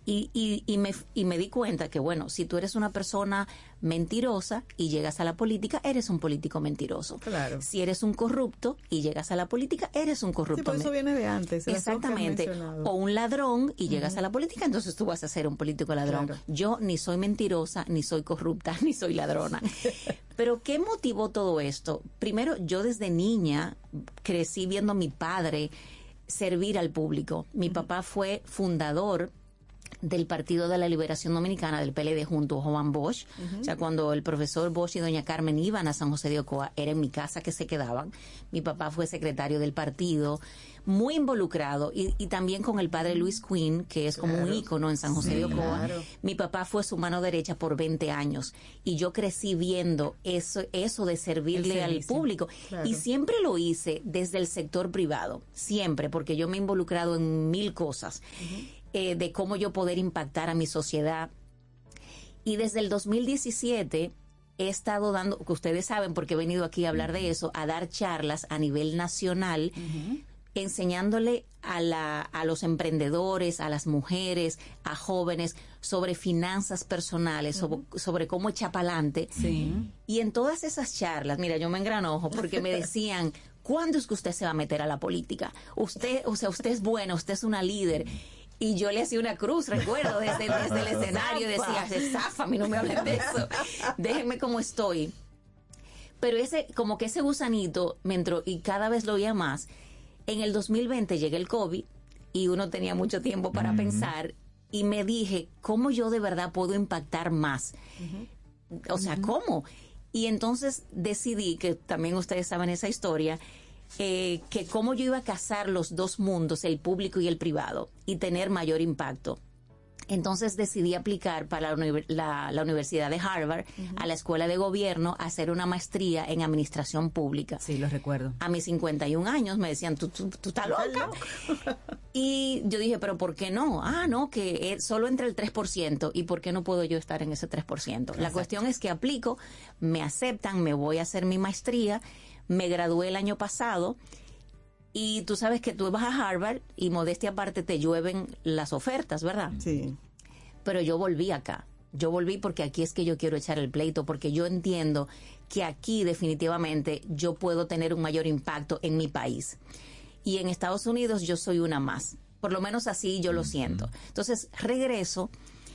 Y, y, y, me, y me di cuenta que, bueno, si tú eres una persona mentirosa y llegas a la política, eres un político mentiroso.
Claro.
Si eres un corrupto y llegas a la política, eres un corrupto.
Sí, por eso viene de antes.
Exactamente. O un ladrón y llegas uh-huh. a la política, entonces tú vas a ser un político ladrón. Claro. Yo ni soy mentirosa, ni soy corrupta, ni soy ladrona. Pero ¿qué motivó todo esto? Primero, yo desde niña crecí viendo a mi padre servir al público. Mi uh-huh. papá fue fundador del Partido de la Liberación Dominicana, del P L D, junto a Juan Bosch. Uh-huh. O sea, cuando el profesor Bosch y doña Carmen iban a San José de Ocoa, era en mi casa que se quedaban. Mi papá fue secretario del partido, muy involucrado, y, y también con el padre Luis Quinn, que es como claro. un ícono en San José sí, de Ocoa. Claro. Mi papá fue su mano derecha por veinte años, y yo crecí viendo eso, eso de servirle al público. Claro. Y siempre lo hice desde el sector privado, siempre, porque yo me he involucrado en mil cosas. Uh-huh. Eh, de cómo yo poder impactar a mi sociedad. Y desde el dos mil diecisiete he estado dando, que ustedes saben porque he venido aquí a hablar de eso, a dar charlas a nivel nacional, uh-huh. enseñándole a, la, a los emprendedores, a las mujeres, a jóvenes, sobre finanzas personales, uh-huh. sobre, sobre cómo echar para adelante.
Sí.
Y en todas esas charlas, mira, yo me engranojo porque me decían, ¿cuándo es que usted se va a meter a la política? Usted, o sea, usted es buena, usted es una líder. Y yo le hacía una cruz, recuerdo, desde, desde el escenario, decía, se zafa, a mí no me hablen de eso, déjenme como estoy. Pero ese, como que ese gusanito me entró y cada vez lo oía más. En el dos mil veinte llega el COVID y uno tenía mucho tiempo para uh-huh. pensar y me dije, ¿cómo yo de verdad puedo impactar más? Uh-huh. O sea, uh-huh. ¿cómo? Y entonces decidí, que también ustedes saben esa historia, Eh, que cómo yo iba a casar los dos mundos, el público y el privado, y tener mayor impacto. Entonces decidí aplicar para la, la, la Universidad de Harvard, uh-huh. a la Escuela de Gobierno, a hacer una maestría en Administración Pública.
Sí, lo recuerdo.
A mis cincuenta y un años me decían, tú, tú, tú estás loca. Y yo dije, pero ¿por qué no? Ah, no, que es solo entre el tres por ciento. ¿Y por qué no puedo yo estar en ese tres por ciento? Exacto. La cuestión es que aplico, me aceptan, me voy a hacer mi maestría. Me gradué el año pasado y tú sabes que tú vas a Harvard y modestia aparte te llueven las ofertas, ¿verdad?
Sí.
Pero yo volví acá. Yo volví porque aquí es que yo quiero echar el pleito, porque yo entiendo que aquí definitivamente yo puedo tener un mayor impacto en mi país. Y en Estados Unidos yo soy una más. Por lo menos así yo lo siento. Entonces regreso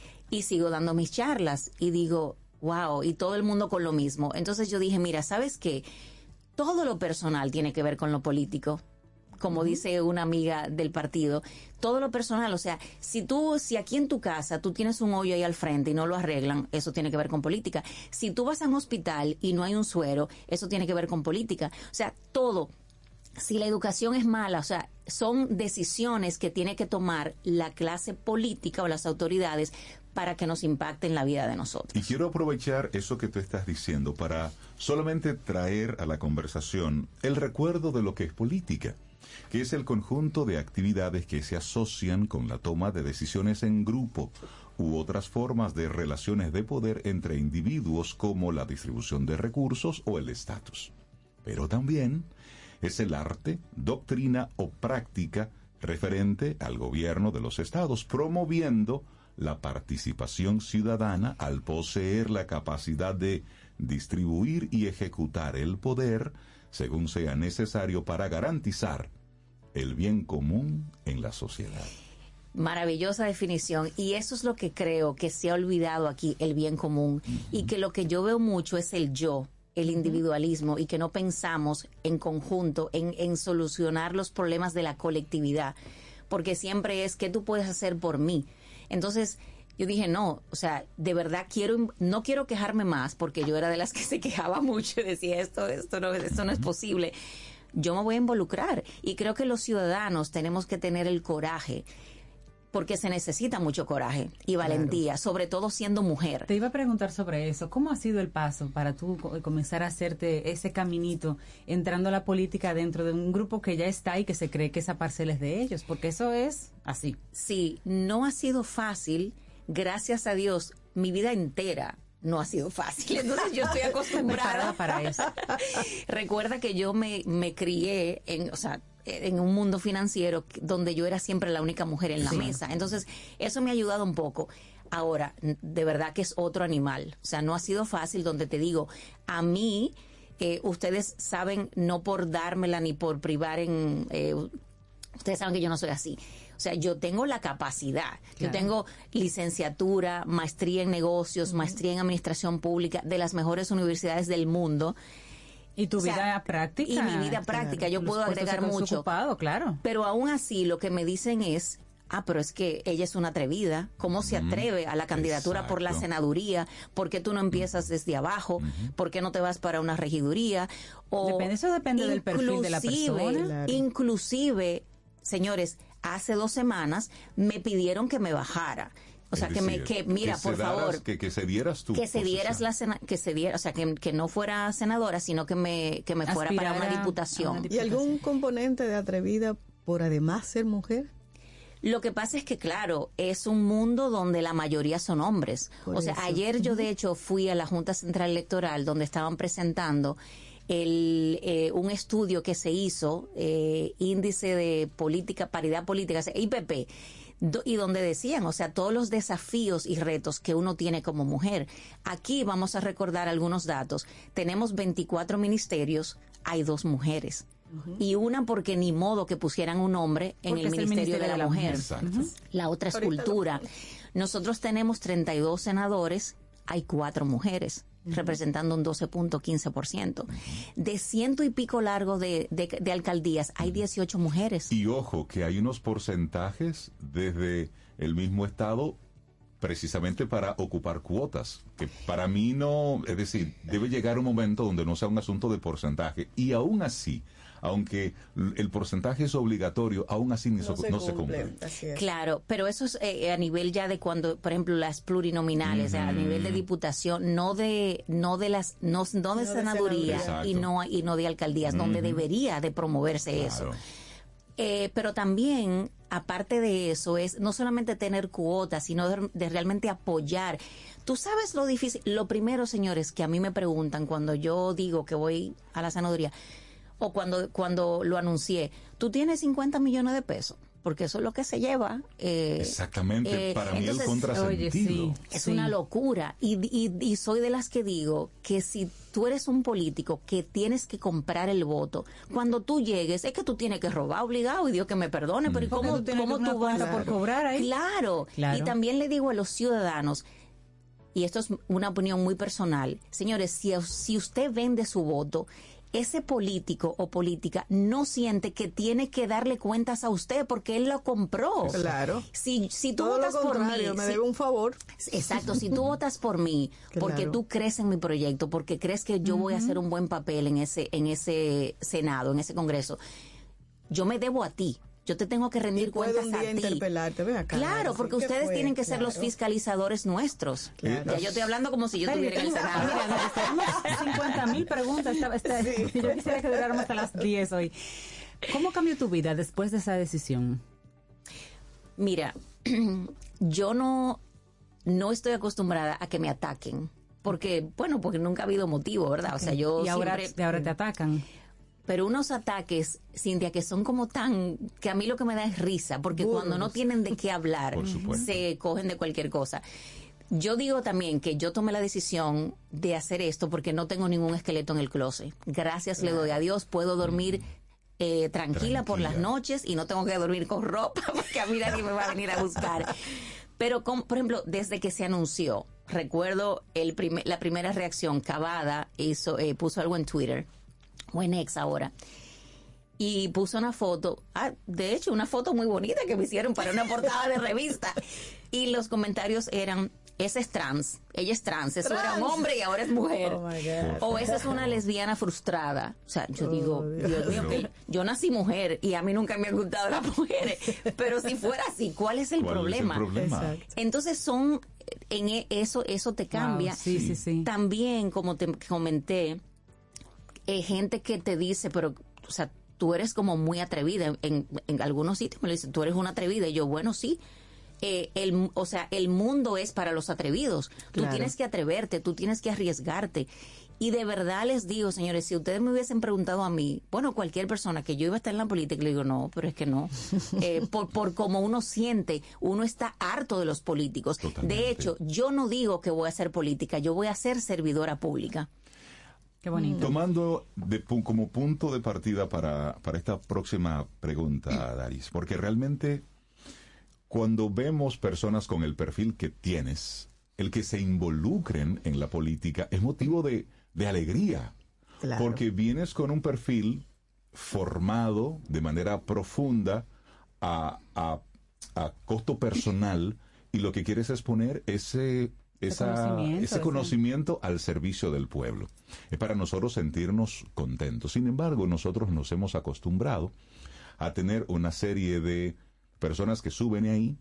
y sigo dando mis charlas y digo, wow, y todo el mundo con lo mismo. Entonces yo dije, mira, ¿sabes qué? Todo lo personal tiene que ver con lo político, como uh-huh. dice una amiga del partido. Todo lo personal, o sea, si tú, si aquí en tu casa tú tienes un hoyo ahí al frente y no lo arreglan, eso tiene que ver con política. Si tú vas a un hospital y no hay un suero, eso tiene que ver con política. O sea, todo. Si la educación es mala, o sea, son decisiones que tiene que tomar la clase política o las autoridades para que nos impacte en la vida de nosotros.
Y quiero aprovechar eso que tú estás diciendo para solamente traer a la conversación el recuerdo de lo que es política, que es el conjunto de actividades que se asocian con la toma de decisiones en grupo u otras formas de relaciones de poder entre individuos, como la distribución de recursos o el estatus. Pero también es el arte, doctrina o práctica referente al gobierno de los estados, promoviendo la participación ciudadana al poseer la capacidad de distribuir y ejecutar el poder según sea necesario para garantizar el bien común en la sociedad.
Maravillosa definición, y eso es lo que creo que se ha olvidado aquí, el bien común, uh-huh. y que lo que yo veo mucho es el yo, el individualismo, y que no pensamos en conjunto, en, en solucionar los problemas de la colectividad, porque siempre es, ¿qué tú puedes hacer por mí? Entonces yo dije, no, o sea, de verdad quiero, no quiero quejarme más, porque yo era de las que se quejaba mucho y decía, esto, esto no, esto no es posible. Yo me voy a involucrar, y creo que los ciudadanos tenemos que tener el coraje, porque se necesita mucho coraje y valentía, claro. sobre todo siendo mujer.
Te iba a preguntar sobre eso. ¿Cómo ha sido el paso para tú comenzar a hacerte ese caminito, entrando a la política dentro de un grupo que ya está y que se cree que esa parcela es de ellos? Porque eso es así.
Sí, no ha sido fácil. Gracias a Dios, mi vida entera no ha sido fácil. Entonces yo estoy acostumbrada
para eso.
Recuerda que yo me, me crié en, o sea, en un mundo financiero donde yo era siempre la única mujer en la
Sí.
mesa. Entonces, eso me ha ayudado un poco. Ahora, de verdad que es otro animal. O sea, no ha sido fácil, donde te digo, a mí, eh, ustedes saben, no por dármela ni por privar en... Eh, ustedes saben que yo no soy así. O sea, yo tengo la capacidad. Yo
Claro.
tengo licenciatura, maestría en negocios, maestría en administración pública de las mejores universidades del mundo.
Y tu
O sea,
vida práctica.
Y mi vida práctica, yo
Los
puedo
puestos
agregar
que tú has
mucho.
ocupado, claro.
Pero aún así, lo que me dicen es, ah, pero es que ella es una atrevida. ¿Cómo se atreve a la candidatura por la
Exacto.
senaduría? ¿Por qué tú no empiezas desde abajo? ¿Por qué no te vas para una regiduría? O
Depende- eso depende del perfil de la
inclusive-
persona. Claro.
Inclusive, señores, hace dos semanas me pidieron que me bajara. O sea,
Es
que me,
decir,
que mira,
se
por
daras-
favor,
que, que se dieras tu
que se dieras
posición.
la sena- que se diera, o sea, que, que no fuera senadora, sino que me, que me fuera para
Aspirara
una
a
diputación.
una
¿Y algún componente de atrevida por además ser mujer?
Lo que pasa es que, claro, es un mundo donde la mayoría son hombres.
Por
o sea,
eso.
ayer yo, de hecho, fui a la Junta Central Electoral donde estaban presentando el, eh, un estudio que se hizo, eh, índice de política, paridad política, o sea, I P P, do- y donde decían, o sea, todos los desafíos y retos que uno tiene como mujer. Aquí vamos a recordar algunos datos. Tenemos veinticuatro ministerios, hay dos mujeres. Y una porque ni modo que pusieran un hombre en
Porque
el
es el
Ministerio, de la, Mujer.
Exacto.
Ujú. La otra es
Ahorita lo
cultura. Nosotros tenemos treinta y dos senadores, hay cuatro mujeres, representando un doce punto quince por ciento. De ciento y pico largo de, de, de alcaldías, hay dieciocho mujeres.
Y ojo, que hay unos porcentajes desde el mismo estado precisamente para ocupar cuotas, que para mí no, es decir, debe llegar un momento donde no sea un asunto de porcentaje, y aún así, aunque l- el porcentaje es obligatorio, aún así ni so- no se cumple.
Así es.
Claro, pero eso es eh, a nivel ya de cuando, por ejemplo, las plurinominales, o sea, a nivel de diputación, no de no de las no, no de
de
senaduría
senaduría.
y no y no de alcaldías, donde
Ujú.
debería de promoverse eso.
Claro.
Eh, pero también, aparte de eso, es no solamente tener cuotas, sino de, de realmente apoyar. Tú sabes lo difícil. Lo primero, señores, que a mí me preguntan cuando yo digo que voy a la senaduría o cuando, cuando lo anuncié, ¿tú tienes cincuenta millones de pesos? Porque eso es lo que se lleva. eh,
Exactamente,
eh,
para mí
entonces,
el contrasentido.
oye, sí.
es
Sí.
una locura. Y, y, y soy de las que digo que si tú eres un político que tienes que comprar el voto, cuando tú llegues, es que tú tienes que robar obligado, y Dios que me perdone, pero ¿y
Porque
cómo,
tú tienes
cómo
una
tú vas
cuenta por cobrar ahí.
Claro.
Claro.
Y también le digo a los ciudadanos, y esto es una opinión muy personal, señores, si, si usted vende su voto, ese político o política no siente que tiene que darle cuentas a usted porque él lo compró.
Claro.
Si, si tú
Todo
votas
lo
por mí,
contrario, me
si-
debe un favor.
exacto, si tú votas por mí porque
Claro.
tú crees en mi proyecto, porque crees que yo voy a hacer un buen papel en ese en ese Senado, en ese Congreso, yo me debo a ti. Yo te tengo que rendir
Puedo
cuentas
un día
a ti.
interpelarte, ven acá.
Claro,
Nancy,
porque
¿qué
ustedes
fue?
tienen que ser los
Claro.
fiscalizadores nuestros.
Claro.
Ya yo estoy hablando como si yo
Pero
estuviera en el
tengo-
Senado.
mira, nos tenemos cincuenta mil preguntas. Esta- esta- Yo quisiera que duráramos hasta las diez hoy. ¿Cómo cambió tu vida después de esa decisión?
Mira, yo no, no estoy acostumbrada a que me ataquen. Porque, bueno, porque nunca ha habido motivo, ¿verdad? O sea, yo
y ahora,
siempre...
y ahora te atacan.
Pero unos ataques, Cintia, que son como tan... que a mí lo que me da es risa, porque
Burros.
cuando no tienen de qué hablar,
Por supuesto.
se cogen de cualquier cosa. Yo digo también que yo tomé la decisión de hacer esto porque no tengo ningún esqueleto en el closet. Gracias le doy a Dios, puedo dormir eh, tranquila, por las
Tranquila.
noches y no tengo que dormir con ropa porque a mí nadie me va a venir a buscar. Pero, con- por ejemplo, desde que se anunció, recuerdo el primer- la primera reacción, Cavada hizo, eh, puso algo en Twitter, o en X ahora, y puso una foto, ah, de hecho, una foto muy bonita que me hicieron para una portada de revista. Y los comentarios eran, ese es trans, ella es trans, eso era un
Trans.
hombre y ahora es mujer.
Oh, my God.
O esa es una lesbiana frustrada. O sea, yo
Oh,
digo,
Dios.
Dios mío, que yo nací mujer y a mí nunca me han gustado las mujeres. Pero si fuera así, ¿cuál es el
¿Cuál es el
problema?
problema?
Exacto.
Entonces son, en e- eso, eso te cambia.
Wow, sí, sí, sí.
También, como te comenté, eh, gente que te dice, pero, o sea, tú eres como muy atrevida. En, en algunos sitios me lo dicen, tú eres una atrevida. Y yo, bueno, sí. eh, el, o sea, el mundo es para los atrevidos. Tú
Claro.
tienes que atreverte, tú tienes que arriesgarte. Y de verdad les digo, señores, si ustedes me hubiesen preguntado a mí, bueno, cualquier persona que yo iba a estar en la política, le digo, no, pero es que no. Eh, por, por como uno siente, uno está harto de los políticos.
Totalmente.
De hecho, yo no digo que voy a hacer política, yo voy a ser servidora pública.
Qué bonito.
Tomando de pu- como punto de partida para, para esta próxima pregunta, Daris, porque realmente cuando vemos personas con el perfil que tienes, el que se involucren en la política es motivo de, de alegría,
Claro.
porque vienes con un perfil formado de manera profunda a, a, a costo personal y lo que quieres es poner ese, esa,
conocimiento,
ese
ese-
conocimiento al servicio del pueblo. Es para nosotros sentirnos contentos. Sin embargo, nosotros nos hemos acostumbrado a tener una serie de personas que suben ahí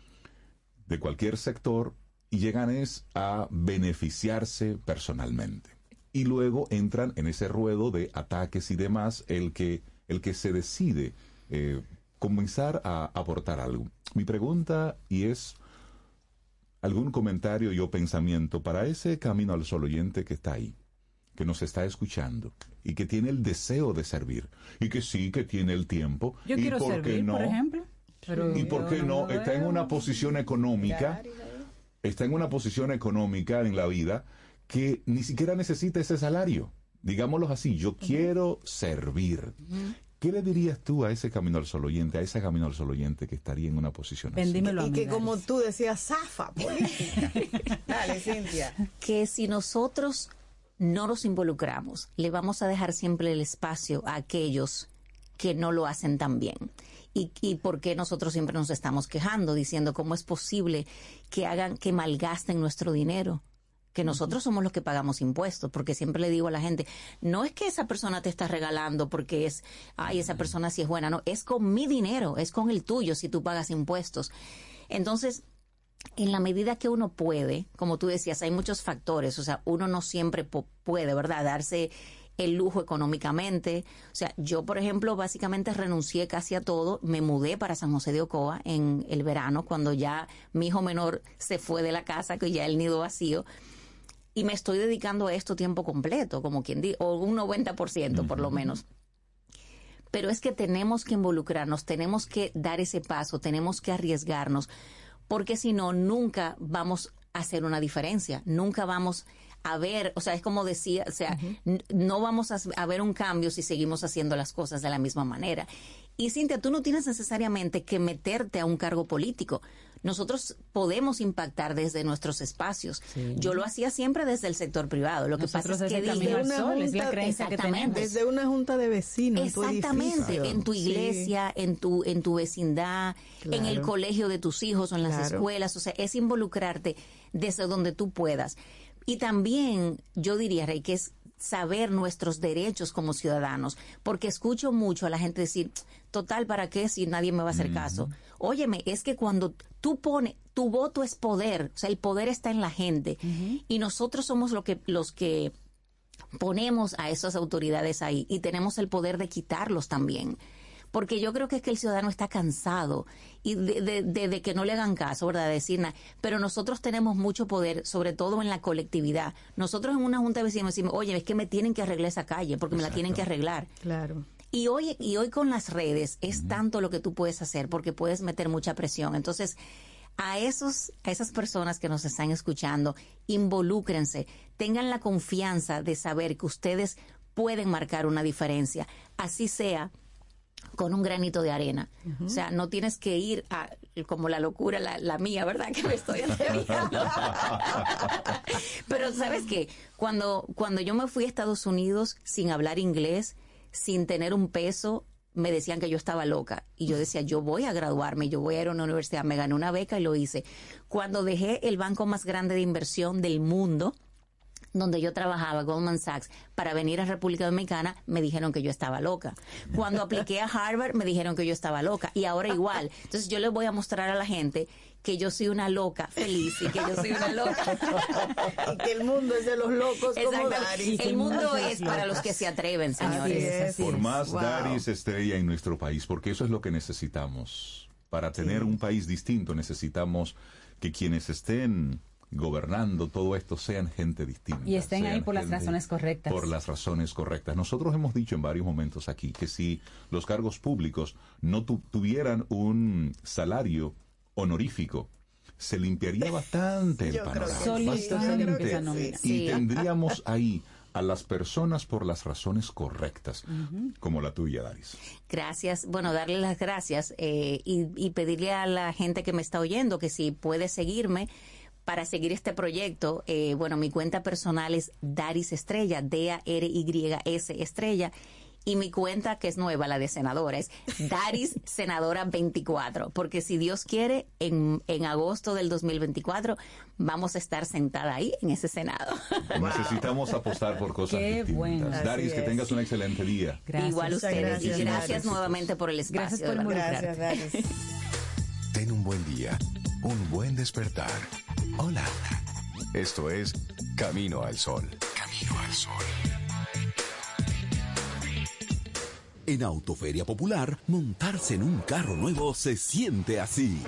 de cualquier sector y llegan es a beneficiarse personalmente. Y luego entran en ese ruedo de ataques y demás, el que, el que se decide eh, comenzar a aportar algo. Mi pregunta, y es algún comentario y o pensamiento para ese Camino al Sol oyente que está ahí, que nos está escuchando y que tiene el deseo de servir y que sí, que tiene el tiempo.
Yo
y
quiero
por qué
servir,
no,
por ejemplo. Pero
¿Y por
yo
qué no?
lo
Está en
veo.
una posición económica, está en una posición económica en la vida que ni siquiera necesita ese salario. Digámoslo así, yo quiero servir. ¿Qué le dirías tú a ese Camino al Sol oyente, a ese Camino al Sol oyente que estaría en una posición así?
Vendímelo a
Y
mí,
que
Daris.
como tú decías, zafa política. Dale, Cintia.
Que si nosotros no nos involucramos, le vamos a dejar siempre el espacio a aquellos que no lo hacen tan bien. Y, y por qué nosotros siempre nos estamos quejando, diciendo cómo es posible que hagan, que malgasten nuestro dinero, que nosotros somos los que pagamos impuestos, porque siempre le digo a la gente, no es que esa persona te está regalando porque es, ay, esa persona sí es buena, no, es con mi dinero, es con el tuyo si tú pagas impuestos. Entonces, en la medida que uno puede, como tú decías, hay muchos factores, o sea, uno no siempre po- puede, ¿verdad?, darse el lujo económicamente. O sea, yo, por ejemplo, básicamente renuncié casi a todo, me mudé para San José de Ocoa en el verano, cuando ya mi hijo menor se fue de la casa, que ya el nido vacío, y me estoy dedicando a esto tiempo completo, como quien dice, o un noventa por ciento por lo menos. Pero es que tenemos que involucrarnos, tenemos que dar ese paso, tenemos que arriesgarnos, porque si no, nunca vamos a hacer una diferencia, nunca vamos a ver, o sea, es como decía, o sea, n- no vamos a, a ver un cambio si seguimos haciendo las cosas de la misma manera. Y Cintia, tú no tienes necesariamente que meterte a un cargo político. Nosotros podemos impactar desde nuestros espacios.
Sí.
Yo lo hacía siempre desde el sector privado. Lo
Nosotros
que pasa es que
desde
dije,
Camino al Sol, es la creencia que tenemos.
Desde una junta de vecinos en tu
exactamente,
edificio.
en tu
Sí.
iglesia, en tu en tu vecindad, en el
Claro.
colegio de tus hijos o en las
Claro.
escuelas, o sea, es involucrarte desde donde tú puedas. Y también yo diría, Rey, que es saber nuestros derechos como ciudadanos, porque escucho mucho a la gente decir, total, ¿para qué si nadie me va a hacer caso? Óyeme, es que cuando tú pones, tu voto es poder, o sea, el poder está en la gente, y nosotros somos lo que, los que ponemos a esas autoridades ahí, y tenemos el poder de quitarlos también. Porque yo creo que es que el ciudadano está cansado y de, de, de, de que no le hagan caso, ¿verdad? De decir nada. Pero nosotros tenemos mucho poder, sobre todo en la colectividad. Nosotros en una junta de vecinos decimos, oye, es que me tienen que arreglar esa calle porque me la tienen que arreglar.
Claro.
Y hoy, y hoy con las redes es tanto lo que tú puedes hacer porque puedes meter mucha presión. Entonces, a esos, a esas personas que nos están escuchando, involúcrense, tengan la confianza de saber que ustedes pueden marcar una diferencia, así sea con un granito de arena. Uh-huh. O sea, no tienes que ir a, como la locura, la, la mía, ¿verdad? Que me estoy atreviendo. Pero ¿sabes qué? Cuando, cuando yo me fui a Estados Unidos sin hablar inglés, sin tener un peso, me decían que yo estaba loca. Y yo decía, yo voy a graduarme, yo voy a ir a una universidad. Me gané una beca y lo hice. Cuando dejé el banco más grande de inversión del mundo, donde yo trabajaba, Goldman Sachs, para venir a República Dominicana, me dijeron que yo estaba loca. Cuando apliqué a Harvard, me dijeron que yo estaba loca. Y ahora igual. Entonces yo les voy a mostrar a la gente que yo soy una loca feliz y que yo soy una loca.
Y que el mundo es de los locos como Daris.
El mundo es para los que se atreven, señores.
Así es, así
Por
es.
más
Wow.
Daris estrella en nuestro país, porque eso es lo que necesitamos. Para tener un país distinto necesitamos que quienes estén gobernando todo esto sean gente distinta.
Y estén ahí
sean
por las
gente-
razones correctas.
Por las razones correctas. Nosotros hemos dicho en varios momentos aquí que si los cargos públicos no tu- tuvieran un salario honorífico, se limpiaría bastante el
Yo creo
panorama.
que Solito se
bastante.
limpia esa nómina.
Y
Sí.
tendríamos ahí a las personas por las razones correctas,
Ujú.
como la tuya, Daris.
Gracias. Bueno, darle las gracias eh, y, y pedirle a la gente que me está oyendo que si puede seguirme para seguir este proyecto. Eh, bueno, mi cuenta personal es Daris Estrella, D A R Y S Estrella. Y mi cuenta, que es nueva, la de senadora, es Daris Senadora veinticuatro. Porque si Dios quiere, en, en agosto del dos mil veinticuatro vamos a estar sentada ahí en ese Senado.
Necesitamos apostar por cosas
Qué
distintas.
bueno.
Daris,
Así
que
es.
tengas un excelente día.
Igual
Muchas
ustedes.
gracias,
y gracias
Daris.
nuevamente por el espacio.
Gracias por
de verdad.
involucrarte.
Ten un buen día, un buen despertar. Hola. Esto es Camino al Sol. Camino al Sol.
En Autoferia Popular, montarse en un carro nuevo se siente así.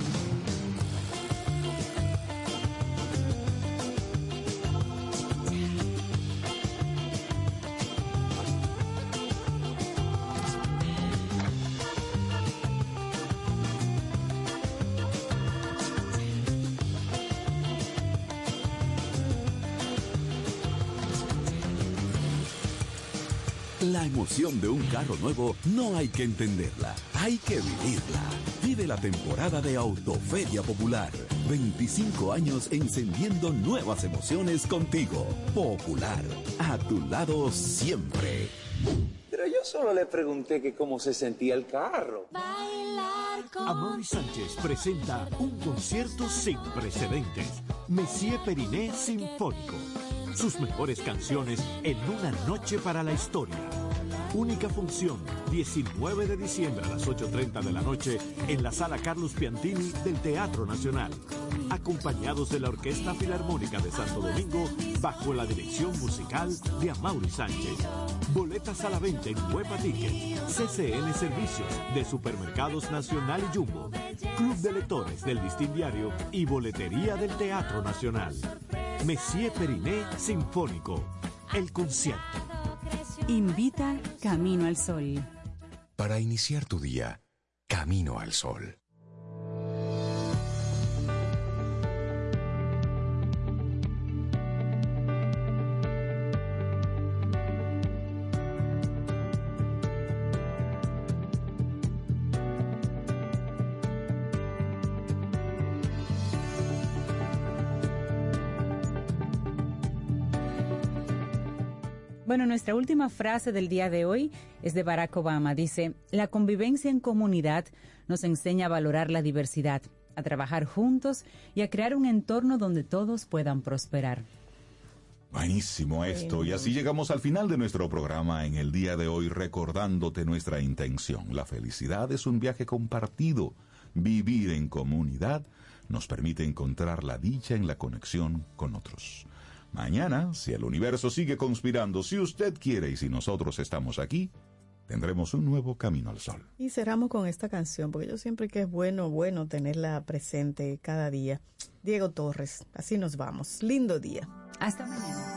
La emoción de un carro nuevo no hay que entenderla, hay que vivirla. Vive la temporada de Autoferia Popular. veinticinco años encendiendo nuevas emociones contigo. Popular, a tu lado siempre.
Pero yo solo le pregunté que cómo se sentía el carro.
Amaury Sánchez presenta un concierto sin precedentes. Messier Periné Sinfónico. Sus mejores canciones en una noche para la historia. Única función, diecinueve de diciembre a las ocho y treinta de la noche en la Sala Carlos Piantini del Teatro Nacional. Acompañados de la Orquesta Filarmónica de Santo Domingo bajo la dirección musical de Amaury Sánchez. Boletas a la venta en Huepa Ticket, C C N Servicios de Supermercados Nacional y Jumbo, Club de Lectores del Listín Diario y Boletería del Teatro Nacional. Messier Periné Sinfónico, el concierto.
Invita Camino al Sol.
Para iniciar tu día, Camino al Sol.
Bueno, nuestra última frase del día de hoy es de Barack Obama. Dice, la convivencia en comunidad nos enseña a valorar la diversidad, a trabajar juntos y a crear un entorno donde todos puedan prosperar.
Buenísimo esto. Y así llegamos al final de nuestro programa en el día de hoy, recordándote nuestra intención. La felicidad es un viaje compartido. Vivir en comunidad nos permite encontrar la dicha en la conexión con otros. Mañana, si el universo sigue conspirando, si usted quiere y si nosotros estamos aquí, tendremos un nuevo camino al sol.
Y cerramos con esta canción, porque yo siempre que es bueno, bueno tenerla presente cada día. Diego Torres, así nos vamos. Lindo día.
Hasta mañana.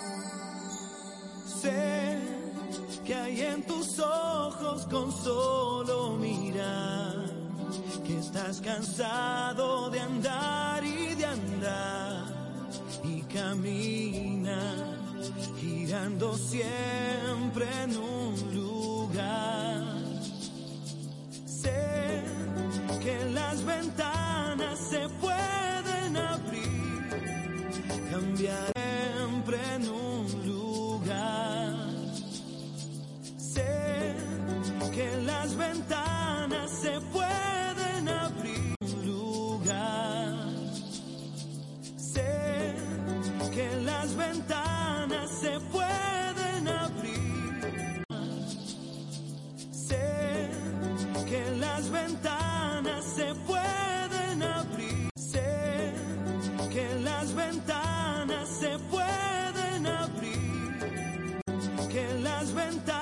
Sé que hay en tus ojos con solo mirar, que estás cansado de andar y de andar. Y camina girando siempre en un lugar. Sé que las ventanas se pueden abrir, cambiar siempre en un lugar. Sé que las ventanas se pueden abrir en un lugar. Sé que las ventanas se pueden abrir. Sé que las ventanas se pueden abrir. Sé que las ventanas se pueden abrir. Que las ventanas